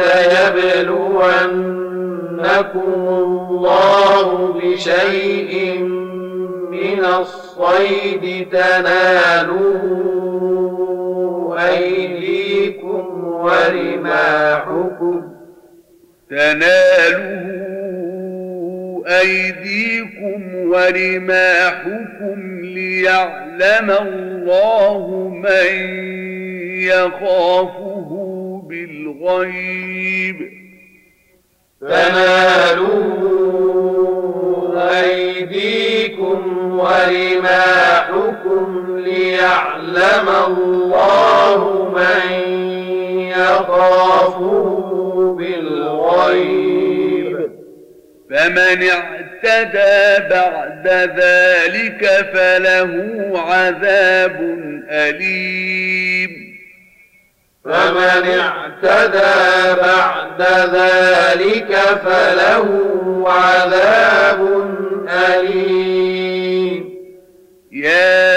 [SPEAKER 2] ليبلونكم الله بشيء من الصيد تناله أيديكم ورماحكم
[SPEAKER 1] تناله أيديكم ورماحكم ليعلم الله من يخافه بالغيب
[SPEAKER 2] تنالوا أيديكم ورماحكم ليعلم الله من يخافه بالغيب
[SPEAKER 1] فمن اعتدى بعد ذلك فله عذاب أليم
[SPEAKER 2] فمن اعتدى بعد ذلك فله عذاب أليم
[SPEAKER 1] يا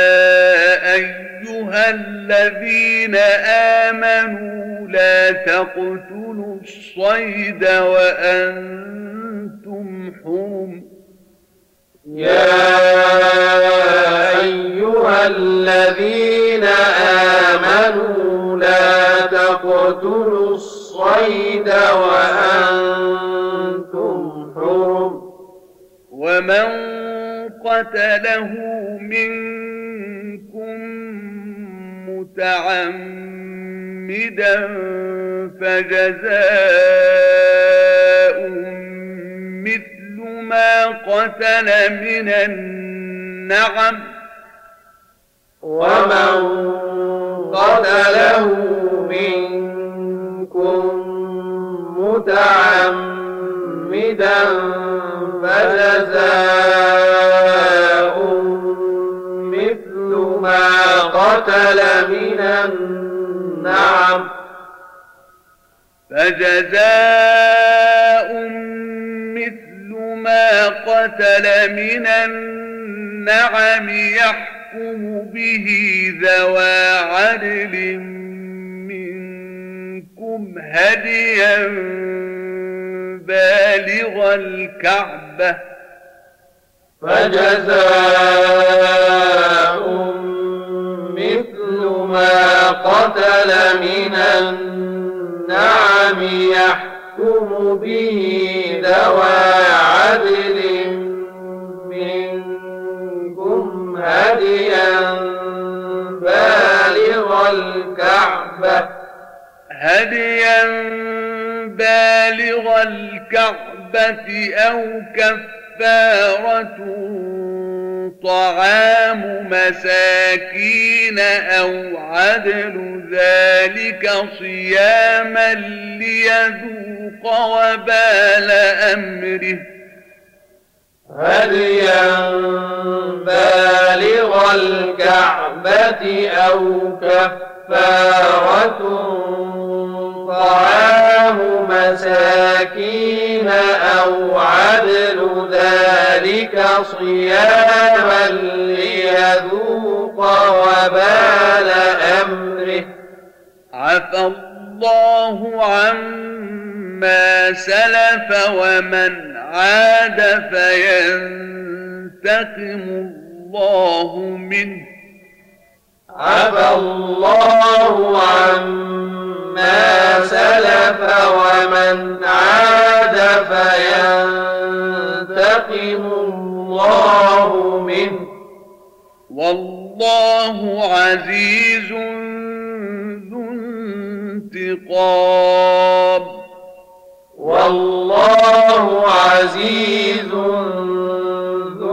[SPEAKER 1] أيها الذين آمنوا لا تقتلوا الصيد وأنتم حرم
[SPEAKER 2] يا أيها الذين آمنوا لا تقتلوا الصيد وأنتم حرم
[SPEAKER 1] ومن قتله منكم متعمدا فجزاء مثل ما قتل من النعم
[SPEAKER 2] ومن قتله منكم متعمدا فجزاء مثل ما قتل من النعم
[SPEAKER 1] فجزاء مثل ما قتل من النعم يحكم به ذوى عدل منكم هديا بالغ الكعبة
[SPEAKER 2] فجزاء مثل ما قتل من النعم يحكم به ذوى عدل منكم هديا بالغ الكعبة
[SPEAKER 1] هديا بالغ الكعبة أو كفارة طعام مساكين أو عدل ذلك صياما ليذوق وبال أمره
[SPEAKER 2] هديا بالغ الكعبة أو كفارة طعام مساكين أو عدل ذلك صياما ليذوق وبال أمره
[SPEAKER 1] عفى الله عما سلف ومن عاد فينتقم الله منه
[SPEAKER 2] عفى الله عما سلف ومن عاد فينتقم الله منه
[SPEAKER 1] والله عزيز ذو انتقام
[SPEAKER 2] والله عزيز ذو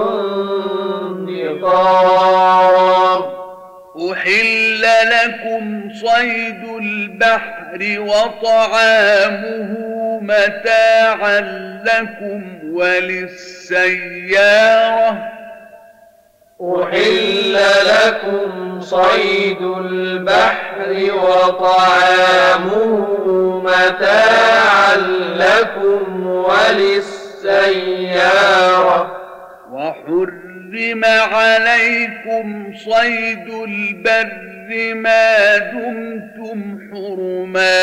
[SPEAKER 2] انتقام
[SPEAKER 1] أحل لكم صيد البحر وطعامه متاعا لكم وللسيارة
[SPEAKER 2] أحل لكم صيد البحر وطعامه متاعا لكم وللسيارة
[SPEAKER 1] وحرم عليكم صيد البر ما دمتم حرما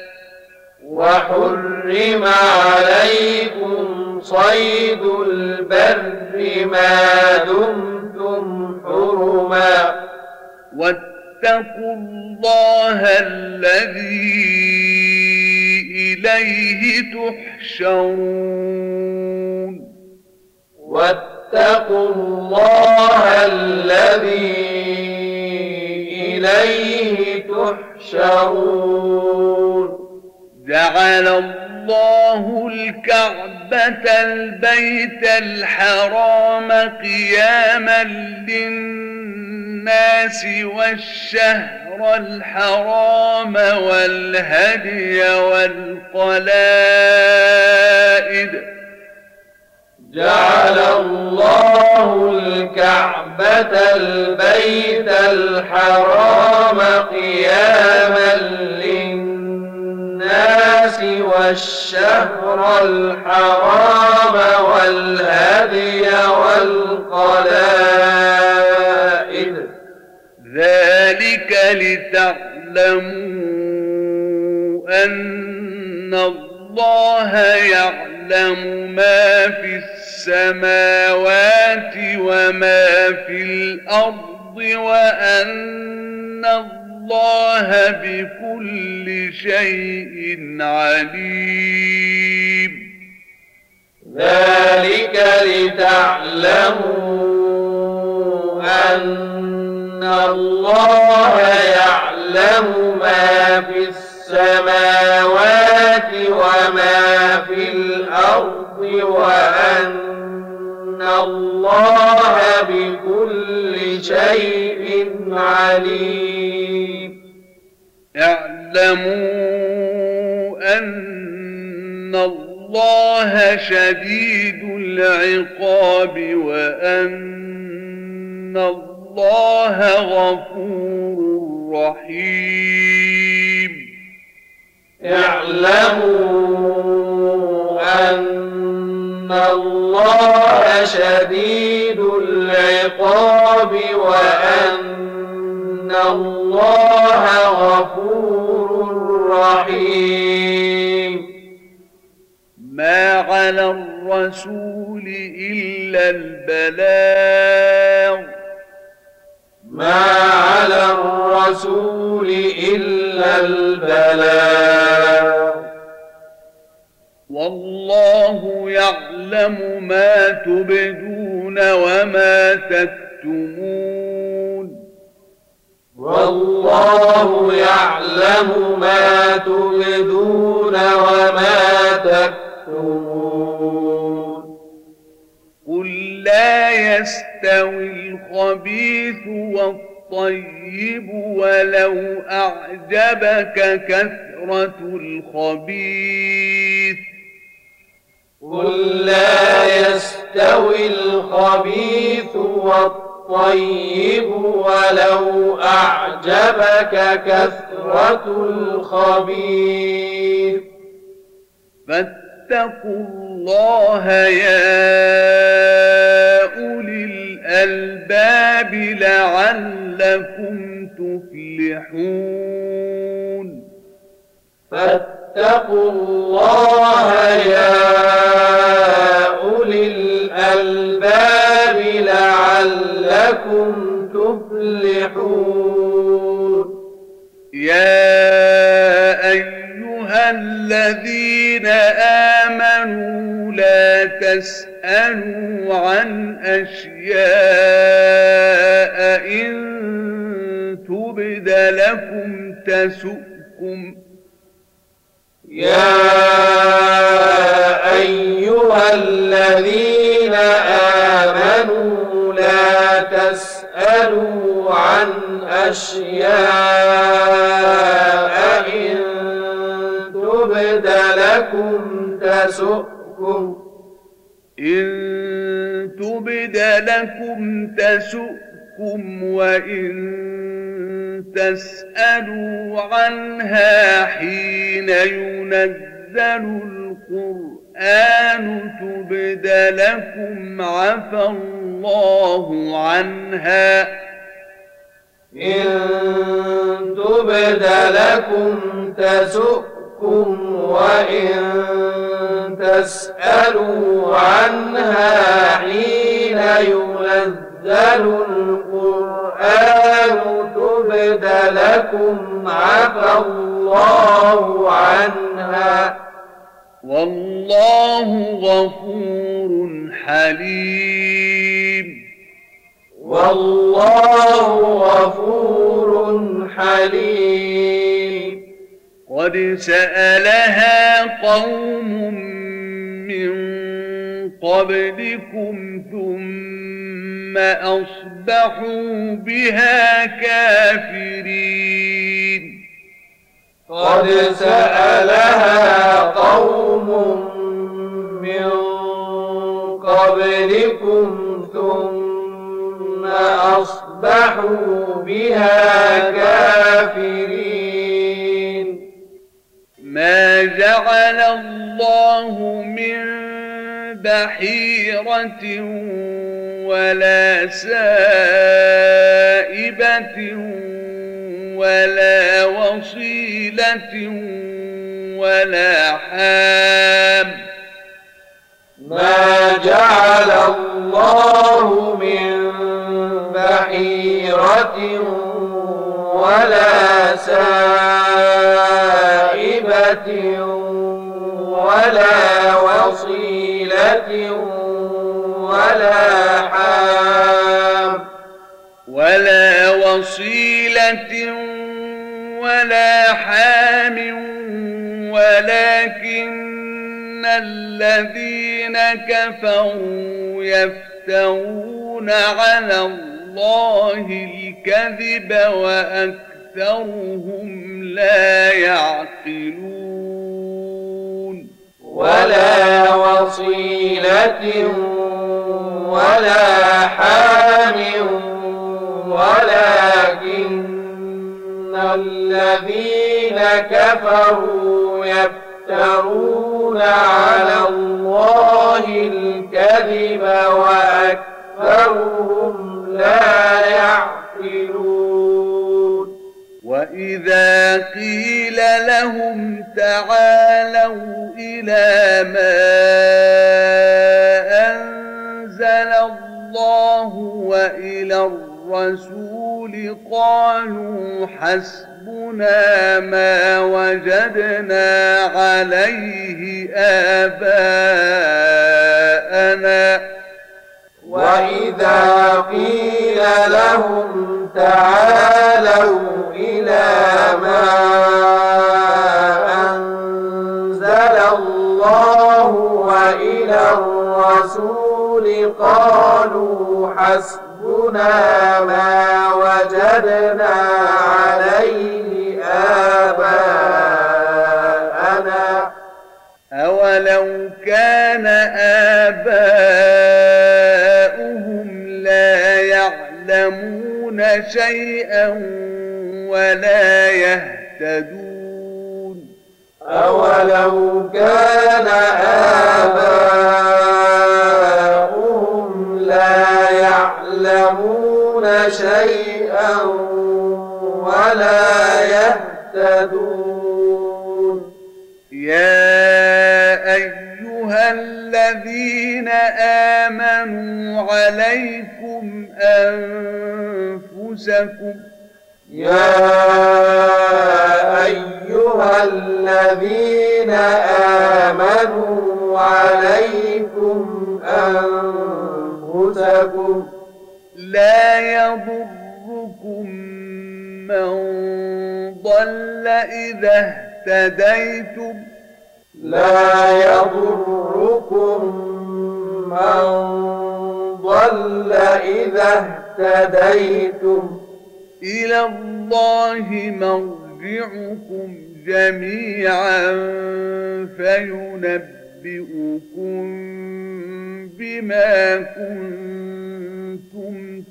[SPEAKER 2] وحرم عليكم صيد البر ما دمتم حرما
[SPEAKER 1] واتقوا الله الذي إليه تحشرون
[SPEAKER 2] واتقوا الله الذي إليه تحشرون
[SPEAKER 1] جعل الله الكعبة البيت الحرام قياما للناس والشهر الحرام والهدي والقلائد
[SPEAKER 2] جعل الله الكعبة البيت الحرام قياما للناس والشهر الحرام والهدي والقلائد
[SPEAKER 1] ذلك لتعلموا أن الله يعلم ما في السماوات وما في الأرض وأن الله بكل شيء عليم
[SPEAKER 2] ذلك لتعلموا أن الله يعلم ما في السماوات وما في الأرض وأن الله بكل شيء عليم
[SPEAKER 1] اعلموا أن الله شديد العقاب وأن الله غفور رحيم
[SPEAKER 2] اعلموا أن الله شديد العقاب وأن الله غفور رحيم
[SPEAKER 1] ما على الرسول إلا البلاغ
[SPEAKER 2] ما على الرسول إلا البلاغ
[SPEAKER 1] والله يعلم ما تبدون وما تكتمون
[SPEAKER 2] والله يعلم ما تبدون وما تكتمون
[SPEAKER 1] قل لا يستوي الخبيث والطيب ولو أعجبك كثرة الخبيث
[SPEAKER 2] قل لا يستوي الخبيث والطيب ولو أعجبك كثرة الخبيث
[SPEAKER 1] فاتقوا الله يا أولي الألباب لعلكم تفلحون
[SPEAKER 2] فاتقوا الله يا أولي الألباب
[SPEAKER 1] آمنوا لا تسألوا عن أشياء إن تبد لكم تسؤكم
[SPEAKER 2] يا أيها الذين آمنوا لا تسألوا عن أشياء إن تبد لكم تسؤكم
[SPEAKER 1] إن تبد لكم تسؤكم وإن تسألوا عنها حين ينزل القرآن تبد لكم عفى الله عنها
[SPEAKER 2] إن تبد لكم تسؤكم وإن تسألوا عنها حين ينزل القرآن تبد لكم عفى الله عنها
[SPEAKER 1] والله غفور حليم
[SPEAKER 2] والله غفور حليم
[SPEAKER 1] قد سألها قوم من قبلكم ثم أصبحوا بها كافرين
[SPEAKER 2] قد سألها قوم من قبلكم ثم أصبحوا بها كافرين
[SPEAKER 1] ما جعل الله من بحيرة ولا سائبة ولا وصيلة ولا حام
[SPEAKER 2] ما جعل الله من بحيرة ولا سائبة ولا وصيلة ولا حام
[SPEAKER 1] ولا وصيلة ولا حام ولكن الذين كفروا يفترون على الله الكذب وأكثرهم لا يعقلون
[SPEAKER 2] ولا وصيلة ولا حام ولكن الذين كفروا يفترون على الله الكذب وأكثرهم لا يعقلون
[SPEAKER 1] وإذا قيل لهم تعالوا إلى ما أنزل الله وإلى الرسول قالوا حسبنا ما وجدنا عليه آباءنا
[SPEAKER 2] وإذا قيل لهم تعالوا إلى ما أنزل الله وإلى الرسول قالوا حسبنا ما وجدنا عليه آباءنا
[SPEAKER 1] أولو كان آباؤهم لا يعلمون شيئا ولا يهتدون
[SPEAKER 2] أولو كان آباؤهم لا يعلمون شيئا ولا يهتدون
[SPEAKER 1] يا أيها الذين آمنوا عليكم أنفسكم
[SPEAKER 2] يا أيها الذين آمنوا عليكم أنفسكم
[SPEAKER 1] لا يضركم من ضل إذا اهتديتم
[SPEAKER 2] لا يضركم من ضل إذا اهتديتم
[SPEAKER 1] إلى الله مرجعكم جميعا فينبئكم بما كنتم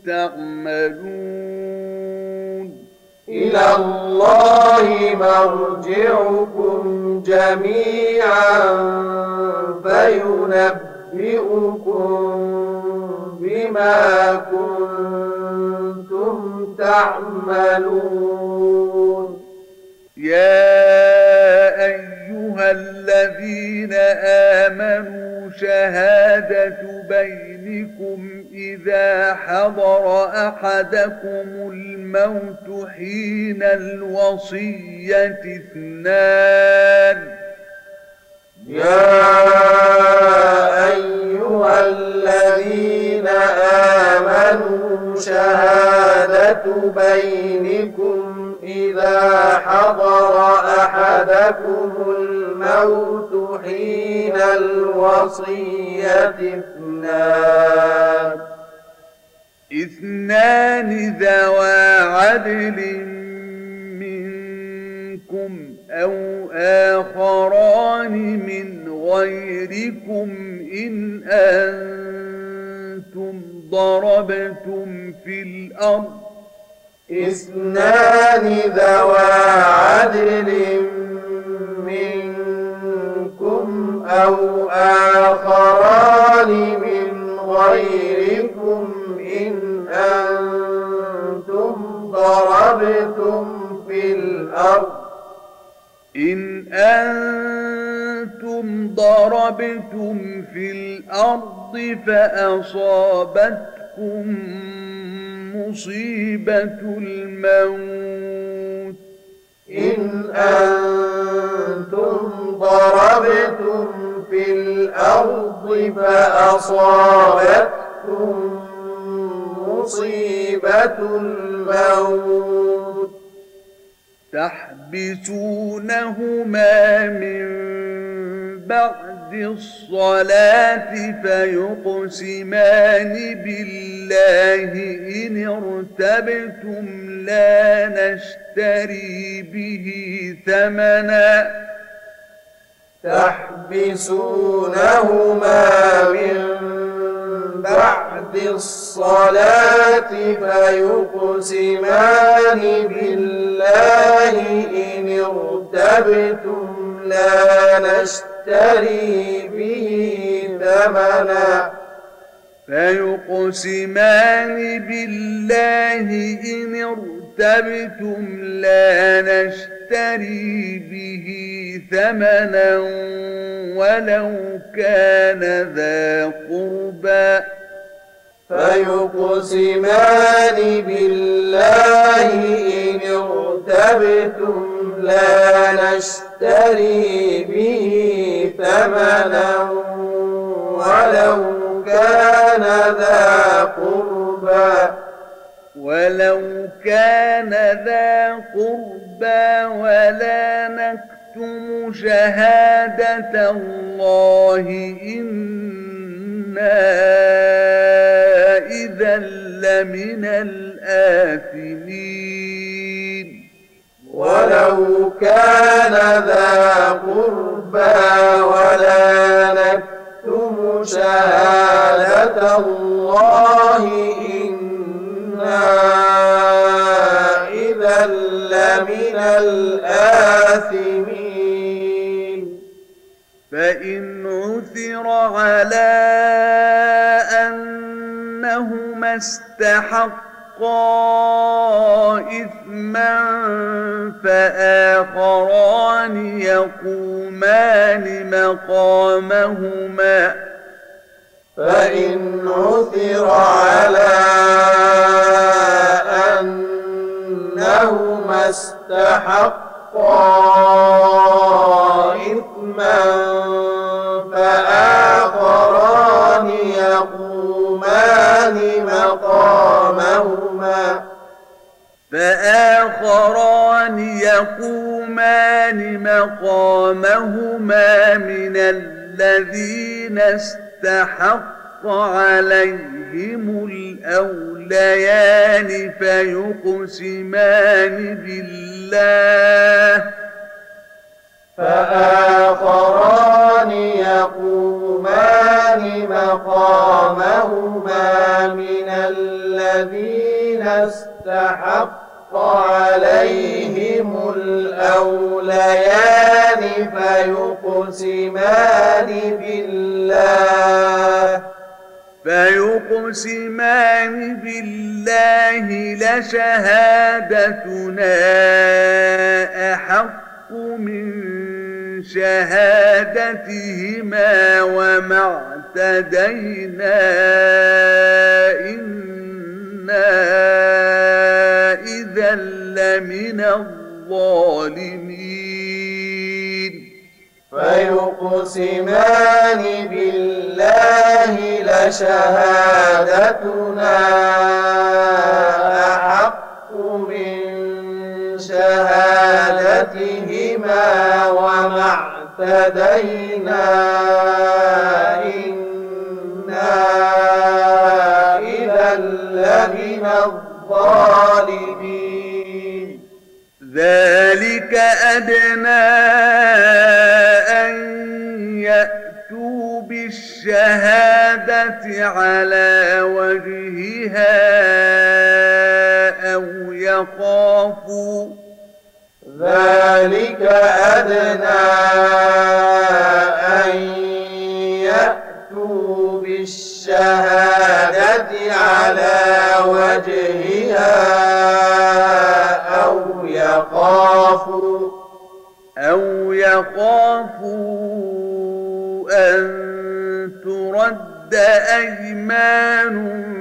[SPEAKER 1] تعملون
[SPEAKER 2] إلى الله مرجعكم جميعا فينبئكم بما كنتم تعملون
[SPEAKER 1] يا أيها الذين آمنوا شهادة بينكم إذا حضر أحدكم الموت حين الوصية اثنان
[SPEAKER 2] يا أيها الذين آمنوا شهادة بينكم إذا حضر أحدكم الموت حين الوصية اثنان
[SPEAKER 1] اثنان ذوى عدل منكم أو آخران من غيركم إن أنتم ضربتم في الأرض
[SPEAKER 2] اثنان ذوى عدل منكم أو آخران من غيركم إن أنتم ضربتم في الأرض
[SPEAKER 1] إن أنتم ضربتم في الأرض فأصابتكم مصيبة الموت
[SPEAKER 2] إن أنتم ضربتم في الأرض فأصابتكم مصيبة الموت
[SPEAKER 1] تحبسونهما من بعد الصلاة فيقسمان بالله إن ارتبتم لا نشتري به ثمنا
[SPEAKER 2] تحبسونهما من بعد الصلاة فيقسمان بالله إن ارتبتم لا نشتري به ثمنا
[SPEAKER 1] فيقسمان بالله إن ارتبتم لا نشتري به ثمنا ولو كان ذا قربى
[SPEAKER 2] فيقسمان بالله إن ارتبتم لا نشتري به ثمنا ولو كان ذا قربى
[SPEAKER 1] ولو كان ذا قربى ولا نكتم شهادة الله إنا إذا لمن الآثمين
[SPEAKER 2] ولو كان ذا قربى ولا نكتم شهادة الله إنا إذا لمن الآثمين
[SPEAKER 1] فإن عثر على أنهما استحقا إثما فآخران يقومان مقامهما
[SPEAKER 2] فإن عثر على أنهما مقامهما استحقا إثما فآخران يقومان مقامهما
[SPEAKER 1] فآخران يقومان مقامهما من الذين استحق عليهم الأوليان فيقسمان بالله
[SPEAKER 2] فآخران يقومان مقامهما من الذين استحق عليهم الأوليان فيقسمان بالله
[SPEAKER 1] فيقسمان بالله لشهادتنا أحق من شهادتهما وما اعتدينا إنا إذا لمن الظالمين
[SPEAKER 2] فيقسمان بالله لشهادتنا أحق من شهادتهما وما اعتدينا إنا إذا لمن الظالمين
[SPEAKER 1] ذلك أدنى أن يأتوا بالشهادة على وجهها أو يخافوا
[SPEAKER 2] ذلك أدنى أن يأتوا بالشهادة على وجهها أو يخافوا
[SPEAKER 1] أو يخافوا أن ترد أيمان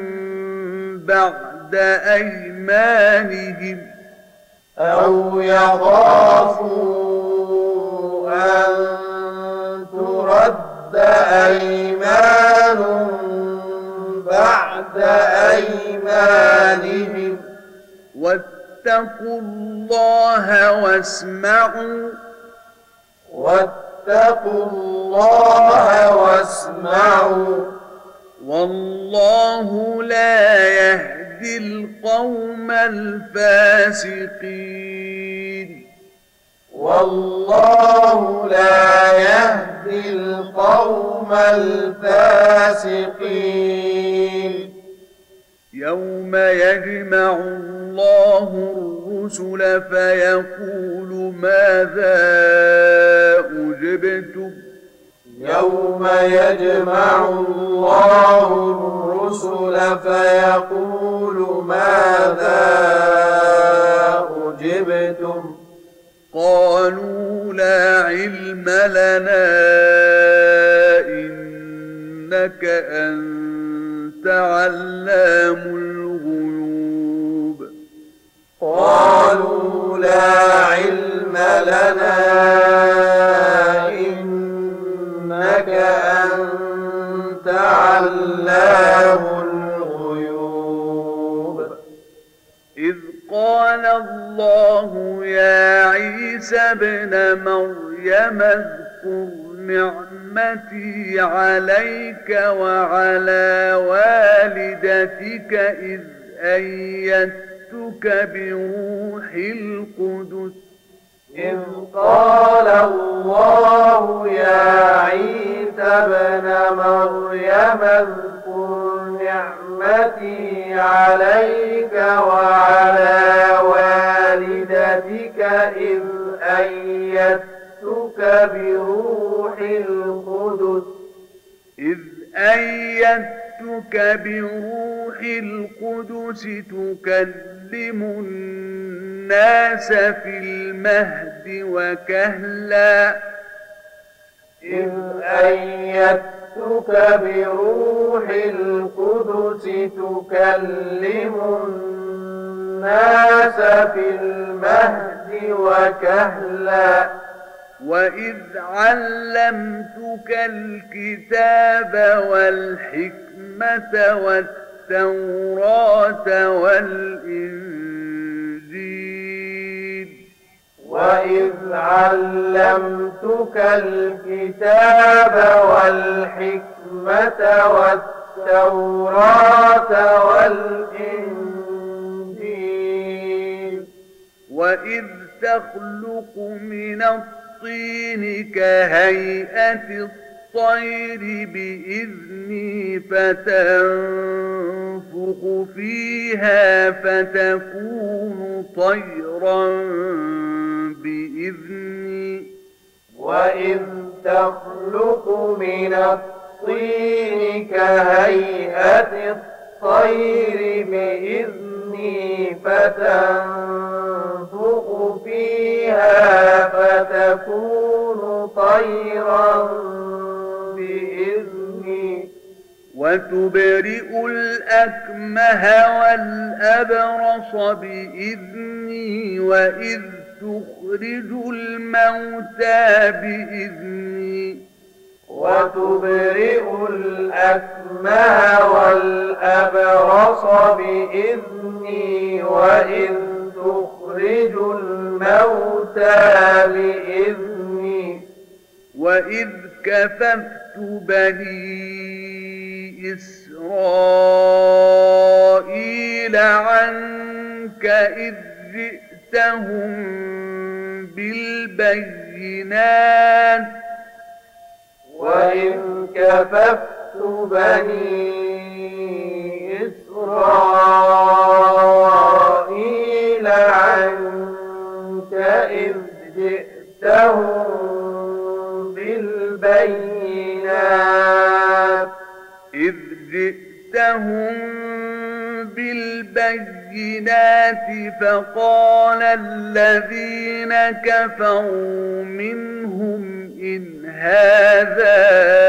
[SPEAKER 1] بعد أيمانهم
[SPEAKER 2] أو يخافوا أن ترد أيمان بعد أيمانهم
[SPEAKER 1] واتقوا الله واسمعوا
[SPEAKER 2] واتقوا الله واسمعوا
[SPEAKER 1] والله لا يهدي القوم الفاسقين
[SPEAKER 2] والله لا يهدي القوم الفاسقين
[SPEAKER 1] يوم يجمع الله الرسل فيقول ماذا أجبتم
[SPEAKER 2] يوم يجمع الله الرسل فيقول ماذا أجبتم
[SPEAKER 1] قالوا لا علم لنا إنك أنت علام الغيوب
[SPEAKER 2] قالوا لا علم لنا إنك أنت علام الغيوب
[SPEAKER 1] إذ قال الله يا عيسى ابن مريم اذكر نعمتي عليك وعلى والدتك إذ أيدتك بروح القدس
[SPEAKER 2] إذ قال الله يا عيسى ابن مريم اذكر نعمتي عليك وعلى والدتك إذ أيدتك بروح القدس
[SPEAKER 1] إذ أيدتك بروح القدس تكلم الناس في المهد وكهلا
[SPEAKER 2] إذ أيدتك بروح القدس تكلم الناس في المهد وكهلا
[SPEAKER 1] وإذ علمتك الكتاب والحكمة والتوراة والإنجيل
[SPEAKER 2] وإذ علمتك الكتاب والحكمة والتوراة والإنجيل
[SPEAKER 1] وإذ تخلق من الطين كهيئة الطير بإذني فتنفخ فيها فتكون طيرا بإذني
[SPEAKER 2] وإذ تخلق من الطين كهيئة الطير بإذني فتنفخ فيها فتكون طيرا بإذني
[SPEAKER 1] وتبرئ الأكمه والأبرص بإذني وإذ تخرج الموتى بإذني
[SPEAKER 2] وتبرئ الأكمه والأبرص بإذني وإذ تخرج الموتى بإذني
[SPEAKER 1] وإذ كففت بني إسرائيل عنك إذ جئتهم بالبينات
[SPEAKER 2] وإذ كففت بني إسرائيل عنك إذ جئتهم بالبينات
[SPEAKER 1] إذ جئتهم بالبينات فقال الذين كفروا منهم إن هذا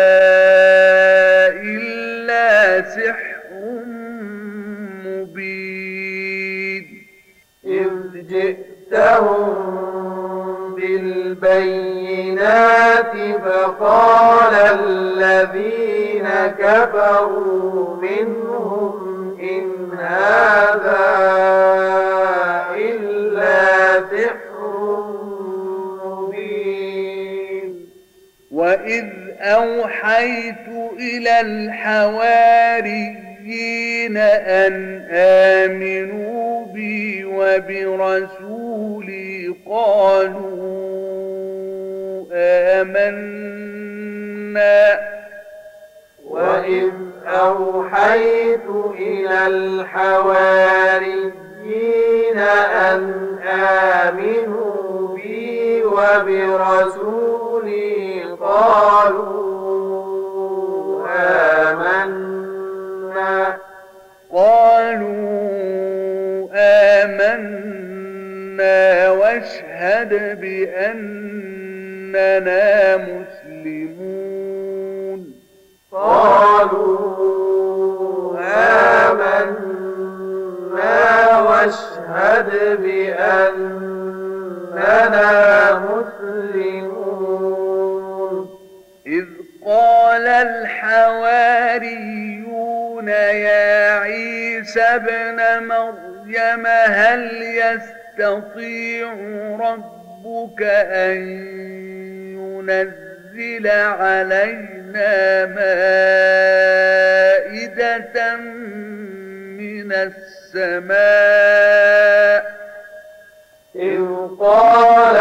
[SPEAKER 1] إلا سحر مبين
[SPEAKER 2] إذ جئتهم بالبينات فقال الذين كفروا منهم إن هذا إلا سحر مبين
[SPEAKER 1] وإذ أوحيت إلى الحواريين أن آمنوا بي وبرسولي قالوا آمنا
[SPEAKER 2] وإذ أوحيت إلى الحواريين أن آمنوا بي وبرسولي قالوا آمنا
[SPEAKER 1] قالوا آمنا واشهد بأننا مسلمون
[SPEAKER 2] قالوا آمنا واشهد بأننا مسلمون
[SPEAKER 1] إذ قال الحواريون يا عيسى ابن مريم هل يستطيع ربك أن ينزل علينا مائدة من السماء
[SPEAKER 2] إذ قال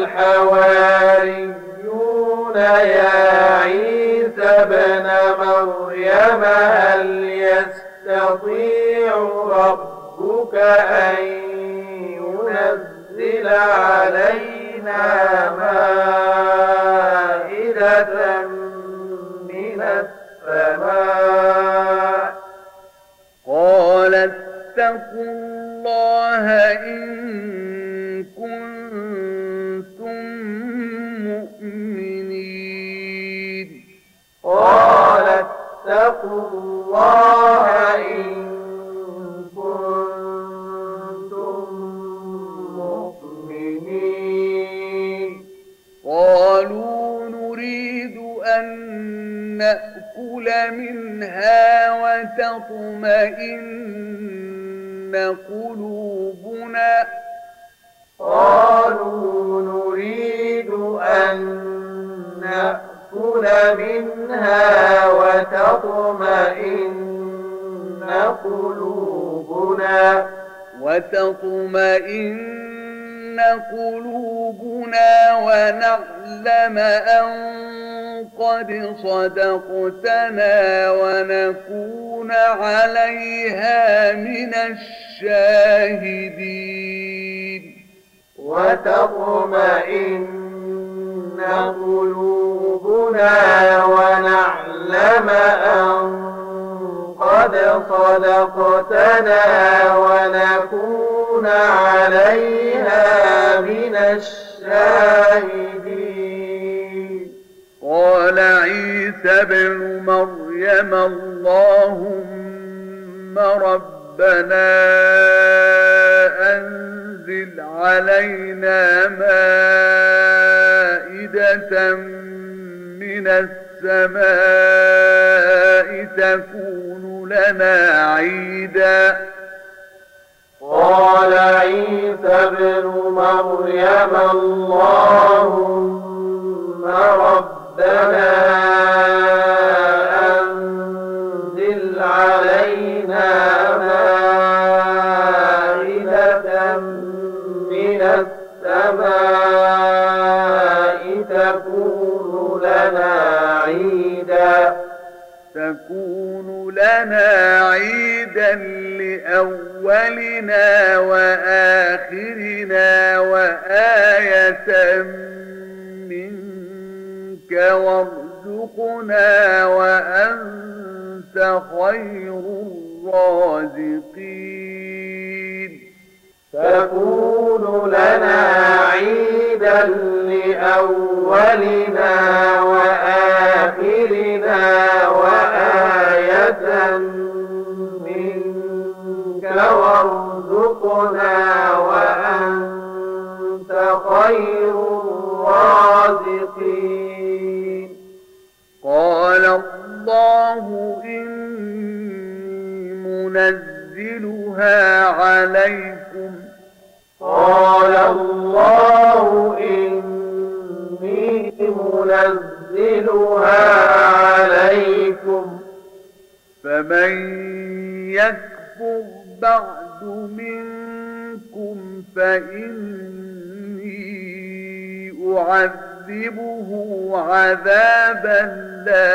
[SPEAKER 2] الحواريون يا عيسى ابن مريم هل يستطيع ربك أن ينزل علينا مائدة من السماء
[SPEAKER 1] قال اتقوا الله إن كنتم مؤمنين
[SPEAKER 2] قال اتقوا الله إن كنتم
[SPEAKER 1] نأكل منها وتطمئن قلوبنا
[SPEAKER 2] قالوا نريد أن نأكل منها وتطمئن قلوبنا
[SPEAKER 1] وتطمئن قلوبنا ونعلم أن قد صدقتنا ونكون عليها من الشاهدين
[SPEAKER 2] وتطمئن قلوبنا ونعلم أن قد صدقتنا ونكون عليها من الشاهدين
[SPEAKER 1] قال عيسى ابن مريم اللهم ربنا أنزل علينا مائدة من السماء تكون لنا عيدا
[SPEAKER 2] قال عيسى ابن مريم اللهم ربنا أنزل علينا مائدة من السماء تكون لنا عيدا
[SPEAKER 1] تكون لنا عيدا لأولنا وآخرنا وآية منك وارزقنا وأنت خير الرازقين
[SPEAKER 2] تكون لنا عيدا لأولنا وآخرنا وآية منك وارزقنا وأنت خير الرازقين
[SPEAKER 1] قال الله إني منزلها عليكم
[SPEAKER 2] قال الله إني منزلها عليكم فمن
[SPEAKER 1] يكفر بعد منكم فإني أعذبه عذابا لا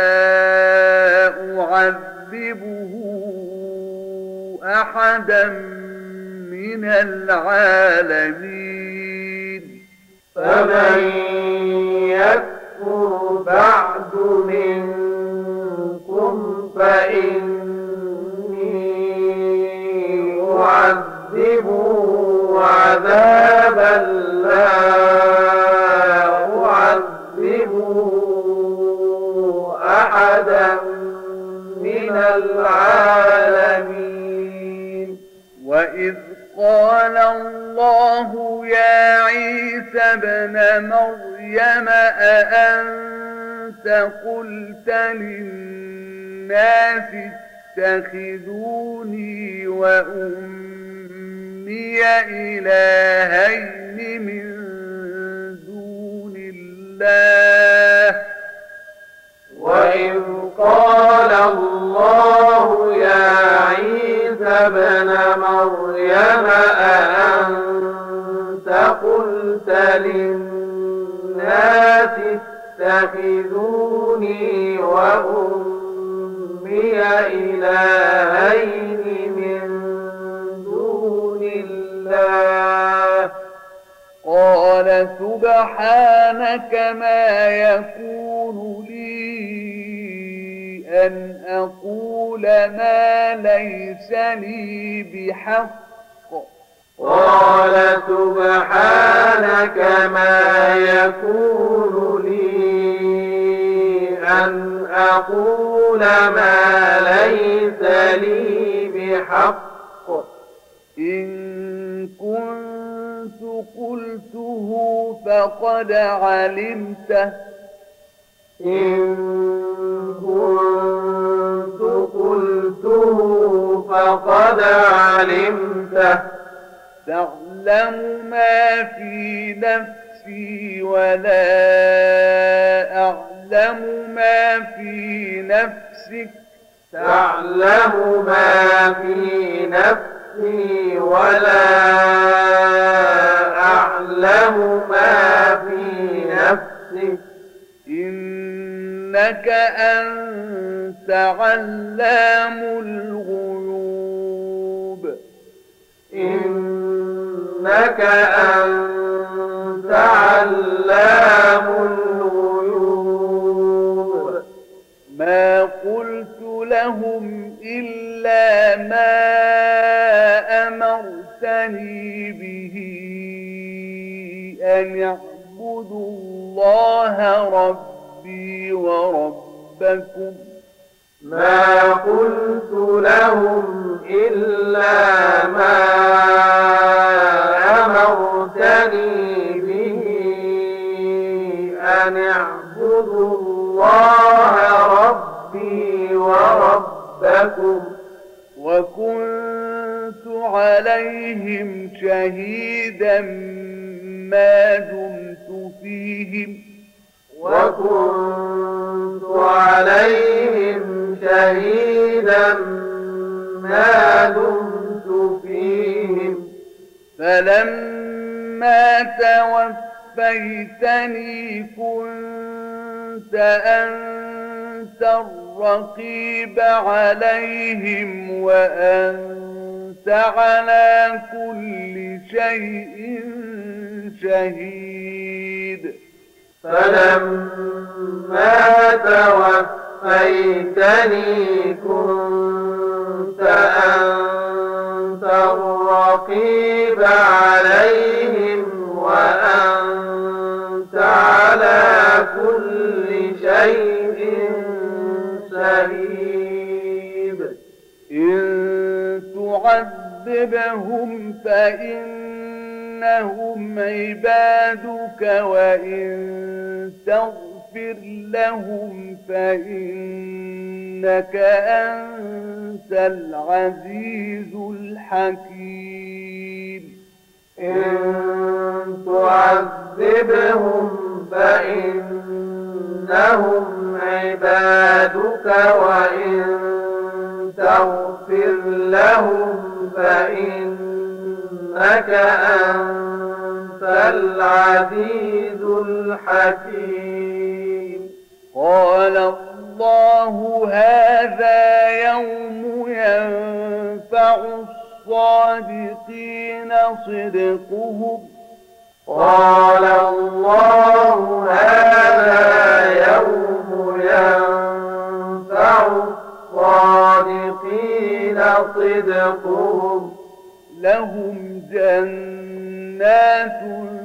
[SPEAKER 1] أعذبه أحدا من العالمين
[SPEAKER 2] فمن يكفر بعد منكم فإني أعذبه عذابا لا أعذبه أحدا من العالمين
[SPEAKER 1] وإذ قال الله يا عيسى ابن مريم أأنت قلت للناس اتخذوني وأمي إلهين من دون الله
[SPEAKER 2] وإذ قال الله يا عيسى ابن مريم أأنت قلت للناس اتخذوني وأمي إلهين من دون الله
[SPEAKER 1] قال سبحانك ما يكون لي أن أقول ما ليس لي بحق
[SPEAKER 2] قال سبحانك ما يكون لي أن أقول ما ليس لي بحق
[SPEAKER 1] إن كنت قلته فقد علمته
[SPEAKER 2] إن كنت قلته فقد علمته
[SPEAKER 1] تعلم ما في نفسي ولا أعلم ما في نفسك
[SPEAKER 2] تعلم ما في نفسي ولا أعلم ما في نفسك
[SPEAKER 1] إنك أنت علام الغيوب
[SPEAKER 2] إنك أنت علام الغيوب
[SPEAKER 1] ما قلت لهم إلا ما أمرتني به أن اعبدوا الله ربي وربكم
[SPEAKER 2] ما قلت لهم إلا ما أمرتني به أن اعبدوا الله ربي وربكم
[SPEAKER 1] وكنت عليهم شهيدا ما دمت فيهم
[SPEAKER 2] وكنت عليهم شهيدا ما دمت فيهم
[SPEAKER 1] فلما توفيتني كنت أنت الرقيب عليهم وأنت على كل شيء شهيد
[SPEAKER 2] فلما توفيتني كنت أنت الرقيب عليهم وأنت على كل شيء شهيد
[SPEAKER 1] إن تعذبهم فإنهم عبادك وإن تغفر لهم فإنك أنت العزيز الحكيم
[SPEAKER 2] إن تعذبهم فإنهم عبادك وإن تغفر لهم فإنك أنت العزيز الحكيم
[SPEAKER 1] قال الله هذا يوم ينفع الصادقين صدقهم
[SPEAKER 2] قال الله هذا يوم ينفع الصادقين صدقهم
[SPEAKER 1] لهم جنات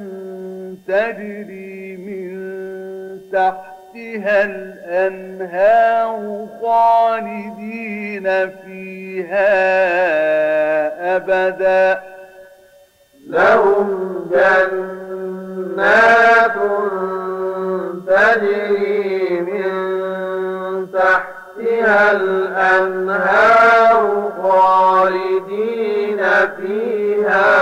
[SPEAKER 1] تجري من تحتها الأنهار خالدين فيها أبدا
[SPEAKER 2] لهم جنات تجري من تحتها الأنهار خالدين فيها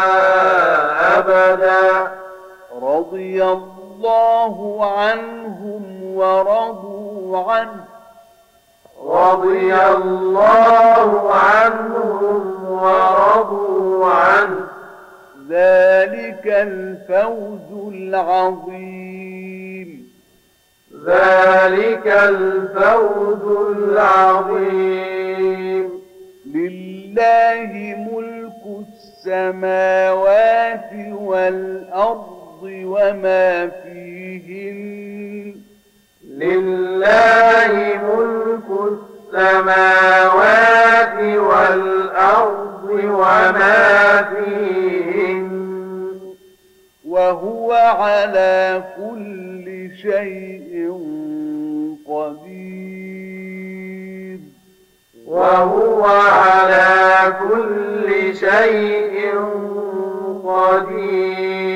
[SPEAKER 2] أبدا
[SPEAKER 1] رضي الله عنهم ورضوا عنه
[SPEAKER 2] رضي الله عنهم ورضوا عنه
[SPEAKER 1] ذلك الفوز العظيم
[SPEAKER 2] ذلك الفوز العظيم
[SPEAKER 1] لله ملك السماوات والأرض وما فيهن
[SPEAKER 2] لله ملك السماوات والأرض وما فيهن
[SPEAKER 1] وهو على كل شيء قدير
[SPEAKER 2] وهو على كل شيء قدير